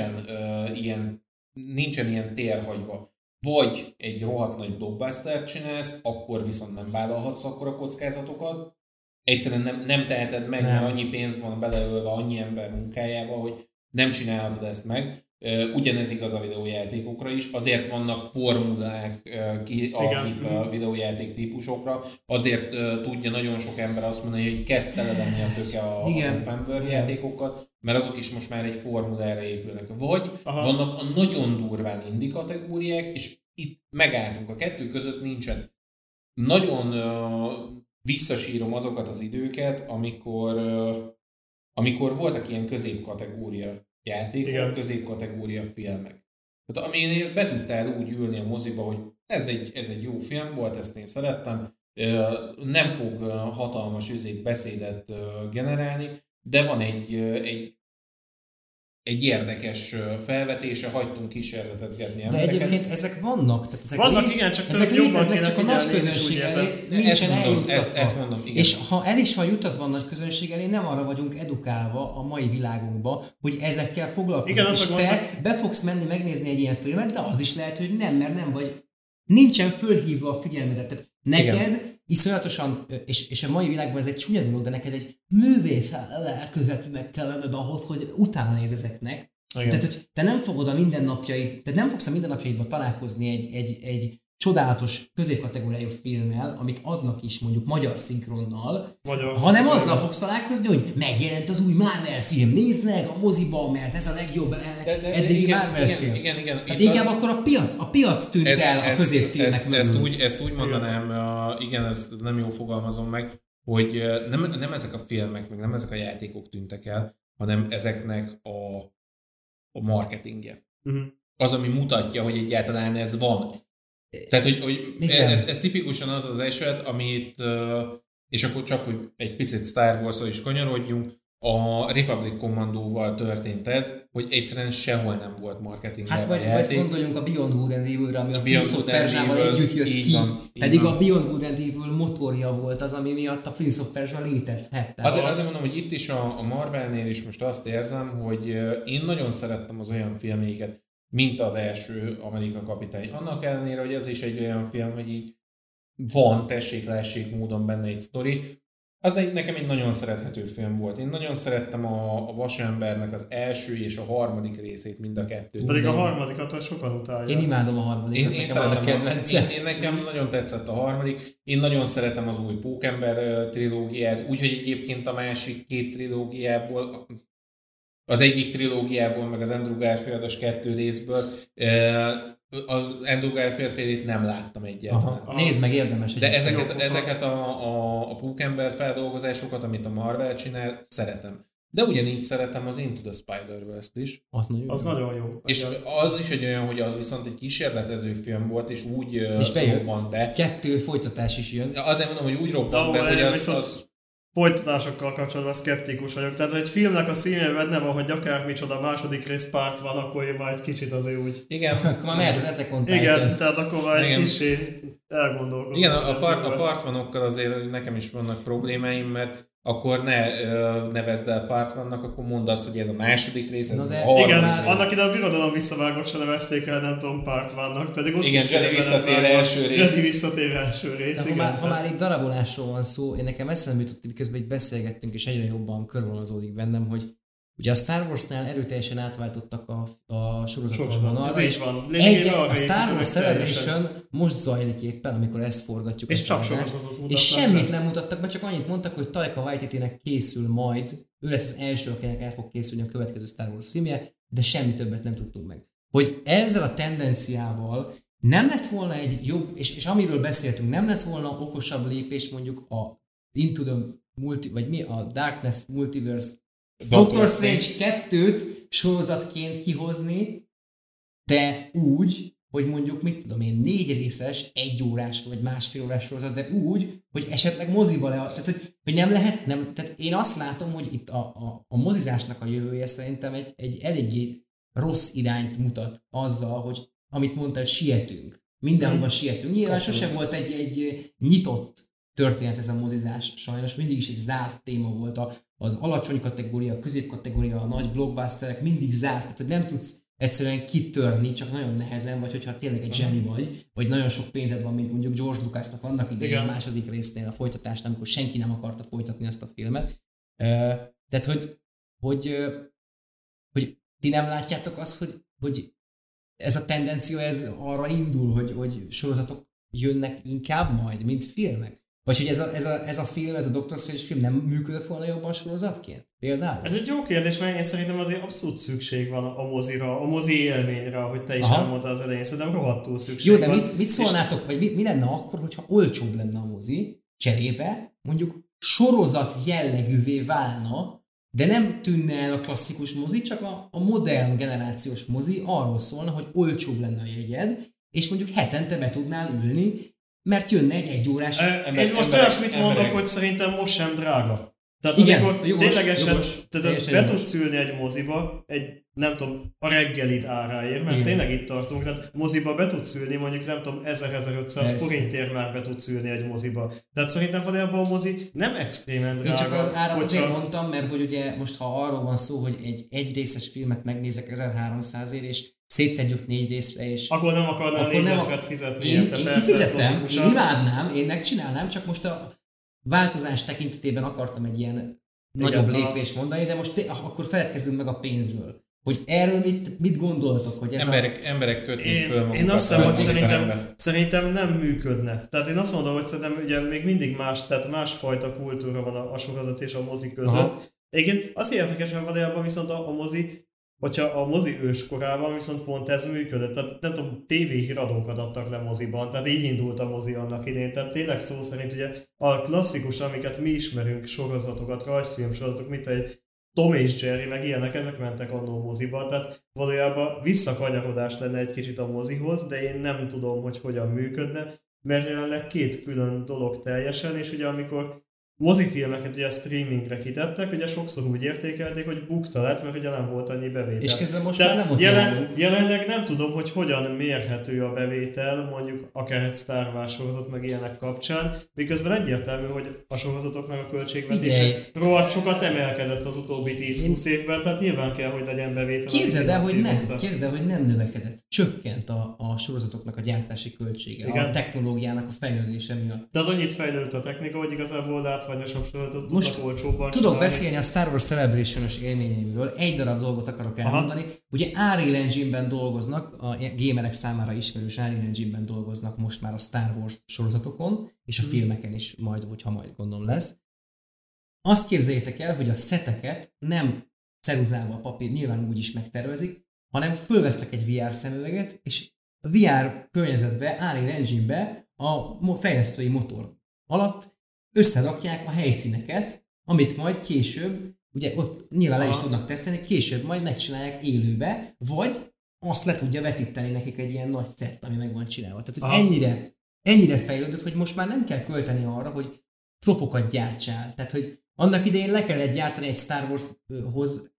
nincsen ilyen tér hagyva. Vagy egy rohadt nagy blockbustert csinálsz, akkor viszont nem vállalhatsz akkora kockázatokat. Egyszerűen nem teheted meg, mert annyi pénz van beleölve annyi ember munkájába, hogy nem csinálhatod ezt meg. Ugyanez igaz a videójátékokra is, azért vannak formulák kialakítva a videójáték típusokra, azért tudja nagyon sok ember azt mondani, hogy kezd tele lenni a töke az open world játékokat, mert azok is most már egy formulára épülnek. Vagy vannak a nagyon durván indie kategóriák, és itt megállunk, a kettő között nincsen. Nagyon visszasírom azokat az időket, amikor voltak ilyen középkategória játékok, középkategória filmek. Tehát aminél be tudtál úgy ülni a moziba, hogy ez egy jó film volt, ezt én szerettem, nem fog hatalmas beszédet generálni, de van egy érdekes felvetése, hagytunk kísérletezgetni embereket. De egyébként ezek vannak. Tehát vannak, igen, csak ezek léteznek, csak a nagy közönség elé nincsen eljuttatva. És ha el is van jutatva a nagy közönség elé, nem arra vagyunk edukálva a mai világunkba, hogy ezekkel foglalkozunk. És te be fogsz menni megnézni egy ilyen filmet, de az is lehet, hogy nem, mert nem vagy. Nincsen fölhívva a figyelmedet. Tehát neked iszonyatosan, és a mai világban ez egy csúnya dolog, de neked egy művész lelközetnek kell lenned ahhoz, hogy utána néz ezeknek. Tehát, hogy te nem fogod a mindennapjaid, tehát nem fogsz a mindennapjaidban találkozni egy csodálatos középkategóriájú filmmel, amit adnak is mondjuk magyar szinkronnal, hanem azzal fogsz találkozni, hogy megjelent az új Marvel film, nézd meg a moziba, mert ez a legjobb eddigi Marvel film. Igen. Tehát inkább akkor a piac tűnt el a középfilmek mögül. Ezt úgy mondanám, igen, ezt nem jól fogalmazom meg, hogy nem ezek a filmek, meg nem ezek a játékok tűntek el, hanem ezeknek a marketingje. Az, ami mutatja, hogy egyáltalán ez van. Tehát, hogy ez tipikusan az eset, amit, és akkor csak, hogy egy picit Star Wars-ra is kanyarodjunk, A Republic Commandóval történt ez, hogy egyszerűen sehol nem volt marketingelve hát vagy gondoljunk a Beyond Good and Evil-re, ami a Prince of Persia-val együtt jött ki. Pedig a Beyond Good and Evil motorja volt az, ami miatt a Prince of Persia létezhet. Azért mondom, hogy itt is a Marvelnél is most azt érzem, hogy én nagyon szerettem az olyan filméket, mint az első Amerika kapitány. Annak ellenére, hogy ez is egy olyan film, hogy így van tessék-lássék módon benne egy sztori. Nekem egy nagyon szerethető film volt. Én nagyon szerettem a Vasembernek az első és a harmadik részét, mind a kettőt. Pedig a harmadikat sokan utálják. Én imádom a harmadikat, nekem az a kedvencem. Én nekem nagyon tetszett a harmadik. Én nagyon szeretem az új Pókember trilógiát, úgyhogy egyébként a másik két trilógiából, az egyik trilógiából, meg az Andrew Garfield-os 2 részből, az Andrew Garfield félét nem láttam egyáltalán. Nézd meg, érdemes. De ezeket a Pókember feldolgozásokat, amit a Marvel csinál, szeretem. De ugyanígy szeretem az Into the Spider-Verse-t is. Az nagyon jó. És az is egy olyan, hogy az viszont egy kísérletező film volt, és úgy robbant be. 2 folytatás is jön. Azért mondom, hogy úgy robbant be, hogy az folytatásokkal kapcsolatban szkeptikus vagyok. Tehát, ha egy filmnek a színében benne van, hogy akármicsoda második rész párt van, akkor én már egy kicsit azért úgy... Igen. Akkor már mehet az Attack on Titan. Igen, tehát akkor már egy kicsit elgondolkodom. Igen, a partvanokkal azért nekem is vannak problémáim, mert akkor ne nevezd el Part One-nak, akkor mondd azt, hogy ez a második rész, ez a harmadik igen, rész. annak ide a Birodalom visszavágott se nevezték el, nem tudom, Part One-nak, pedig ott igen, is Jedi visszatér első rész. Jedi visszatér első rész, igen. Ha már itt darabolásról van szó, én nekem eszembe jutott, miközben itt beszélgettünk, és egyre jobban körvonalazódik bennem, hogy ugye a Star Warsnál erőteljesen átváltottak a sorozatos vonalra, és a Star Wars Celebration most zajlik éppen, amikor ezt forgatjuk. És csak sorozatot mutatnak. És semmit nem mutattak be, csak annyit mondtak, hogy Taika Waititinek készül majd, ő lesz az első, akinek el fog készülni a következő Star Wars filmje, de semmi többet nem tudtunk meg. Hogy ezzel a tendenciával nem lett volna egy jobb, és amiről beszéltünk, nem lett volna okosabb lépés mondjuk a Into the vagy mi? A Darkness Multiverse Doctor Strange 2-t sorozatként kihozni, de úgy, hogy mondjuk, mit tudom én, 4 részes, 1 órás vagy másfél órás sorozat, de úgy, hogy esetleg moziba tehát hogy nem lehet, tehát én azt látom, hogy itt a mozizásnak a jövője szerintem egy eléggé rossz irányt mutat azzal, hogy amit mondtál, sietünk. Mindenhova sietünk. Nyilván sosem volt egy nyitott történet ez a mozizás, sajnos mindig is egy zárt téma volt. Az alacsony kategória, a középkategória, a nagy blockbusterek mindig zárt, tehát nem tudsz egyszerűen kitörni, csak nagyon nehezen, vagy hogyha tényleg egy zseni vagy nagyon sok pénzed van, mint mondjuk George Lucasnak annak idején a második résznél a folytatásnál, amikor senki nem akarta folytatni azt a filmet. Tehát, hogy ti nem látjátok azt, hogy ez a tendencia ez arra indul, hogy sorozatok jönnek inkább majd, mint filmek? Vagy hogy ez a film, ez a Doctor Strange film nem működött volna jobban sorozatként? Például? Ez egy jó kérdés, mert én szerintem azért abszolút szükség van a mozira, a mozi élményre, ahogy te is elmondtad az elején, szerintem rohadtul szükség van. Jó, de mit szólnátok, vagy mi lenne akkor, hogyha olcsóbb lenne a mozi, cserébe mondjuk sorozat jellegűvé válna, de nem tűnne el a klasszikus mozi, csak a modern generációs mozi arról szólna, hogy olcsóbb lenne a jegyed, és mondjuk hetente be tudnál ülni, mert jönne egy órás én most olyasmit mondok, hogy szerintem most sem drága. Tehát igen, amikor jogos, ténylegesen jogos, be tudsz ülni egy moziba, nem tudom, a reggelid áráért, mert tényleg itt tartunk, tehát moziba be tudsz ülni, mondjuk nem tudom, 1000-1500 forintért már be tudsz ülni egy moziba. Tehát szerintem valójában a mozi nem extrémen drága. Én csak az árat azért mondtam, mert hogy ugye most ha arról van szó, hogy egy részes filmet megnézek 1300-ért, és szétszedjük 4 részre, és... Akkor nem akarnál 4 részret fizetni. Én kifizettem, én imádnám, én megcsinálnám, csak most a változás tekintetében akartam egy ilyen nagyobb lépést mondani, de most akkor feledkezzünk meg a pénzről. Hogy erről mit gondoltok? Hogy ez emberek kötnék föl magukat. Én azt hiszem, hogy szerintem nem működne. Tehát én azt mondom, hogy szerintem ugye még mindig másfajta kultúra van a sorozat és a mozi között. Igen, az érdekes, mert valójában viszont a mozi, hogyha a mozi őskorában viszont pont ez működött. Tehát nem tudom, tévéhíradókat adtak le moziban, tehát így indult a mozi annak idején. Tehát tényleg szó szerint ugye a klasszikus, amiket mi ismerünk, sorozatokat, rajzfilm sorozatok, mint egy Tom és Jerry, meg ilyenek, ezek mentek annó moziba, tehát valójában visszakanyarodás lenne egy kicsit a mozihoz, de én nem tudom, hogy hogyan működne, mert jelenleg 2 külön dolog teljesen, és ugye amikor mozifilmeket ugye streamingre kitettek, ugye sokszor úgy értékelték, hogy bukta lett, mert ugye nem volt annyi bevétel. És közben most már nem ott jelenleg nem tudom, hogy hogyan mérhető a bevétel, mondjuk akár egy Star Wars sorozat meg ilyenek kapcsán, miközben egyértelmű, hogy a sorozatoknak a költségvetése rohadt sokat emelkedett az utóbbi 10-20 évben, tehát nyilván kell, hogy legyen bevétel. Képzeld el, hogy nem növekedett, csökkent a sorozatoknak a gyártási költsége, igen. A technológiának a fejlődése miatt. Tehát annyit fejlődött a technika, hogy igazából látványosabb sorozatot most olcsóbban tudok beszélni a Star Wars Celebration-ös élményeimről, egy darab dolgot akarok elmondani. Ugye Unreal Engine-ben dolgoznak, a gamerek számára ismerős Unreal Engine-ben dolgoznak most már a Star Wars sorozatokon, és a filmeken is majd, hogyha majd gondolom lesz. Azt képzeljétek el, hogy a szeteket nem ceruzával papír, nyilván úgy is megtervezik, hanem fölvesznek egy VR szemüveget, és a VR környezetbe, Unreal Engine-be a fejlesztői motor alatt összerakják a helyszíneket, amit majd később, ugye ott nyilván le is tudnak tesztelni, később majd megcsinálják élőbe, vagy azt le tudja vetíteni nekik egy ilyen nagy szett, ami meg van csinálva. Tehát ennyire fejlődött, hogy most már nem kell költeni arra, hogy propokat gyártsál. Tehát, hogy annak idején le kellett gyártani egy Star Warshoz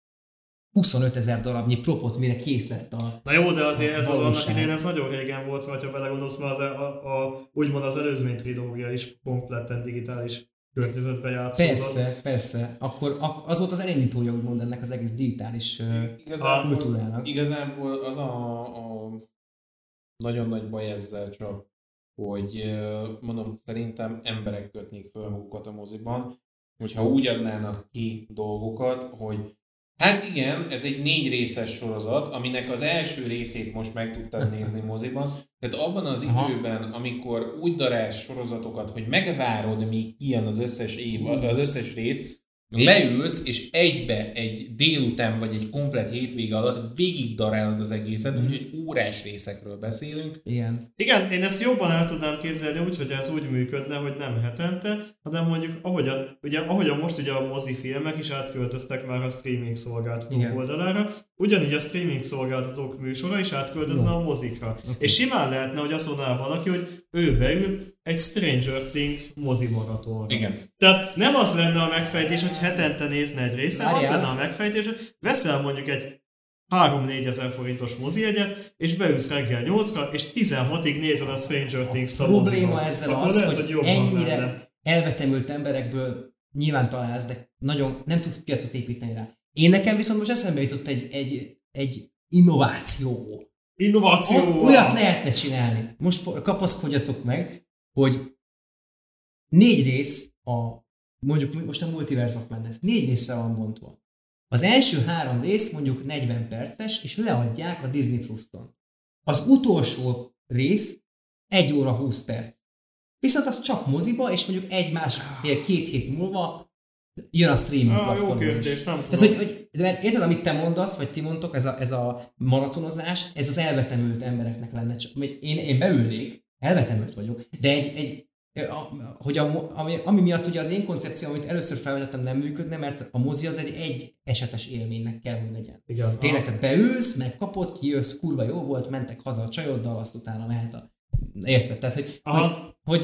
25 000 darabnyi propot, mire kész lett a... Na jó, de azért ez az annak idején ez nagyon régen volt, vagy ha belegondolsz, már úgymond az előzmény trilógia is kompletten digitális környezetbe játszódott. Persze. Akkor az volt az elindítója, úgymond ennek az egész digitális kultúrának. Igazából az a nagyon nagy baj ezzel csak, hogy mondom, szerintem emberek kötnék fel magukat a moziban, hogyha úgy adnának ki dolgokat, hogy hát igen, ez egy 4 részes sorozat, aminek az első részét most meg tudtad nézni moziban. Tehát abban az időben, amikor úgy darálsz sorozatokat, hogy megvárod, míg kijön az összes rész, leülsz, és egybe egy délután vagy egy komplet hétvége alatt végig darálod az egészet, úgyhogy órás részekről beszélünk. Igen, én ezt jobban el tudnám képzelni úgy, hogy ez úgy működne, hogy nem hetente, hanem mondjuk ahogyan most ugye a mozifilmek is átköltöztek már a streaming szolgáltatók oldalára, ugyanígy a streaming szolgáltatók műsora is átköltözne a mozikra. Okay. És simán lehetne, hogy azt mondaná valaki, hogy ő beül egy Stranger Things mozimaratonra. Igen. Tehát nem az lenne a megfejtés, hogy hetente nézne egy részt, az lenne a megfejtés, hogy veszel mondjuk egy 3-4 ezer forintos mozijegyet, és beülsz reggel 8-ra, és 16-ig nézed a Stranger Things-t a moziban. Probléma ezzel az, lehet, hogy ennyire lenne. Elvetemült emberekből nyilván találsz, de nagyon nem tudsz piacot építeni rá. Én nekem viszont most eszembe jutott egy innováció. Olyat lehetne csinálni. Most kapaszkodjatok meg, hogy 4 rész mondjuk most a Multiverse of Madness 4 részre van bontva. Az első 3 rész mondjuk 40 perces, és leadják a Disney Plus-on. Az utolsó rész 1 óra 20 perc. Viszont az csak moziba, és mondjuk 1-1,5-2 hét múlva jön a streaming platformon is. Jó kérdés, nem tudom. Tehát, de érted, amit te mondasz, vagy ti mondtok, ez a maratonozás, ez az elvetemült embereknek lenne. Én beülnék, elvetemült vagyok, de ami miatt ugye az én koncepció, amit először felvetettem, nem működne, mert a mozi az egy esetes élménynek kell, hogy legyen. Igen. Tényleg, te beülsz, megkapod, kijössz, kurva jó volt, mentek haza a csajoddal, azt utána mehet Érted? Tehát, hogy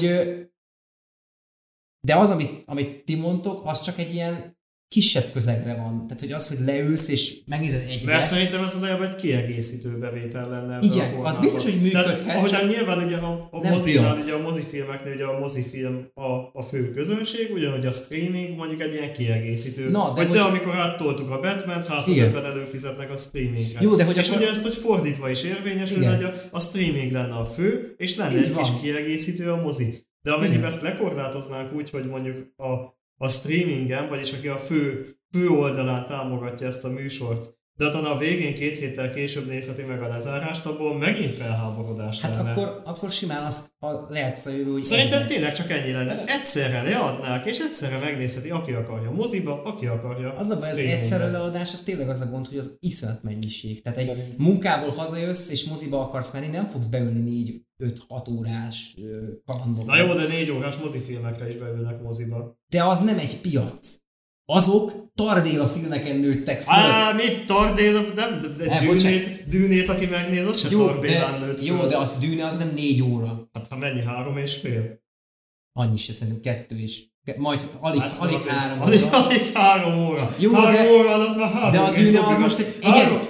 de az, amit ti mondtok, az csak egy ilyen kisebb közegre van. Tehát, hogy az, hogy leülsz és megnézed egybe. Mert szerintem ez legalább egy kiegészítő bevétel lenne. Igen, az biztos, hogy működhet. Tehát, ahogyan nyilván ugye a mozinál, ugye a mozifilmeknél ugye a mozifilm a fő közönség, ugyanúgy a streaming mondjuk egy ilyen kiegészítő. De amikor áttoltuk a Batman-t, többen előfizetnek a streamingre. Jó, de és ugye ezt, hogy fordítva is érvényesül, hogy a streaming lenne a fő, és lenne egy kis kiegészítő a mozi. De amennyiben ezt lekorlátoznánk úgy, hogy mondjuk a streamingen, vagyis aki a fő oldalán támogatja ezt a műsort, de a végén 2 héttel később nézheti meg a lezárást, abból megint felháborodás lenne. Akkor simán lehet a jövő, hogy... Szerintem tényleg csak ennyi lenne. Egyszerre leadnák, és egyszerre megnézheti, aki akarja moziba, aki akarja. Az a baj, az egyszerre leadás, az tényleg az a gond, hogy az iszonyat mennyiség. Tehát egy munkából hazajössz, és moziba akarsz menni, nem fogsz beülni 4-5-6 órás kalandokba. Na jó, de 4 órás mozifilmekre is beülnek moziba. De az nem egy piac. Azok Tardéla filmeken nőttek fel. Mit Tardéla? Dűnét, aki megnéz, az se Tardélán nőtt fel. Jó, de a Dűne az nem 4 óra. Hát ha mennyi, 3,5? Annyi se, szerintem 2 és majd alig 3 óra. Alig 3 óra. Jó, 3 óra alatt már 3. De a Dűne az most egy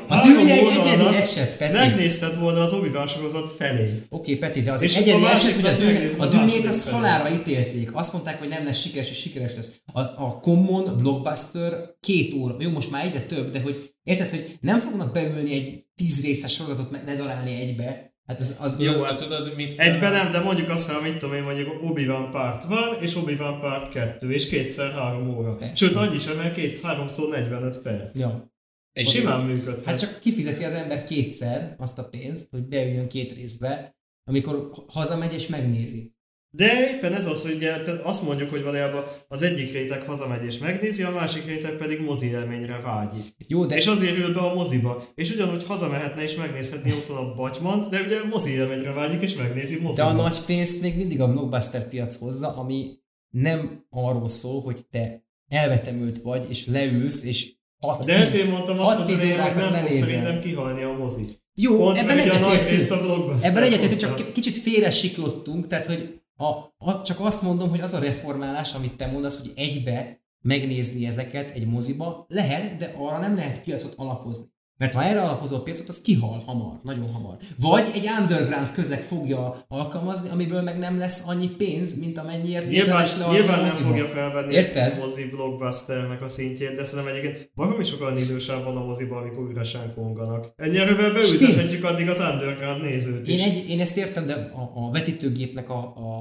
egyedi eset, Peti. Megnézted volna az Obi-Wan sorozat felét. Oké, Peti, de az egy egyedi eset, hogy a Dűnét azt halálra ítélték. Azt mondták, hogy nem lesz sikeres, és sikeres lesz. A Common Blockbuster 2 óra. Jó, most már egyre több, de hogy érted, hogy nem fognak beülni egy 10 részes sorozatot ledarálni egybe. Hát az jó, hát tudod, mit... Egyben nem, de mondjuk azt, hogy mit tudom én, mondjuk Obi-Wan Part 1 és Obi-Wan Part 2, és 2x3 óra. Persze. Sőt, annyi sem, mert 2-3-szor 45 perc. Ja. És simán működhet. Hát csak kifizeti az ember kétszer azt a pénzt, hogy beüljön 2 részbe, amikor hazamegy és megnézi. De éppen ez az, hogy ugye, azt mondjuk, hogy valójában az egyik réteg hazamegy és megnézi, a másik réteg pedig mozi élményre vágyik. Jó, de... És azért ül be a moziba. És ugyanúgy hazamehetne és megnézhetné otthon a Batmant, de ugye mozi élményre vágyik és megnézi moziba. De a nagy pénzt még mindig a blockbuster piac hozza, ami nem arról szól, hogy te elvetemült vagy, és leülsz, és 6-10 de ezért mondtam azt az elején, hogy nem fog lenézel. szerintem kihalni a mozi. Jó, pont ebben egyetértünk, csak csak kicsit félre siklottunk, tehát hogy csak azt mondom, hogy az a reformálás, amit te mondasz, hogy egybe megnézni ezeket egy moziba, lehet, de arra nem lehet piacot alapozni. Mert ha erre alapozol piacot, az kihal hamar, nagyon hamar. Vagy egy underground közeg fogja alkalmazni, amiből meg nem lesz annyi pénz, mint amennyiért érdemes le nyilván nem moziba. fogja felvenni Érted? a mozi blockbusternek a szintjét, de szerintem egyébként baromi sokan idősáv van a moziban, amikor üresen konganak. Ennyire beültethetjük addig az underground nézőt is. Én ezt értem, de a vetítőgépnek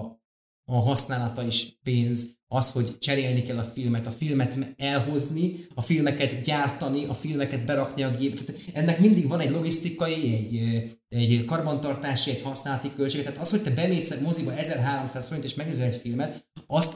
a használata is pénz, az, hogy cserélni kell a filmet elhozni, a filmeket gyártani, a filmeket berakni a gépbe. Ennek mindig van egy logisztikai, egy karbantartási, egy használati költség. Tehát az, hogy te bemész egy moziba 1300 forint és megnézel egy filmet,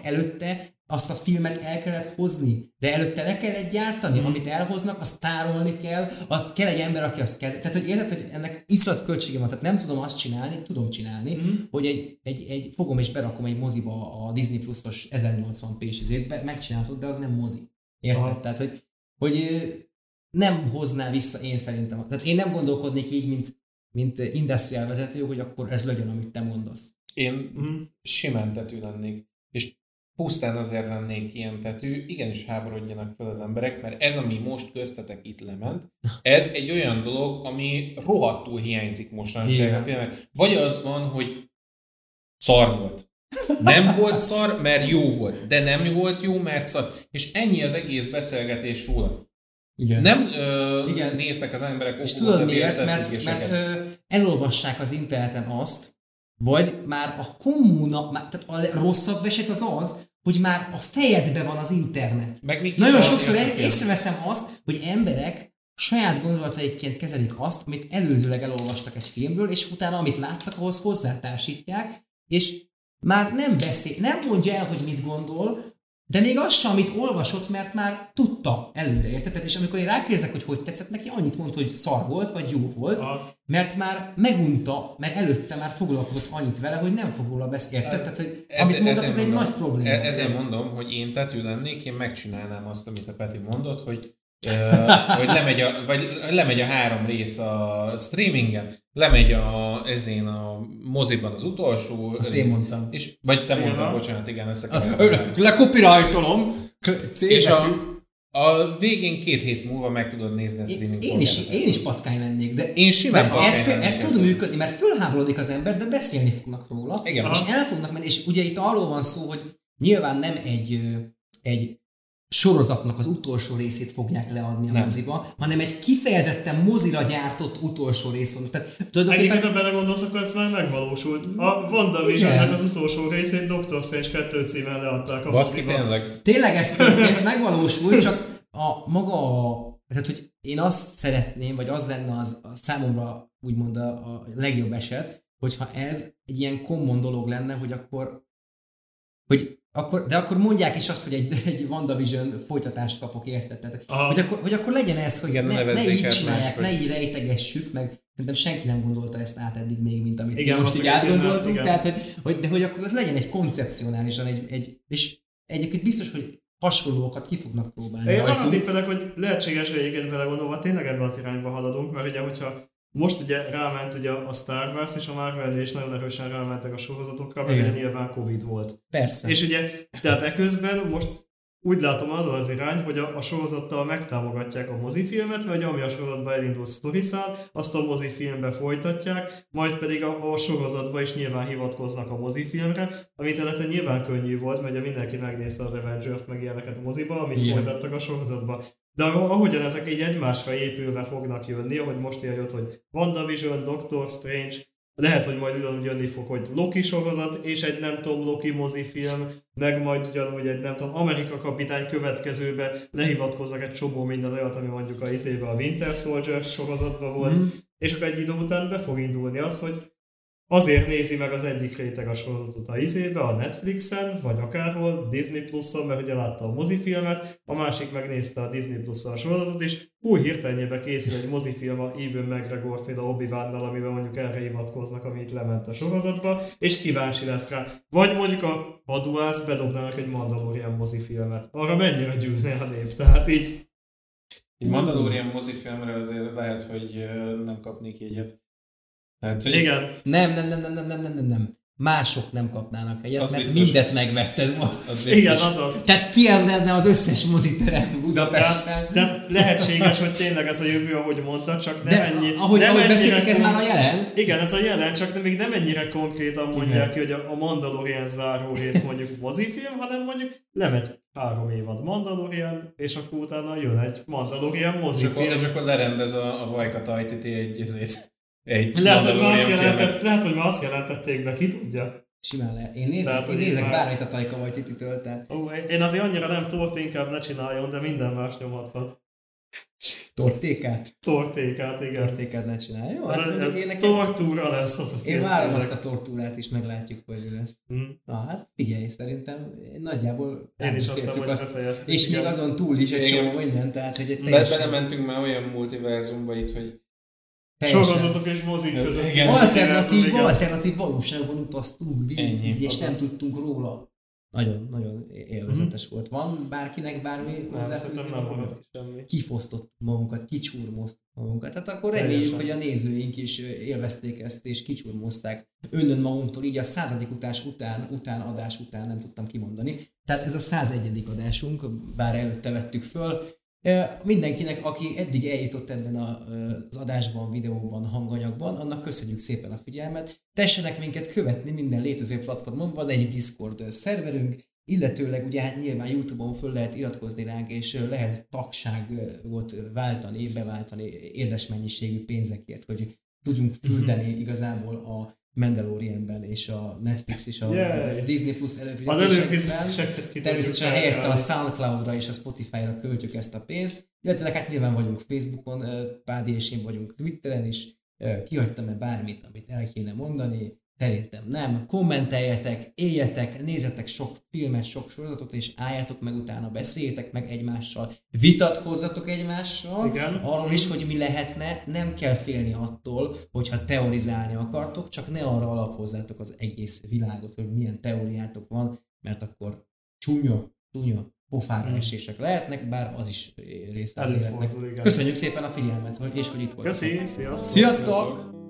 azt a filmet el kellett hozni, de előtte le kellett gyártani, amit elhoznak, azt tárolni kell, azt kell egy ember, aki azt kezeli. Tehát, hogy érted, hogy ennek iszonyat költsége van, tehát nem tudom azt csinálni, tudom csinálni, hogy egy fogom és berakom egy moziba a Disney Plus-os 1080p-s izét, megcsináltad, de az nem mozi. Érted? Aha. Tehát, hogy nem hozná vissza én szerintem. Tehát én nem gondolkodnék így, mint industrial vezető, hogy akkor ez legyen, amit te mondasz. Én simán tetű lennék. És pusztán azért lennék ilyen tetű, igenis háborodjanak fel az emberek, mert ez, ami most köztetek itt lement, ez egy olyan dolog, ami rohadtul hiányzik mostanság a filmek. Vagy az van, hogy szar volt. Nem volt szar, mert jó volt, de nem volt jó, mert szar. És ennyi az egész beszélgetés róla. Igen. Nem igen. Néznek az emberek és tudod miért? Mert elolvassák az interneten azt, vagy már a kommuna, tehát a rosszabb eset az, hogy már a fejedben van az internet. Nagyon sokszor észreveszem azt, hogy emberek saját gondolataikként kezelik azt, amit előzőleg elolvastak egy filmről, és utána, amit láttak, ahhoz hozzátársítják, és már nem mondja el, hogy mit gondol, de még az sem, amit olvasott, mert már tudta előre, érted? És amikor én rákérdezek, hogy tetszett neki, annyit mondta, hogy szar volt, vagy jó volt, mert már megunta, mert előtte már foglalkozott annyit vele, hogy nem fog róla beszélni. Tehát, hogy amit mondasz, az egy nagy probléma. Ezért mondom, hogy én tetű lennék, én megcsinálnám azt, amit a Peti mondott, hogy lemegy a 3 rész a streamingen, lemegy ezén a moziban az utolsó azt rész. Én mondtam. És, vagy te mondtad, bocsánat, igen, Lecopyrightolom. És a végén 2 hét múlva meg tudod nézni a streaming szolgáltatást. Én is patkány lennék, de én simán ez tud működni, mert fölháborodik az ember, de beszélni fognak róla, igen. És el fognak menni, és ugye itt arról van szó, hogy nyilván nem egy sorozatnak az utolsó részét fogják leadni a moziba, hanem egy kifejezetten mozira gyártott utolsó rész van. Egyébként, ha belegondolsz, akkor ez már megvalósult. A WandaVisionnek az utolsó részét Doctor Strange 2 címen leadták a moziba. Tényleg ez történt, megvalósult, csak tehát, hogy én azt szeretném, vagy az lenne az számomra úgymond a legjobb eset, hogyha ez egy ilyen common dolog lenne, hogy de akkor mondják is azt, hogy egy WandaVision folytatást kapok, érted? Hogy akkor legyen ez, hogy igen, ne így csinálják, ne így rejtegessük, meg szerintem senki nem gondolta ezt át eddig még, mint amit igen, most így átgondoltunk, tehát, de hogy akkor ez legyen egy koncepcionálisan, és egyébként biztos, hogy hasonlókat ki fognak próbálni. Én arra tippelek, hogy lehetséges, hogy egyébként belegondolva tényleg ebben az irányba haladunk, mert ugye, hogyha most ugye ráment ugye a Star Wars és a Marvel is nagyon erősen rámentek a sorozatokra, mert ugye nyilván Covid volt. Persze. És ugye, tehát eközben most úgy látom az irány, hogy a sorozattal megtámogatják a mozifilmet, vagy ami a sorozatban elindult sztoriszál, azt a mozifilmbe folytatják, majd pedig a sorozatban is nyilván hivatkoznak a mozifilmre, amit előtte nyilván könnyű volt, mert mindenki megnézte az Avengers-t meg ilyeneket a moziba, amit folytattak a sorozatba. De ahogyan ezek így egymásra épülve fognak jönni, ahogy most jött, hogy WandaVision, Doctor Strange, lehet, hogy majd ugyanúgy jönni fog, hogy Loki sorozat, és egy nem tudom Loki mozifilm, meg majd ugyanúgy egy nem tudom Amerika kapitány következőbe lehivatkoznak egy csomó minden olyat, ami mondjuk a Winter Soldier sorozatban volt, és akkor egy idő után be fog indulni az, hogy azért nézi meg az egyik réteg a sorozatot a Netflixen, vagy akárhol, Disney Plus-on, mert ugye látta a mozifilmet, a másik megnézte a Disney Plus-on a sorozatot, és hirtelenjében készül egy mozifilm a Ewan McGregor-féle Obi-Wannal, amiben mondjuk erre hivatkoznak, ami itt lement a sorozatba, és kíváncsi lesz rá. Vagy mondjuk a haduász bedobnának egy Mandalorian mozifilmet. Arra mennyire gyűlne a nép, tehát így... Egy Mandalorian mozifilmre azért lehet, hogy nem kapnék jegyet. Hát, igen. Nem. Mások nem kapnának egyet, mert biztos. Mindet megvetted ma. Igen, azaz. Tehát tiéd lenne az összes moziterem Budapesten. De lehetséges, hogy tényleg ez a jövő, ahogy mondtad, csak nem ennyi. Ahogy beszéltük, ez már a jelen. Igen, ez a jelen, csak még nem ennyire konkrétan mondják ki, hogy a Mandalorian záró rész mondjuk mozifilm, hanem mondjuk lemegy 3 évad Mandalorian, és akkor utána jön egy Mandalorian mozifilm. És akkor lerendez a Vajka Tajtiti egy lehet, hogy már azt jelentették be, ki tudja. Simán lehet. Én nézek bármit a Taika Waitititől, tehát... Én azért annyira nem tort, inkább ne csináljon, de minden más nyomhathat. Tortékát, igen. Tortékát ne csinálj. Jó, tortúra lesz az a film. Én várom azt a tortúrát is, meglátjuk, hogy lesz. Na hát figyelj, szerintem nagyjából én is azt hiszem, azt, és még azon túl is egy csomó minden, tehát hogy egy belementünk már olyan multiverzumba itt, hogy sorozatok és mozik között. Alternatív valóságban utaztunk és nem tudtunk róla. Nagyon élvezetes volt. Van bárkinek bármi hozzáfűzni magunkat? Kifosztott magunkat, kicsúrmoztuk magunkat. Tehát akkor reméljük, hogy a nézőink is élvezték ezt, és kicsúrmozták önnön magunktól, így a 100. adás után nem tudtam kimondani. Tehát ez a 101. adásunk, bár előtte vettük föl. Mindenkinek, aki eddig eljutott ebben az adásban, videóban, hanganyagban, annak köszönjük szépen a figyelmet. Tessenek minket követni minden létező platformon, van egy Discord szerverünk, illetőleg ugye hát nyilván YouTube-on föl lehet iratkozni ránk, és lehet tagságot beváltani érdes mennyiségű pénzekért, hogy tudjunk küldeni igazából a Mandalorianben és a Netflix és a Disney Plus előfizetéseket. Természetesen helyette a Soundcloudra és a Spotify-ra költjük ezt a pénzt. Illetve hát nyilván vagyunk Facebookon, Pádi és én vagyunk Twitteren is. Kihagytam-e bármit, amit el kéne mondani? Szerintem nem. Kommenteljetek, éljetek, nézzetek sok filmet, sok sorozatot, és álljátok meg utána, beszéljetek meg egymással, vitatkozzatok egymással. Igen. Arról is, hogy mi lehetne, nem kell félni attól, hogyha teorizálni akartok, csak ne arra alapozzátok az egész világot, hogy milyen teóriátok van, mert akkor csúnya pofára esések lehetnek, bár az is része az életnek. Köszönjük szépen a figyelmet, és hogy itt voltatok. Köszi, sziasztok! Sziasztok!